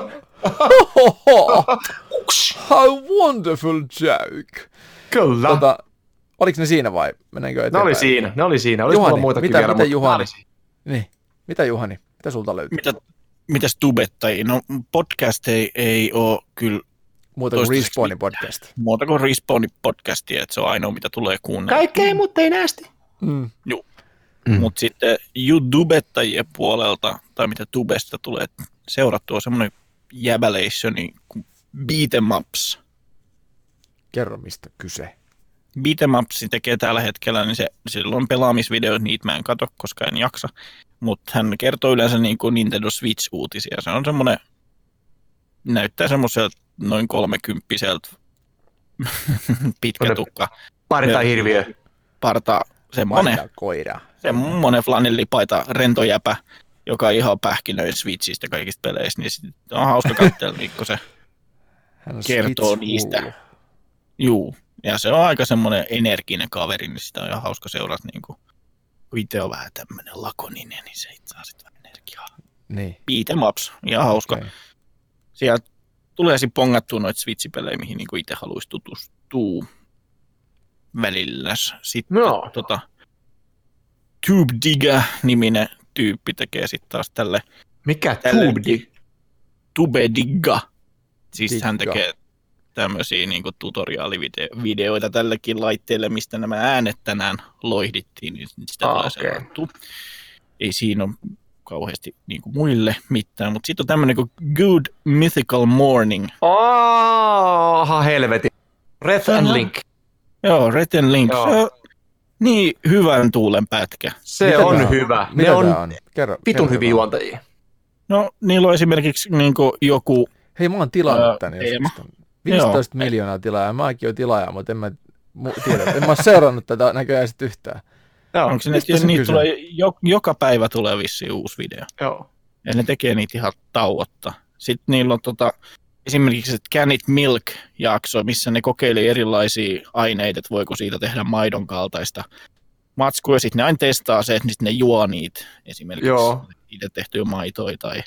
How wonderful joke. Kyllä. Oliko ne siinä vai mennäänkö eteenpäin? Ne oli siinä. Olis Juhani, muitakin mitä vielä, Juhani? Niin. Mitä Juhani? Mitä sulta löytyy? Mitäs tubettajia? No podcast ei ole kyllä muuta kuin Respawnin podcast. Muuta kuin Respawnin podcastia, että se on ainoa, mitä tulee kuunnella. Kaikkei, mutta ei nästi. Joo. Mutta sitten YouTubettajien puolelta, tai mitä tubesta tulee seurattua, on semmoinen jäbäleissoni kuin Beat'em Ups. Kerro, mistä kyse. Beat'em Ups tekee tällä hetkellä, niin sillä on pelaamisvideot, niitä mä en katso, koska en jaksa. Mutta hän kertoo yleensä niin kuin Nintendo Switch-uutisia. Se on semmoinen, näyttää semmoiselta noin 30-seltä pitkä tukka. Parta-hirviö. Semmoinen koira. Semmoinen flanellipaita rentojäpä, joka ihan pähkinöi Switchistä kaikista peleistä, niin on hauska katsella, kun se kertoo niistä. Juu, ja se on aika semmoinen energinen kaveri, niin sitä on ihan hauska seurata, niin kun itse on vähän tämmöinen lakoninen, niin se saa sitten vähän energiaa. Niin. Beat'em Ups, ihan hauska. Okay. Sieltä tulee sitten pongattua noita Switch-pelejä, mihin niin itse haluaisi tutustua välillä. Sitten Tube Digga-niminen tyyppi tekee sitten taas tälle. Mikä Tube Digga? Tube Digga. Siis hän tekee tämmöisiä niinku tutoriaalivideoita tällekin laitteelle, mistä nämä äänet tänään loihdittiin, niin sitä tulee seurattua. Ei siinä ole kauheasti niinku muille mitään, mutta sitten on tämmöinen kuin Good Mythical Morning. Helvetin. Reth and Link. Joo, Reth and Link. Se on niin hyvän tuulen pätkä. Se on hyvä. Ne on vitun hyviä juontajia. No, niillä on esimerkiksi niinku joku... Hei, mä oon tilannut tänne. 15 miljoonaa tilaajaa. Mäkin oon tilaaja, mutta en mä tiedä. En mä ole seurannut tätä näköjään sitten yhtään. Joo, onko se niitä tulee, joka päivä tulee vissiin uusi video. Joo. Ja ne tekee niitä ihan tauotta. Sitten niillä on esimerkiksi Can It Milk-jakso, missä ne kokeilee erilaisia aineita, että voiko siitä tehdä maidon kaltaista matskua. Ja sitten ne aina testaa se, että ne juo niitä esimerkiksi itse tehtyä maitoja tai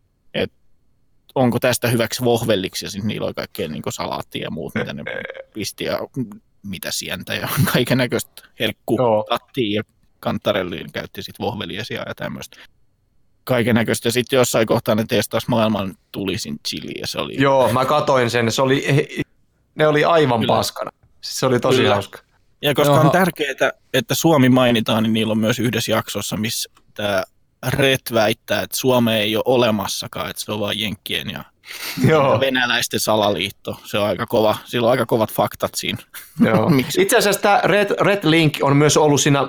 onko tästä hyväksi vohvelliksi, ja sitten niillä on kaikkea niin salaattia ja muut, mitä ne pisti, ja mitä sientä, ja kaiken näköistä herkkutattia, ja kantarelliin käytti sitten vohveliasia ja tämmöistä. Kaiken näköistä. Sitten jossain kohtaa ne testasi maailman tulisin chili, ja se oli... Joo, mä katoin sen, ne oli aivan paskana. Se oli tosi hauska. Ja koska on tärkeää, että Suomi mainitaan, niin niillä on myös yhdessä jaksossa, missä tämä Red väittää, että Suomea ei ole olemassakaan, että se on vain jenkkien ja Venäläisten salaliitto, se on aika kova, sillä on aika kovat faktat siinä. Joo. Itse asiassa tämä Red Link on myös ollut siinä,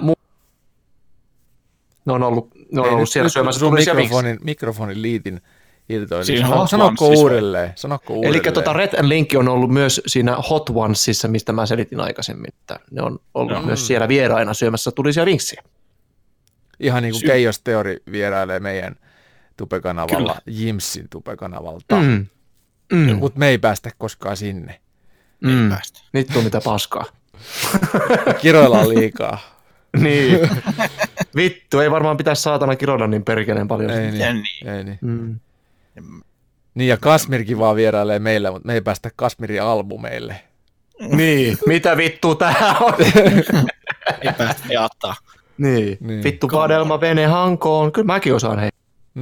ne on ollut siellä syömässä tulisia mikrofonin liitin irtoili. Sanokko uudelleen. Eli Red Link on ollut myös siinä Hot Onesissa, mistä mä selitin aikaisemmin, että ne on ollut myös siellä vieraina syömässä tulisia vinksiä. Ihan niin kuin Keijos Teori vierailee meidän tubekanavalla, Jimsin tubekanavalta. Mutta me ei päästä koskaan sinne. Ei päästä. Vittu mitä paskaa. Kiroillaan liikaa. Niin. Vittu, ei varmaan pitäisi saatana kiroida niin perkeleen paljon. Ei niin. Niin ja Kasmirkin vaan vierailee meillä, mutta me ei päästä Kasmirin albumeille. Niin, mitä vittua tää on? Ei päästä teattaa. Niin. Vittu vadelma vene hankoon. Kyllä mäkin osaan hei.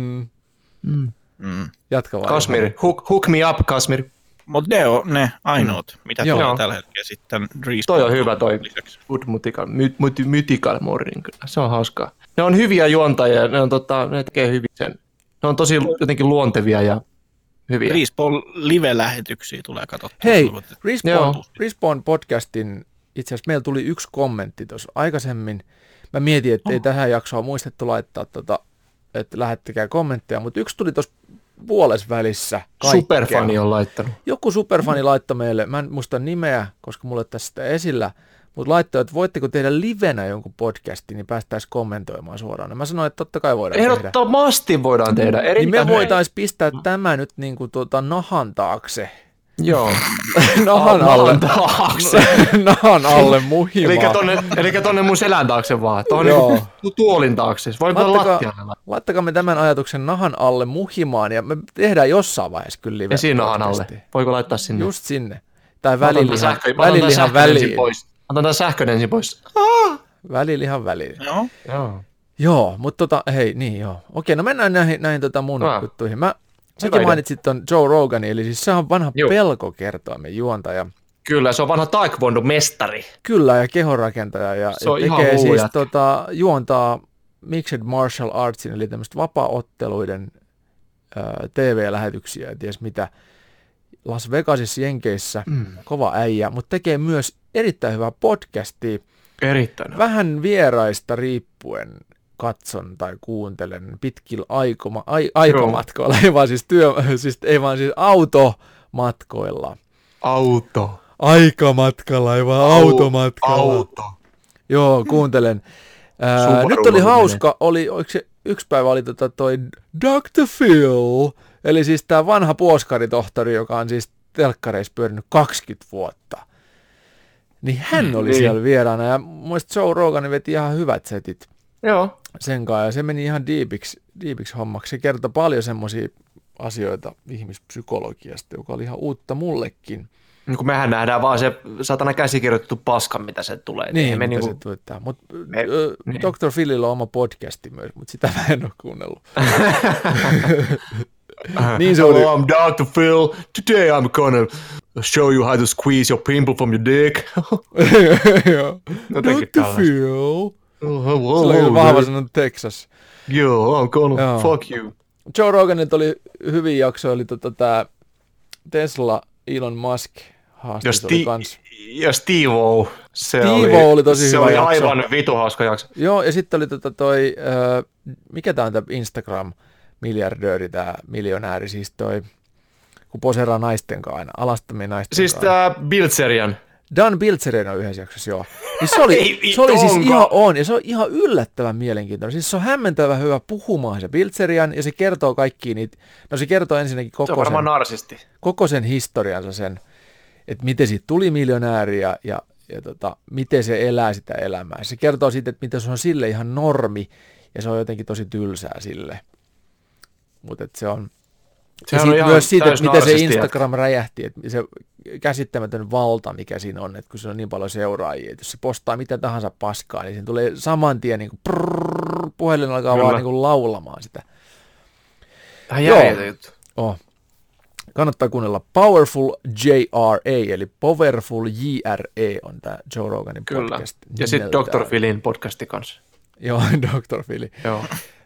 Jatka vaan. Kasmir, hook me up, Kasmir. Mutta ne on ne ainoat, mitä tulee tällä hetkellä sitten Respawn. Toi on hyvä toi Good Mythical Morning. Se on hauskaa. Ne on hyviä juontajia, ne tekee hyvin sen. Ne on tosi jotenkin luontevia ja hyviä. Respawn live-lähetyksiä tulee katsottua. Hei, Respawn podcastin, itse asiassa meillä tuli yksi kommentti tuossa aikaisemmin. Mä mietin, että ei tähän jaksoa muistettu laittaa, että lähettäkää kommentteja, mutta yksi tuli tuossa puolesvälissä. Superfani on laittanut. Joku superfani laittoi meille, mä en muista nimeä, koska mulla ei tässä sitä esillä, mutta laittoi, että voitteko tehdä livenä jonkun podcastin, niin päästäisiin kommentoimaan suoraan. Ja mä sanoin, että totta kai voidaan tehdä. Ehdottomasti voidaan tehdä. Niin me voitaisiin pistää tämä nyt niin kuin nahan taakse. Joo. Nahan alle muhimaan. Eli tonne mun selän taakse vaan. Tuonne tuolin taakse. Laittakaa me tämän ajatuksen nahan alle muhimaan ja me tehdään jossain vaiheessa kyllä live. Esiin nahan alle. Voiko laittaa sinne? Just sinne. Tai välilihan väliin. Otan tämän sähkön ensin pois. Välilihan väliin. Joo, mutta hei, niin joo. Okei, no mennään näihin mun juttuihin. Säkin mainitsit ton Joe Roganin, eli siis se on vanha pelkokertoimen juontaja. Kyllä, se on vanha taekwondo-mestari. Kyllä, ja kehonrakentaja. Ja tekee siis juontaa Mixed Martial Artsin, eli tämmöistä vapaaotteluiden TV-lähetyksiä, ja ties mitä. Las Vegasissa Jenkeissä, kova äijä, mutta tekee myös erittäin hyvää podcastia. Erittäin. Vähän vieraista riippuen katson tai kuuntelen pitkillä aikomatkoilla, ei vaan siis automatkoilla. Aikamatkalla, ei vaan automatkalla. Auto. Joo, kuuntelen. Nyt oli hauska, yksi päivä oli toi Dr. Phil, eli siis tämä vanha puoskaritohtori, joka on siis telkkareissa pyörinyt 20 vuotta. Niin hän oli siellä vieraana, ja muista Joe Rogan veti ihan hyvät setit. Joo. Sen kanssa, ja se meni ihan diipiksi hommaksi. Se kertoi paljon semmoisia asioita ihmispsykologiasta, joka oli ihan uutta mullekin. Niin kun mehän nähdään vaan se satana käsikirjoitettu paska, mitä se tulee. Niin, mitä se tuottaa. Mutta Dr. Philillä on oma podcasti myös, mutta sitä mä en ole kuunnellut. Niin se oli. I'm Dr. Phil. Today I'm gonna show you how to squeeze your pimple from your dick. Dr. Phil. Sillä oli vahva sanonut Texas. Joo, I'm gonna fuck you. Joe Roganilta oli hyvin jakso, oli tämä Tesla, Elon Musk haastattelu kanssa. Ja Steve-O. Steve-O oli tosi hyvä jakso. Se oli aivan vitu hauska jakso. Joo, ja sitten oli mikä tämä on tämä Instagram-miljardööri, tämä miljonääri, siis toi, kun poseeraa naisten kanssa aina, alastomia naisten siis kanssa. Siis tämä Bilzerian. Dan Bilzerian on yhdessä jaksossa, joo. Niin se oli siis ja se on ihan yllättävän mielenkiintoinen. Siis se on hämmentävän hyvä puhumaan se Bilzerian, ja se kertoo kaikki niitä, se kertoo ensinnäkin koko sen historiansa sen, että miten siitä tuli miljonääri ja miten se elää sitä elämää. Se kertoo siitä, että miten se on sille ihan normi, ja se on jotenkin tosi tylsää sille. Mutta se on... Ja myös siitä, että miten se Instagram räjähti, että se käsittämätön valta, mikä siinä on, että kun se on niin paljon seuraajia, että jos se postaa mitä tahansa paskaa, niin siinä tulee saman tien niin kuin puhelin alkaa vaan niin kuin laulamaan sitä. Kannattaa kuunnella Powerful JRA, eli Powerful JRE on tämä Joe Roganin podcast. Ja sitten Dr. Philin podcasti kanssa. Joo, Dr. Phil. Joo.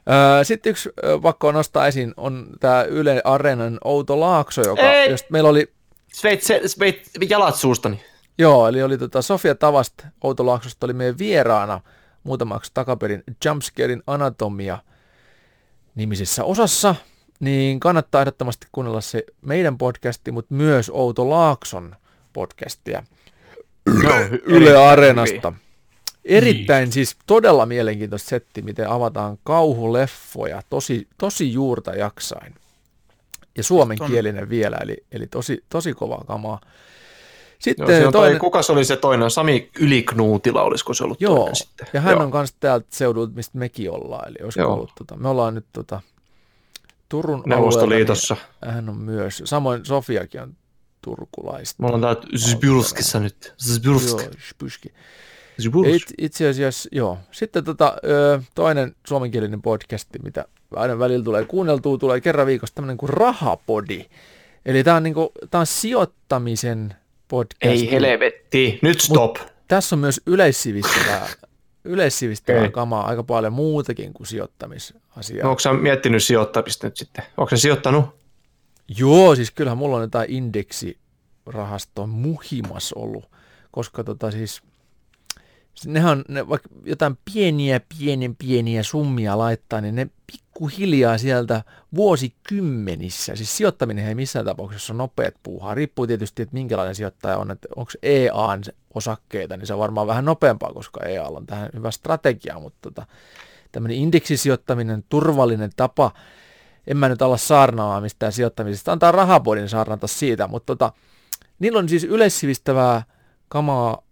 Sitten yksi pakko nostaa esiin on tämä Yle Areenan Outo Laakso, josta meillä oli... Sveit jalat suustani. Joo, eli oli Sofia Tavast Outo Laaksosta oli meidän vieraana muutamaksi takaperin Jumpscarein anatomia nimisessä osassa, niin kannattaa ehdottomasti kuunnella se meidän podcasti, mutta myös Outo Laakson podcastia Yle Areenasta. Erittäin siis todella mielenkiintoista setti, miten avataan kauhuleffoja tosi juurta jaksain. Ja suomenkielinen vielä, eli tosi kovaa kamaa. Sitten toinen... Kukas oli se toinen? Sami Yliknuutila, olisiko se ollut toinen sitten? Ja hän on myös täältä seudulta, mistä mekin ollaan. Eli olisiko ollut, me ollaan nyt Turun Neuvostoliitossa. Niin hän on myös. Samoin Sofiakin on turkulaista. Me ollaan täällä Zbylskissa nyt. Zbylski. Itse asiassa, joo. Sitten toinen suomenkielinen podcasti, mitä aina välillä tulee kuunneltua, tulee kerran viikossa tämmöinen kuin Rahapodi. Eli tämä on sijoittamisen podcast. Ei helvetti, nyt stop. Tässä on myös yleissivistävää kamaa aika paljon muutakin kuin sijoittamisasiaa. No, onko sä miettinyt sijoittamista nyt sitten? Onko sä sijoittanut? Joo, siis kyllähän mulla on jotain indeksirahastoa muhimas ollut, koska siis nehän vaikka jotain pieniä summia laittaa, niin ne pikkuhiljaa sieltä vuosikymmenissä, siis sijoittaminen ei missään tapauksessa ole nopeat puuhaa, riippuu tietysti, että minkälainen sijoittaja on, että onko EA:n osakkeita, niin se on varmaan vähän nopeampaa, koska EA:lla on tähän hyvä strategia, mutta tämmöinen indeksisijoittaminen, turvallinen tapa, en mä nyt ala saarnaamaan mistään sijoittamisesta, antaa Rahapodin saarnata siitä, mutta niillä on siis yleissivistävää kamaa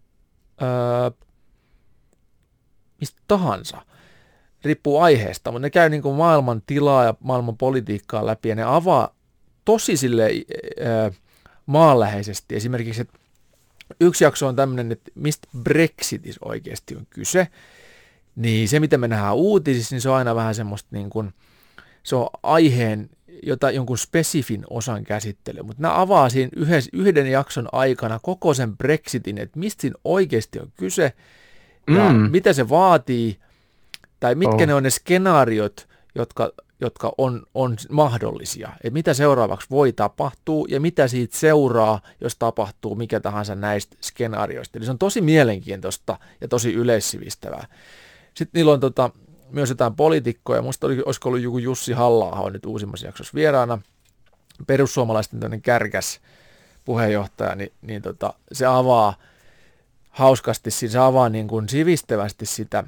mistä tahansa, riippuu aiheesta, mutta ne käy niin kuin maailman tilaa ja maailman politiikkaa läpi ja ne avaa tosi maanläheisesti. Esimerkiksi, että yksi jakso on tämmöinen, että mistä Brexitissä oikeasti on kyse, niin se mitä me nähdään uutisissa, niin se on aina vähän semmoista niin kuin, se on aiheen jonkun spesifin osan käsittely, mutta nämä avaa siinä yhden jakson aikana koko sen Brexitin, että mistä siinä oikeasti on kyse, ja mitä se vaatii, tai mitkä ne on ne skenaariot, jotka on mahdollisia, että mitä seuraavaksi voi tapahtua, ja mitä siitä seuraa, jos tapahtuu mikä tahansa näistä skenaarioista. Eli se on tosi mielenkiintoista ja tosi yleissivistävää. Sitten niillä on myös jotain poliitikkoja, musta olisiko ollut joku Jussi Halla-aho nyt uusimmassa jaksossa vieraana, perussuomalaisten tämmöinen kärkäs puheenjohtaja, niin se avaa hauskasti, se avaa niin kuin sivistävästi sitä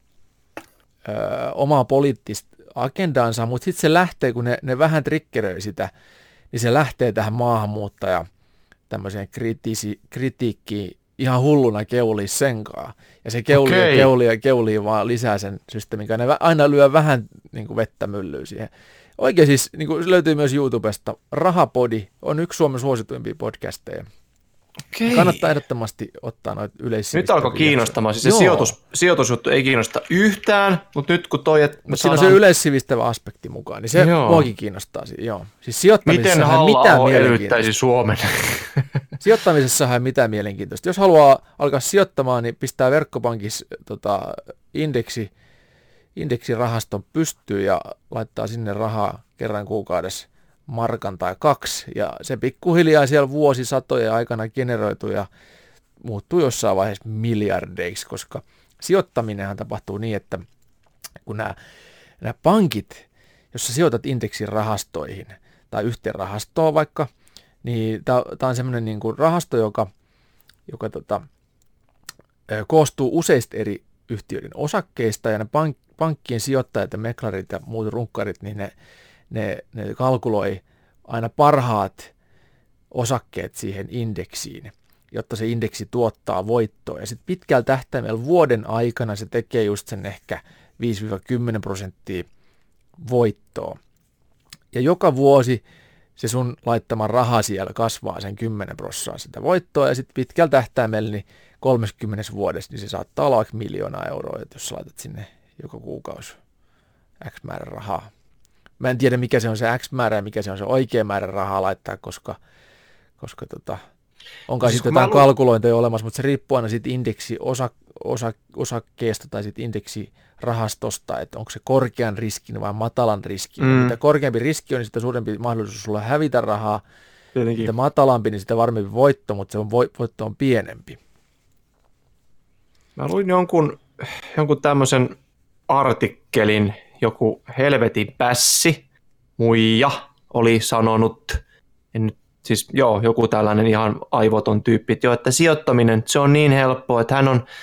omaa poliittista agendaansa, mutta sitten se lähtee, kun ne vähän triggeröi sitä, niin se lähtee tähän maahanmuuttaja tämmöiseen kritiikkiin ihan hulluna keulii senkaan. Ja se keulii vaan lisää sen systeemin, ne aina lyö vähän niin kuin vettä myllyyn siihen. Oikein siis, niin kuin löytyy myös YouTubesta, Rahapodi on yksi Suomen suosituimpia podcasteja. Okay. Kannattaa ehdottomasti ottaa noita yleissivistäviä. Nyt alkoi kiinnostamaan. Siis se sijoitusjuttu ei kiinnosta yhtään, mutta nyt kun toi... Siinä on se yleissivistävä aspekti mukaan, niin se muakin kiinnostaa. Joo. Siis sijoittamisessahan ei mitään mielenkiintoista. Suomen? Sijoittamisessahan ei mitään mielenkiintoista. Jos haluaa alkaa sijoittamaan, niin pistää verkkopankissa indeksirahaston pystyyn ja laittaa sinne rahaa kerran kuukaudessa markan tai 2, ja se pikkuhiljaa siellä vuosisatojen aikana generoituu ja muuttuu jossain vaiheessa miljardeiksi, koska sijoittaminenhan tapahtuu niin, että kun nämä pankit, jos sä sijoitat indeksirahastoihin tai yhteen rahastoon vaikka, niin tämä on semmoinen niin kuin rahasto, joka koostuu useista eri yhtiöiden osakkeista, ja ne pankkien sijoittajat ja meklarit ja muut runkkarit, niin ne kalkuloi aina parhaat osakkeet siihen indeksiin, jotta se indeksi tuottaa voittoa. Ja sitten pitkällä tähtäimellä vuoden aikana se tekee just sen ehkä 5-10% voittoa. Ja joka vuosi se sun laittama raha siellä kasvaa sen 10% sitä voittoa, ja sitten pitkällä tähtäimellä niin 30 vuodessa niin se saattaa olla vaikka 1 000 000 euroa, jos sä laitat sinne joka kuukausi X määrä rahaa. Mä en tiedä, mikä se on se X määrä ja mikä se on se oikea määrä rahaa laittaa, koska On kai sitten jotain kalkulointeja olemassa, mutta se riippuu aina siitä osakkeesta tai siitä indeksirahastosta, että onko se korkean riskin vai matalan riskin. Mitä korkeampi riski on, niin sitä suurempi mahdollisuus sulla hävitä rahaa. Tietenkin. Mitä matalampi, niin sitä varmempi voitto, mutta se voitto on pienempi. Mä luin jonkun tämmöisen artikkelin, joku helvetin pässi, muija, oli sanonut, joku tällainen ihan aivoton tyyppi, että sijoittaminen, se on niin helppoa, että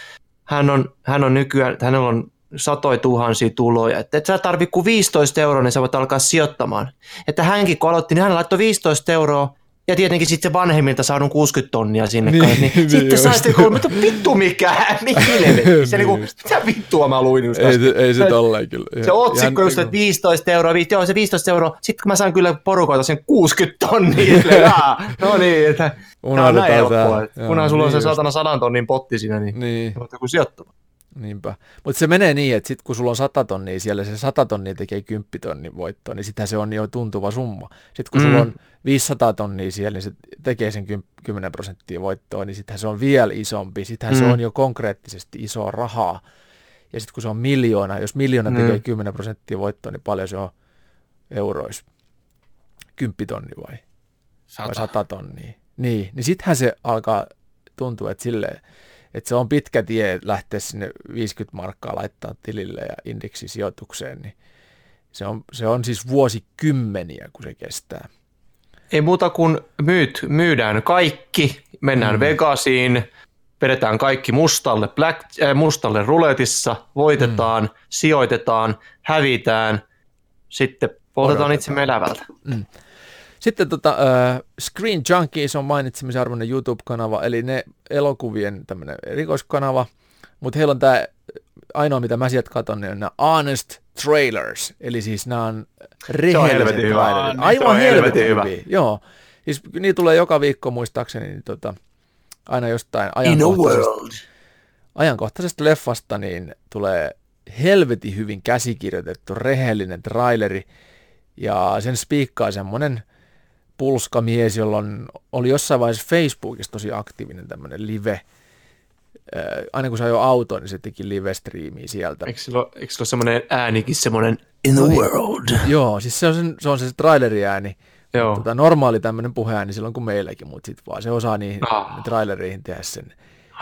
hän on nykyään, että hänellä on satoi tuhansia tuloja, että et sä tarvii kuin 15 €, niin sä voit alkaa sijoittamaan. Että hänkin kun aloitti, niin hän laittoi 15 € ja tietenkin sitten se vanhemmilta saadun 60 tonnia sinne kanssa, niin sitten saa sitten mutta vittu mikä helvetti. Se niinku, mitä vittua mä luin just äsken. Ei se tolleen kyllä. Se otsikko just, että 15 €, joo se 15 €, sitten kun mä saan kyllä porukoita sen 60 tonnia, no niin, että tää on näin helppoa. Kunhan sulla on se 100 tonnin potti siinä, niin voit joku sijoittamaan. Niinpä. Mutta se menee niin, että sitten kun sulla on 100 tonnia siellä, se 100 tonnia tekee 10 tonnin voittoa, niin sitä se on jo tuntuva summa. Sitten kun sulla on 500 tonnia siellä, niin se tekee sen 10% voittoa, niin sittenhän se on vielä isompi. Sittenhän se on jo konkreettisesti isoa rahaa. Ja sitten kun se on miljoona, jos miljoona tekee 10% voittoa, niin paljon se on euroissa? 10 tonnia vai 100 tonnia? Niin sittenhän se alkaa tuntua, että silleen, että se on pitkä tie lähteä sinne 50 markkaa laittaa tilille ja indeksisijoitukseen, niin se on siis vuosikymmeniä, kun se kestää. Ei muuta kuin myydään kaikki, mennään Vegasiin, vedetään kaikki mustalle ruletissa, voitetaan, sijoitetaan, hävitään, sitten poltetaan itsemme elävältä. Sitten Screen Junkies on mainitsemisen arvoinen YouTube-kanava, eli ne elokuvien tämmöinen erikoiskanava, mutta heillä on tämä ainoa, mitä mä sieltä katson, niin on nämä Honest Trailers, eli siis nämä on rehelliset trailerit. Aivan helvetin hyvä. Joo, siis niitä tulee joka viikko muistaakseni niin aina jostain ajankohtaisesta leffasta, niin tulee helvetin hyvin käsikirjoitettu rehellinen traileri, ja sen spiikkaa semmoinen pulskamies, jolla oli jossain vaiheessa Facebookissa tosi aktiivinen tämmöinen live. Aina kun sai jo auto, niin se teki live-striimiä sieltä. Eikö sillä ole semmoinen äänikin, semmoinen in the world? Joo, siis se on se traileriääni. Normaali tämmöinen puheääni silloin kuin meilläkin, mutta sitten vaan se osaa niihin traileriin tehdä sen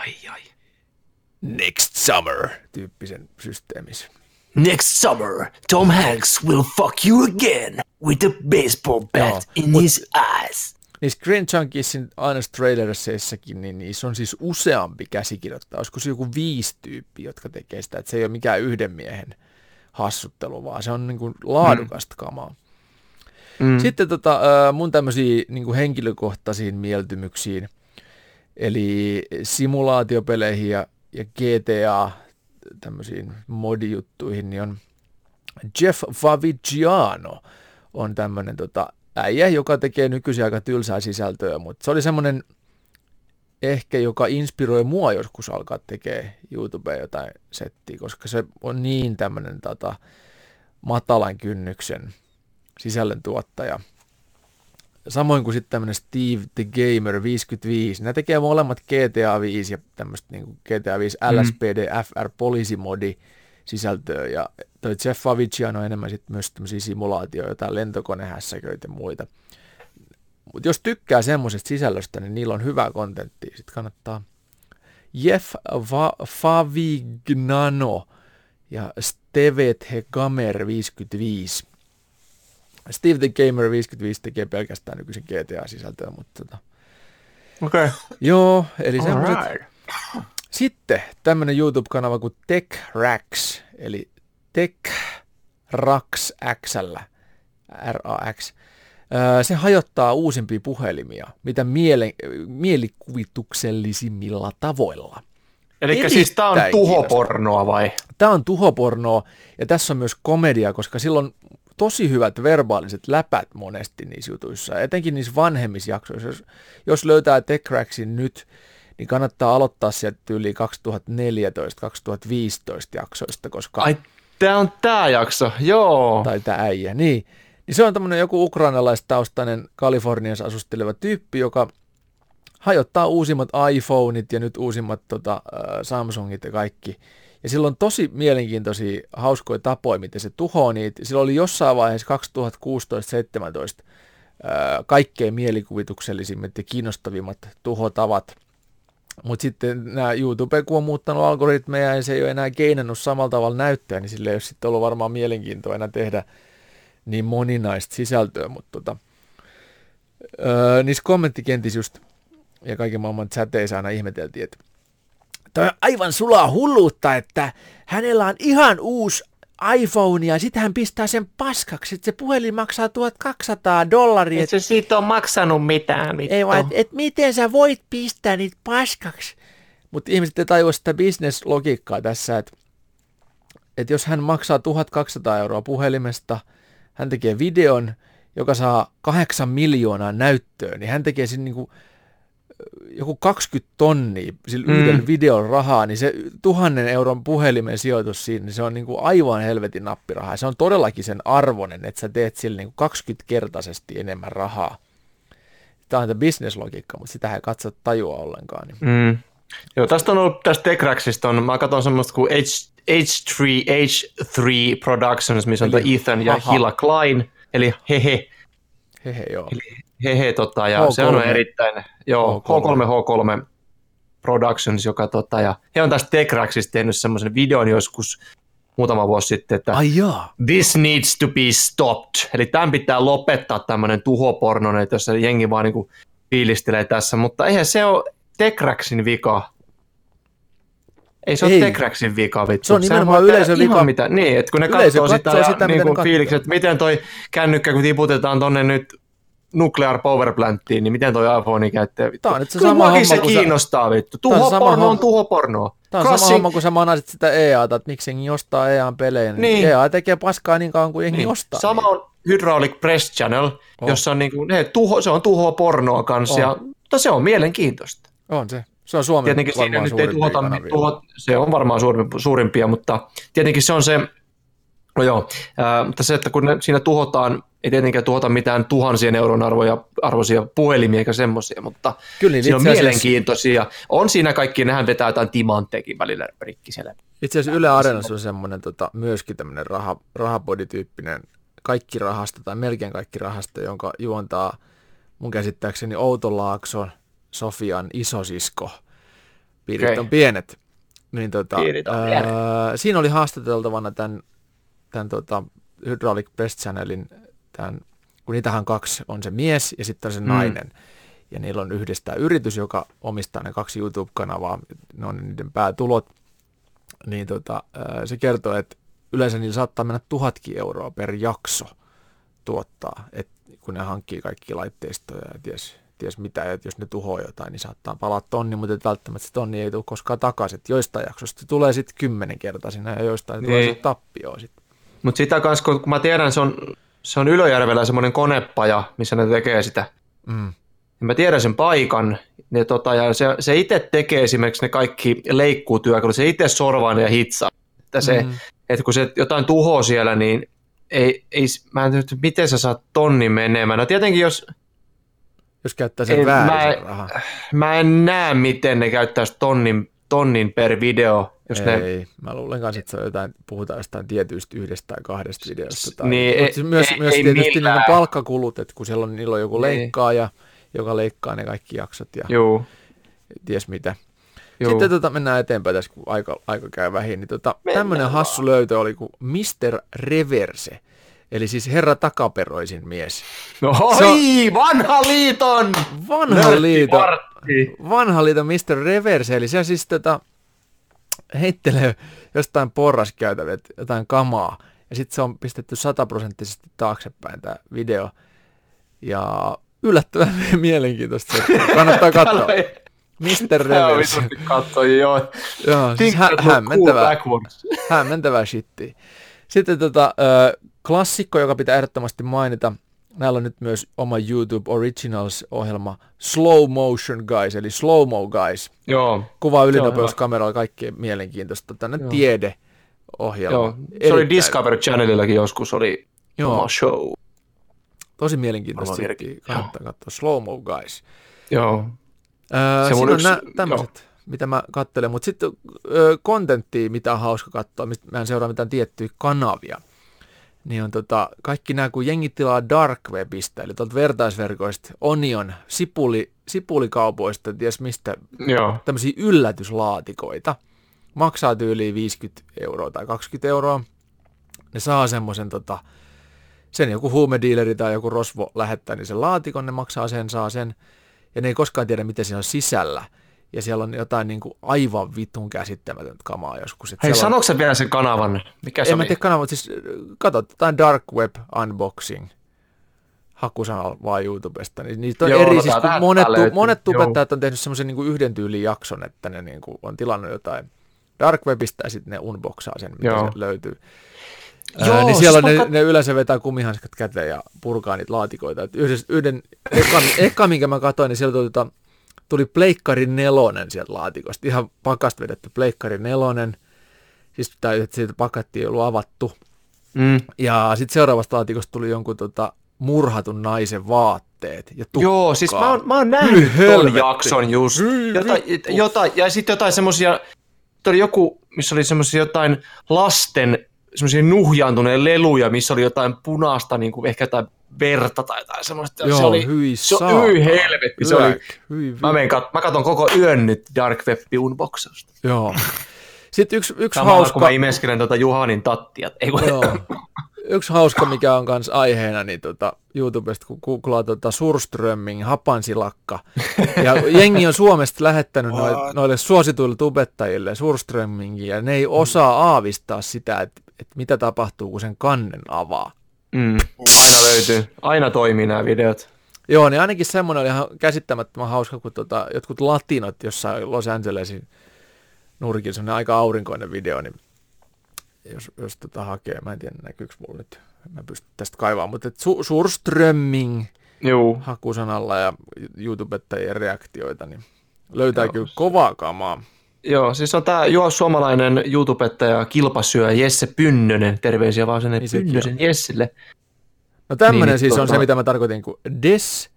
next summer -tyyppisen systeemissä. Next summer, Tom Hanks will fuck you again with a baseball bat in his ass. Niin Screen Junkiesin Honest Trailersseissäkin, niin niissä on siis useampi käsikirjoittaja. Olisiko se joku 5 tyyppiä, jotka tekee sitä, että se ei ole mikään yhden miehen hassuttelu, vaan se on niin kuin laadukasta kamaa. Sitten mun tämmöisiin niin kuin henkilökohtaisiin mieltymyksiin, eli simulaatiopeleihin ja GTA tämmöisiin modijuttuihin, niin on Jeff Favignano on tämmöinen äijä, joka tekee nykyisin aika tylsää sisältöä, mutta se oli semmoinen ehkä, joka inspiroi mua joskus alkaa tekemään YouTubeen jotain settiä, koska se on niin tämmöinen matalan kynnyksen sisällöntuottaja. Samoin kuin sitten tämmöinen Steve the Gamer 55. Nämä tekee molemmat GTA 5 ja tämmöistä niin kuin GTA 5 LSPD FR poliisimodi sisältöä. Ja toi Jeff Favignano on enemmän sitten myös tämmöisiä simulaatioita, jotain lentokonehässäköitä ja muita. Mutta jos tykkää semmoisesta sisällöstä, niin niillä on hyvää kontenttia. Sitten kannattaa Jeff Favignano ja Steve the Gamer 55. Steve the Gamer 55 tekee pelkästään nykyisen GTA-sisältöä, mutta Okei. Joo, eli semmoiset. Sitten tämmöinen YouTube-kanava kuin TechRax, eli TechRax X:llä, RAX. Se hajottaa uusimpia puhelimia, mitä mielikuvituksellisimmilla tavoilla. Eli siis tämä on tuhopornoa vai? Tämä on tuhopornoa, ja tässä on myös komedia, koska silloin tosi hyvät verbaaliset läpät monesti niissä jutuissa, etenkin niissä vanhemmissa jaksoissa. Jos löytää TechRaxin nyt, niin kannattaa aloittaa sieltä yli 2014-2015 jaksoista, koska... Ai, tämä on tämä jakso, joo. Tai tämä äijä, niin. Niin se on tämmöinen joku ukrainalaistaustainen Kaliforniassa asusteleva tyyppi, joka hajottaa uusimmat iPhoneit ja nyt uusimmat Samsungit ja kaikki. Ja sillä on tosi mielenkiintoisia, hauskoja tapoja, miten se tuhoaa niitä. Sillä oli jossain vaiheessa 2016-2017 kaikkein mielikuvituksellisimmat ja kiinnostavimmat tuhotavat. Mutta sitten nämä YouTube, kun on muuttanut algoritmeja ja se ei ole enää keinannut samalla tavalla näyttöä, niin sillä ei ole sitten ollut varmaan mielenkiintoa enää tehdä niin moninaista sisältöä. Mutta niissä kommenttikentissä just ja kaiken maailman chateissa aina ihmeteltiin, että toi on aivan sulaa hulluutta, että hänellä on ihan uusi iPhone ja sitten hän pistää sen paskaksi, että se puhelin maksaa $1,200. Et se siitä on maksanut mitään. Vittu. Ei vaan, että miten sä voit pistää niitä paskaksi. Mutta ihmiset ei tajua sitä business-logiikkaa tässä, että jos hän maksaa €1,200 puhelimesta, hän tekee videon, joka saa 8 miljoonaa näyttöön, niin hän tekee siinä niinku joku 20 tonnia sillä yhden videon rahaa, niin se €1,000 puhelimen sijoitus siinä, niin se on niinku aivan helvetin nappirahaa. Se on todellakin sen arvoinen, että sä teet sille niinku 20-kertaisesti enemmän rahaa. Tämä on tämä business-logiikka, mutta sitä ei katso tajua ollenkaan. Niin. Joo, tästä on ollut, tästä Techraxista mä katson semmoista kuin H3 Productions, missä on Ethan ja Hila Klein, eli hehe. Hehe, joo. Eli hehe, ja H3. Se on erittäin, joo, H3 Productions, joka ja he on tästä Techraxista tehnyt semmoisen videon joskus muutama vuosi sitten, että this needs to be stopped, eli tämän pitää lopettaa tämmöinen tuhoporno, että jos jengi vaan niinku fiilistelee tässä, mutta eihän se ole Techraxin vika. Ei se ole Techraxin vika, vittu. Se on nimenomaan yleisön vika. Niin, että kun ne katsoo sitä niin fiilikset, että miten toi kännykkä, kun tiputetaan tonne nyt nuclear power planttiin, niin miten toi iPhone käyttää, vittu. Kyllä muakin se kiinnostaa, vittu. Tuhoporno on tuhopornoa. Tämä on sama homma, kun sä manasit sitä EA:ta, että miksi jengi ostaa EA:n pelejä. Niin. EA tekee paskaa niin kauan kuin jengi ostaa. Sama on Hydraulic Press Channel, jossa on niinku, se on tuhopornoa kanssa, mutta se on mielenkiintoista. On se. Se on Suomen tietenkin siinä nyt ei se on varmaan suurimpia, mutta tietenkin se on se, mutta se, että kun siinä tuhotaan, ei tietenkään tuhota mitään tuhansien euron arvoisia puhelimia eikä semmoisia, mutta kyllä, siinä on mielenkiintoisia. On siinä kaikki, nehän vetää jotain timantteekin välillä rikki siellä. Itse asiassa Yle Areenassa on semmoinen myöskin tämmöinen rahapodityyppinen kaikki rahasta tai melkein kaikki rahasta, jonka juontaa mun käsittääkseni Outolaakson Sofian isosisko. Piirit on pienet. Niin siinä oli haastateltavana tämän Hydraulic Press Channelin, kun niitähän 2 on se mies ja sitten on se nainen. Ja niillä on yhdessä yritys, joka omistaa ne 2 YouTube-kanavaa, ne on niiden päätulot. Niin se kertoo, että yleensä niillä saattaa mennä €1,000 per jakso tuottaa, kun ne hankkii kaikki laitteistoja ja ties mitä, että jos ne tuhoaa jotain, niin saattaa palaa tonni, mutta välttämättä se tonni ei tule koskaan takaisin. Joistain jaksosta tulee sitten 10-kertaisina ja joistain tulee sitten tappioon sitten. Mutta sitä kanssa, kun mä tiedän, se on Ylöjärvellä semmoinen konepaja, missä ne tekee sitä. Ja mä tiedän sen paikan, ja se itse tekee esimerkiksi ne kaikki leikkuutyökalut, se itse sorvaa ne ja hitsaa. Että kun se jotain tuhoaa siellä, niin mä en tiedä, miten sä saat tonnin menemään. No tietenkin jos käyttää sen väärin rahaa. Mä en näe, miten ne käyttäisi tonnin per video. Jos mä luulen kanssa, että puhutaan jostain tietyistä 1 tai 2 videosta. Myös tietysti niin palkkakulut, että kun niillä on joku leikkaaja, joka leikkaa ne kaikki jaksot ja ties mitä. Sitten mennään eteenpäin tässä, kun aika käy vähin. Niin tämmöinen hassu löytö oli kuin Mr. Reverse. Eli siis herra takaperoisin mies. Vanha liiton Mr. Reverse, eli se siis heittelee jostain porraskäytävät jotain kamaa, ja sitten se on pistetty 100% taaksepäin tämä video, ja yllättävän mielenkiintoista, kannattaa katsoa. Mr. Reverse. Joo, siis hämmentävää shittiä. Sitten klassikko, joka pitää ehdottomasti mainita. Näillä on nyt myös oma YouTube Originals-ohjelma Slow Motion Guys, eli Slow Mo Guys. Joo. Kuvaa ylinopeuskameralla kaikkea mielenkiintoista. Tänne tiedeohjelma. Joo. Se oli Discovery Channelillakin joskus, oli oma show. Tosi mielenkiintoista. Kannattaa katsoa Slow Mo Guys. Joo. Siinä on tämmöiset, mitä mä katselen, mutta sitten kontenttia, mitä on hauska katsoa, mistä mä en seuraa mitään tiettyjä kanavia, niin on kaikki nämä, kun jengi tilaa dark webistä, eli tuolta vertaisverkoista, Onion, sipulikaupoista, ties mistä, tämmöisiä yllätyslaatikoita, maksaa tyyliin 50 € tai 20 €, ne saa semmoisen, sen joku huumedealeri tai joku rosvo lähettää, niin sen laatikon, ne maksaa sen, saa sen, ja ne ei koskaan tiedä, mitä siinä on sisällä. Ja siellä on jotain niin kuin aivan vitun käsittämätöntä kamaa joskus. Hei, sanoitko sä vielä sen kanavan? Mikä se en mä tiedä kanavan, mutta siis katsot jotain dark web unboxing hakusanalla vaan YouTubesta. Niitä on eri, siis monet tubettajat on tehnyt semmoisen niin kuin yhden tyylin jakson, että ne niin kuin on tilannut jotain dark webistä ja sitten ne unboxaa sen, mitä se löytyy. Niin siellä siis ne yleensä vetää kumihanskat käteen ja purkaa niitä laatikoita. Eka, minkä mä katsoin, niin siellä tuli Pleikkari 4 sieltä laatikosta. Ihan pakasta vedetty Pleikkari 4. Siis siitä pakatti ei ollut avattu. Ja sitten seuraavasta laatikosta tuli jonkun murhatun naisen vaatteet ja tukkaa. Joo, siis mä oon nähnyt ton jakson just. Ja sitten jotain semmosia, oli joku, missä oli semmosia jotain lasten semmoisia nuhjaantuneen leluja, missä oli jotain punaista, niin kuin ehkä jotain verta tai jotain semmoista. Joo, se oli helvetti. Se oli, mä katson koko yön nyt Dark Webin unboxausta. Joo. Sitten yksi samalla hauska... kun mä imeskelen Juhanin tattia. Yksi hauska, mikä on kanssa aiheena, niin YouTubesta, kun googlaa surströmming, hapansilakka. Ja jengi on Suomesta lähettänyt noille suosituille tubettajille surströmmingiä, ja ne ei osaa aavistaa sitä, että mitä tapahtuu, kun sen kannen avaa. Aina löytyy. Aina toimii nämä videot. Joo, niin ainakin semmoinen oli ihan käsittämättömän hauska, kun jotkut latinot jossain Los Angelesin nurkilla, semmoinen aika aurinkoinen video, niin jos hakee, mä en tiedä näkyykö mulla nyt, mä pystyn tästä kaivaamaan, mutta surströmming hakusanalla ja YouTubettajien reaktioita, niin löytää kyllä kovaa kamaa. Joo, siis on tämä suomalainen YouTubettaja kilpasyöjä Jesse Pynnönen, terveisiä vaan sen niin Pynnösen Jessille. No tämmöinen niin, siis on se, mitä mä tarkoitin, kun Des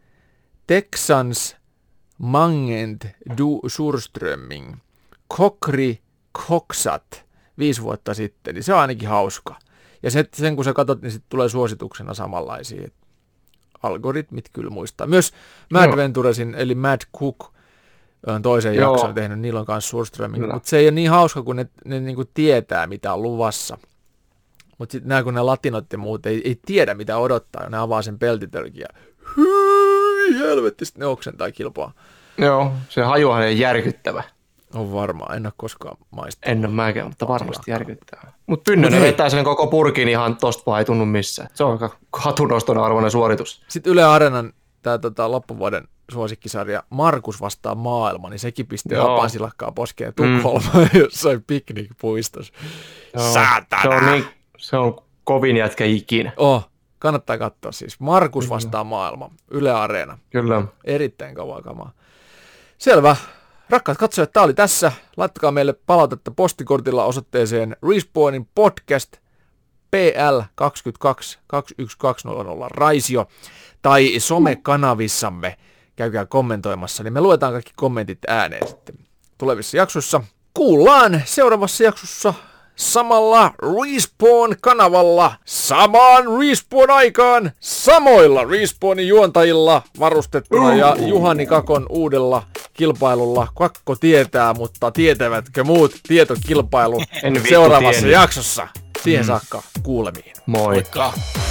Texans Mangent du Surströmming Kokri Koksat 5 vuotta sitten, niin se on ainakin hauska. Ja sen kun sä katsot, niin sitten tulee suosituksena samanlaisia. Algoritmit kyllä muistaa. Myös Mad Venturesin, eli Mad Cook, on toisen jakson tehnyt, niillä on kanssa surströmming, mutta se ei ole niin hauska, kun ne niinku tietää, mitä on luvassa. Mutta sitten nämä, kun ne latinot ja muut ei tiedä, mitä odottaa, ne avaa sen peltitölkin ja hyi helvetti, sitten ne oksentaa kilpaa. Joo, se hajuhan ei järkyttävä. On varmaan, en ole koskaan maistanut. En ole mäkään, mutta varmasti järkyttävää. Mutta Pynnönen vetää sen koko purkin ihan tosta vaan ei tunnu missään. Se on aika hatunoston arvoinen suoritus. Sitten Yle Areenan tämä loppuvuoden suosikkisarja Markus vastaa maailma, niin sekin pistää hapansilakkaa poskeen Tukholmaan jossain piknikpuistossa. Saatana! Se on kovin jätkä ikinä. Kannattaa katsoa siis. Markus vastaa maailma, Yle Areena. Kyllä. Erittäin kovaa kamaa. Selvä. Rakkaat katsojat, tämä oli tässä. Laittakaa meille palautetta postikortilla osoitteeseen Respawnin podcast PL 22 21200 Raisio tai somekanavissamme. Käykää kommentoimassa, niin me luetaan kaikki kommentit ääneen sitten tulevissa jaksoissa. Kuullaan seuraavassa jaksossa samalla Respawn-kanavalla, samaan Respawn-aikaan, samoilla Respawnin juontajilla varustettuna ja Juhani Kakon uudella kilpailulla. Kakko tietää, mutta tietävätkö muut tietokilpailu seuraavassa jaksossa? Siihen saakka kuulemiin. Moikka!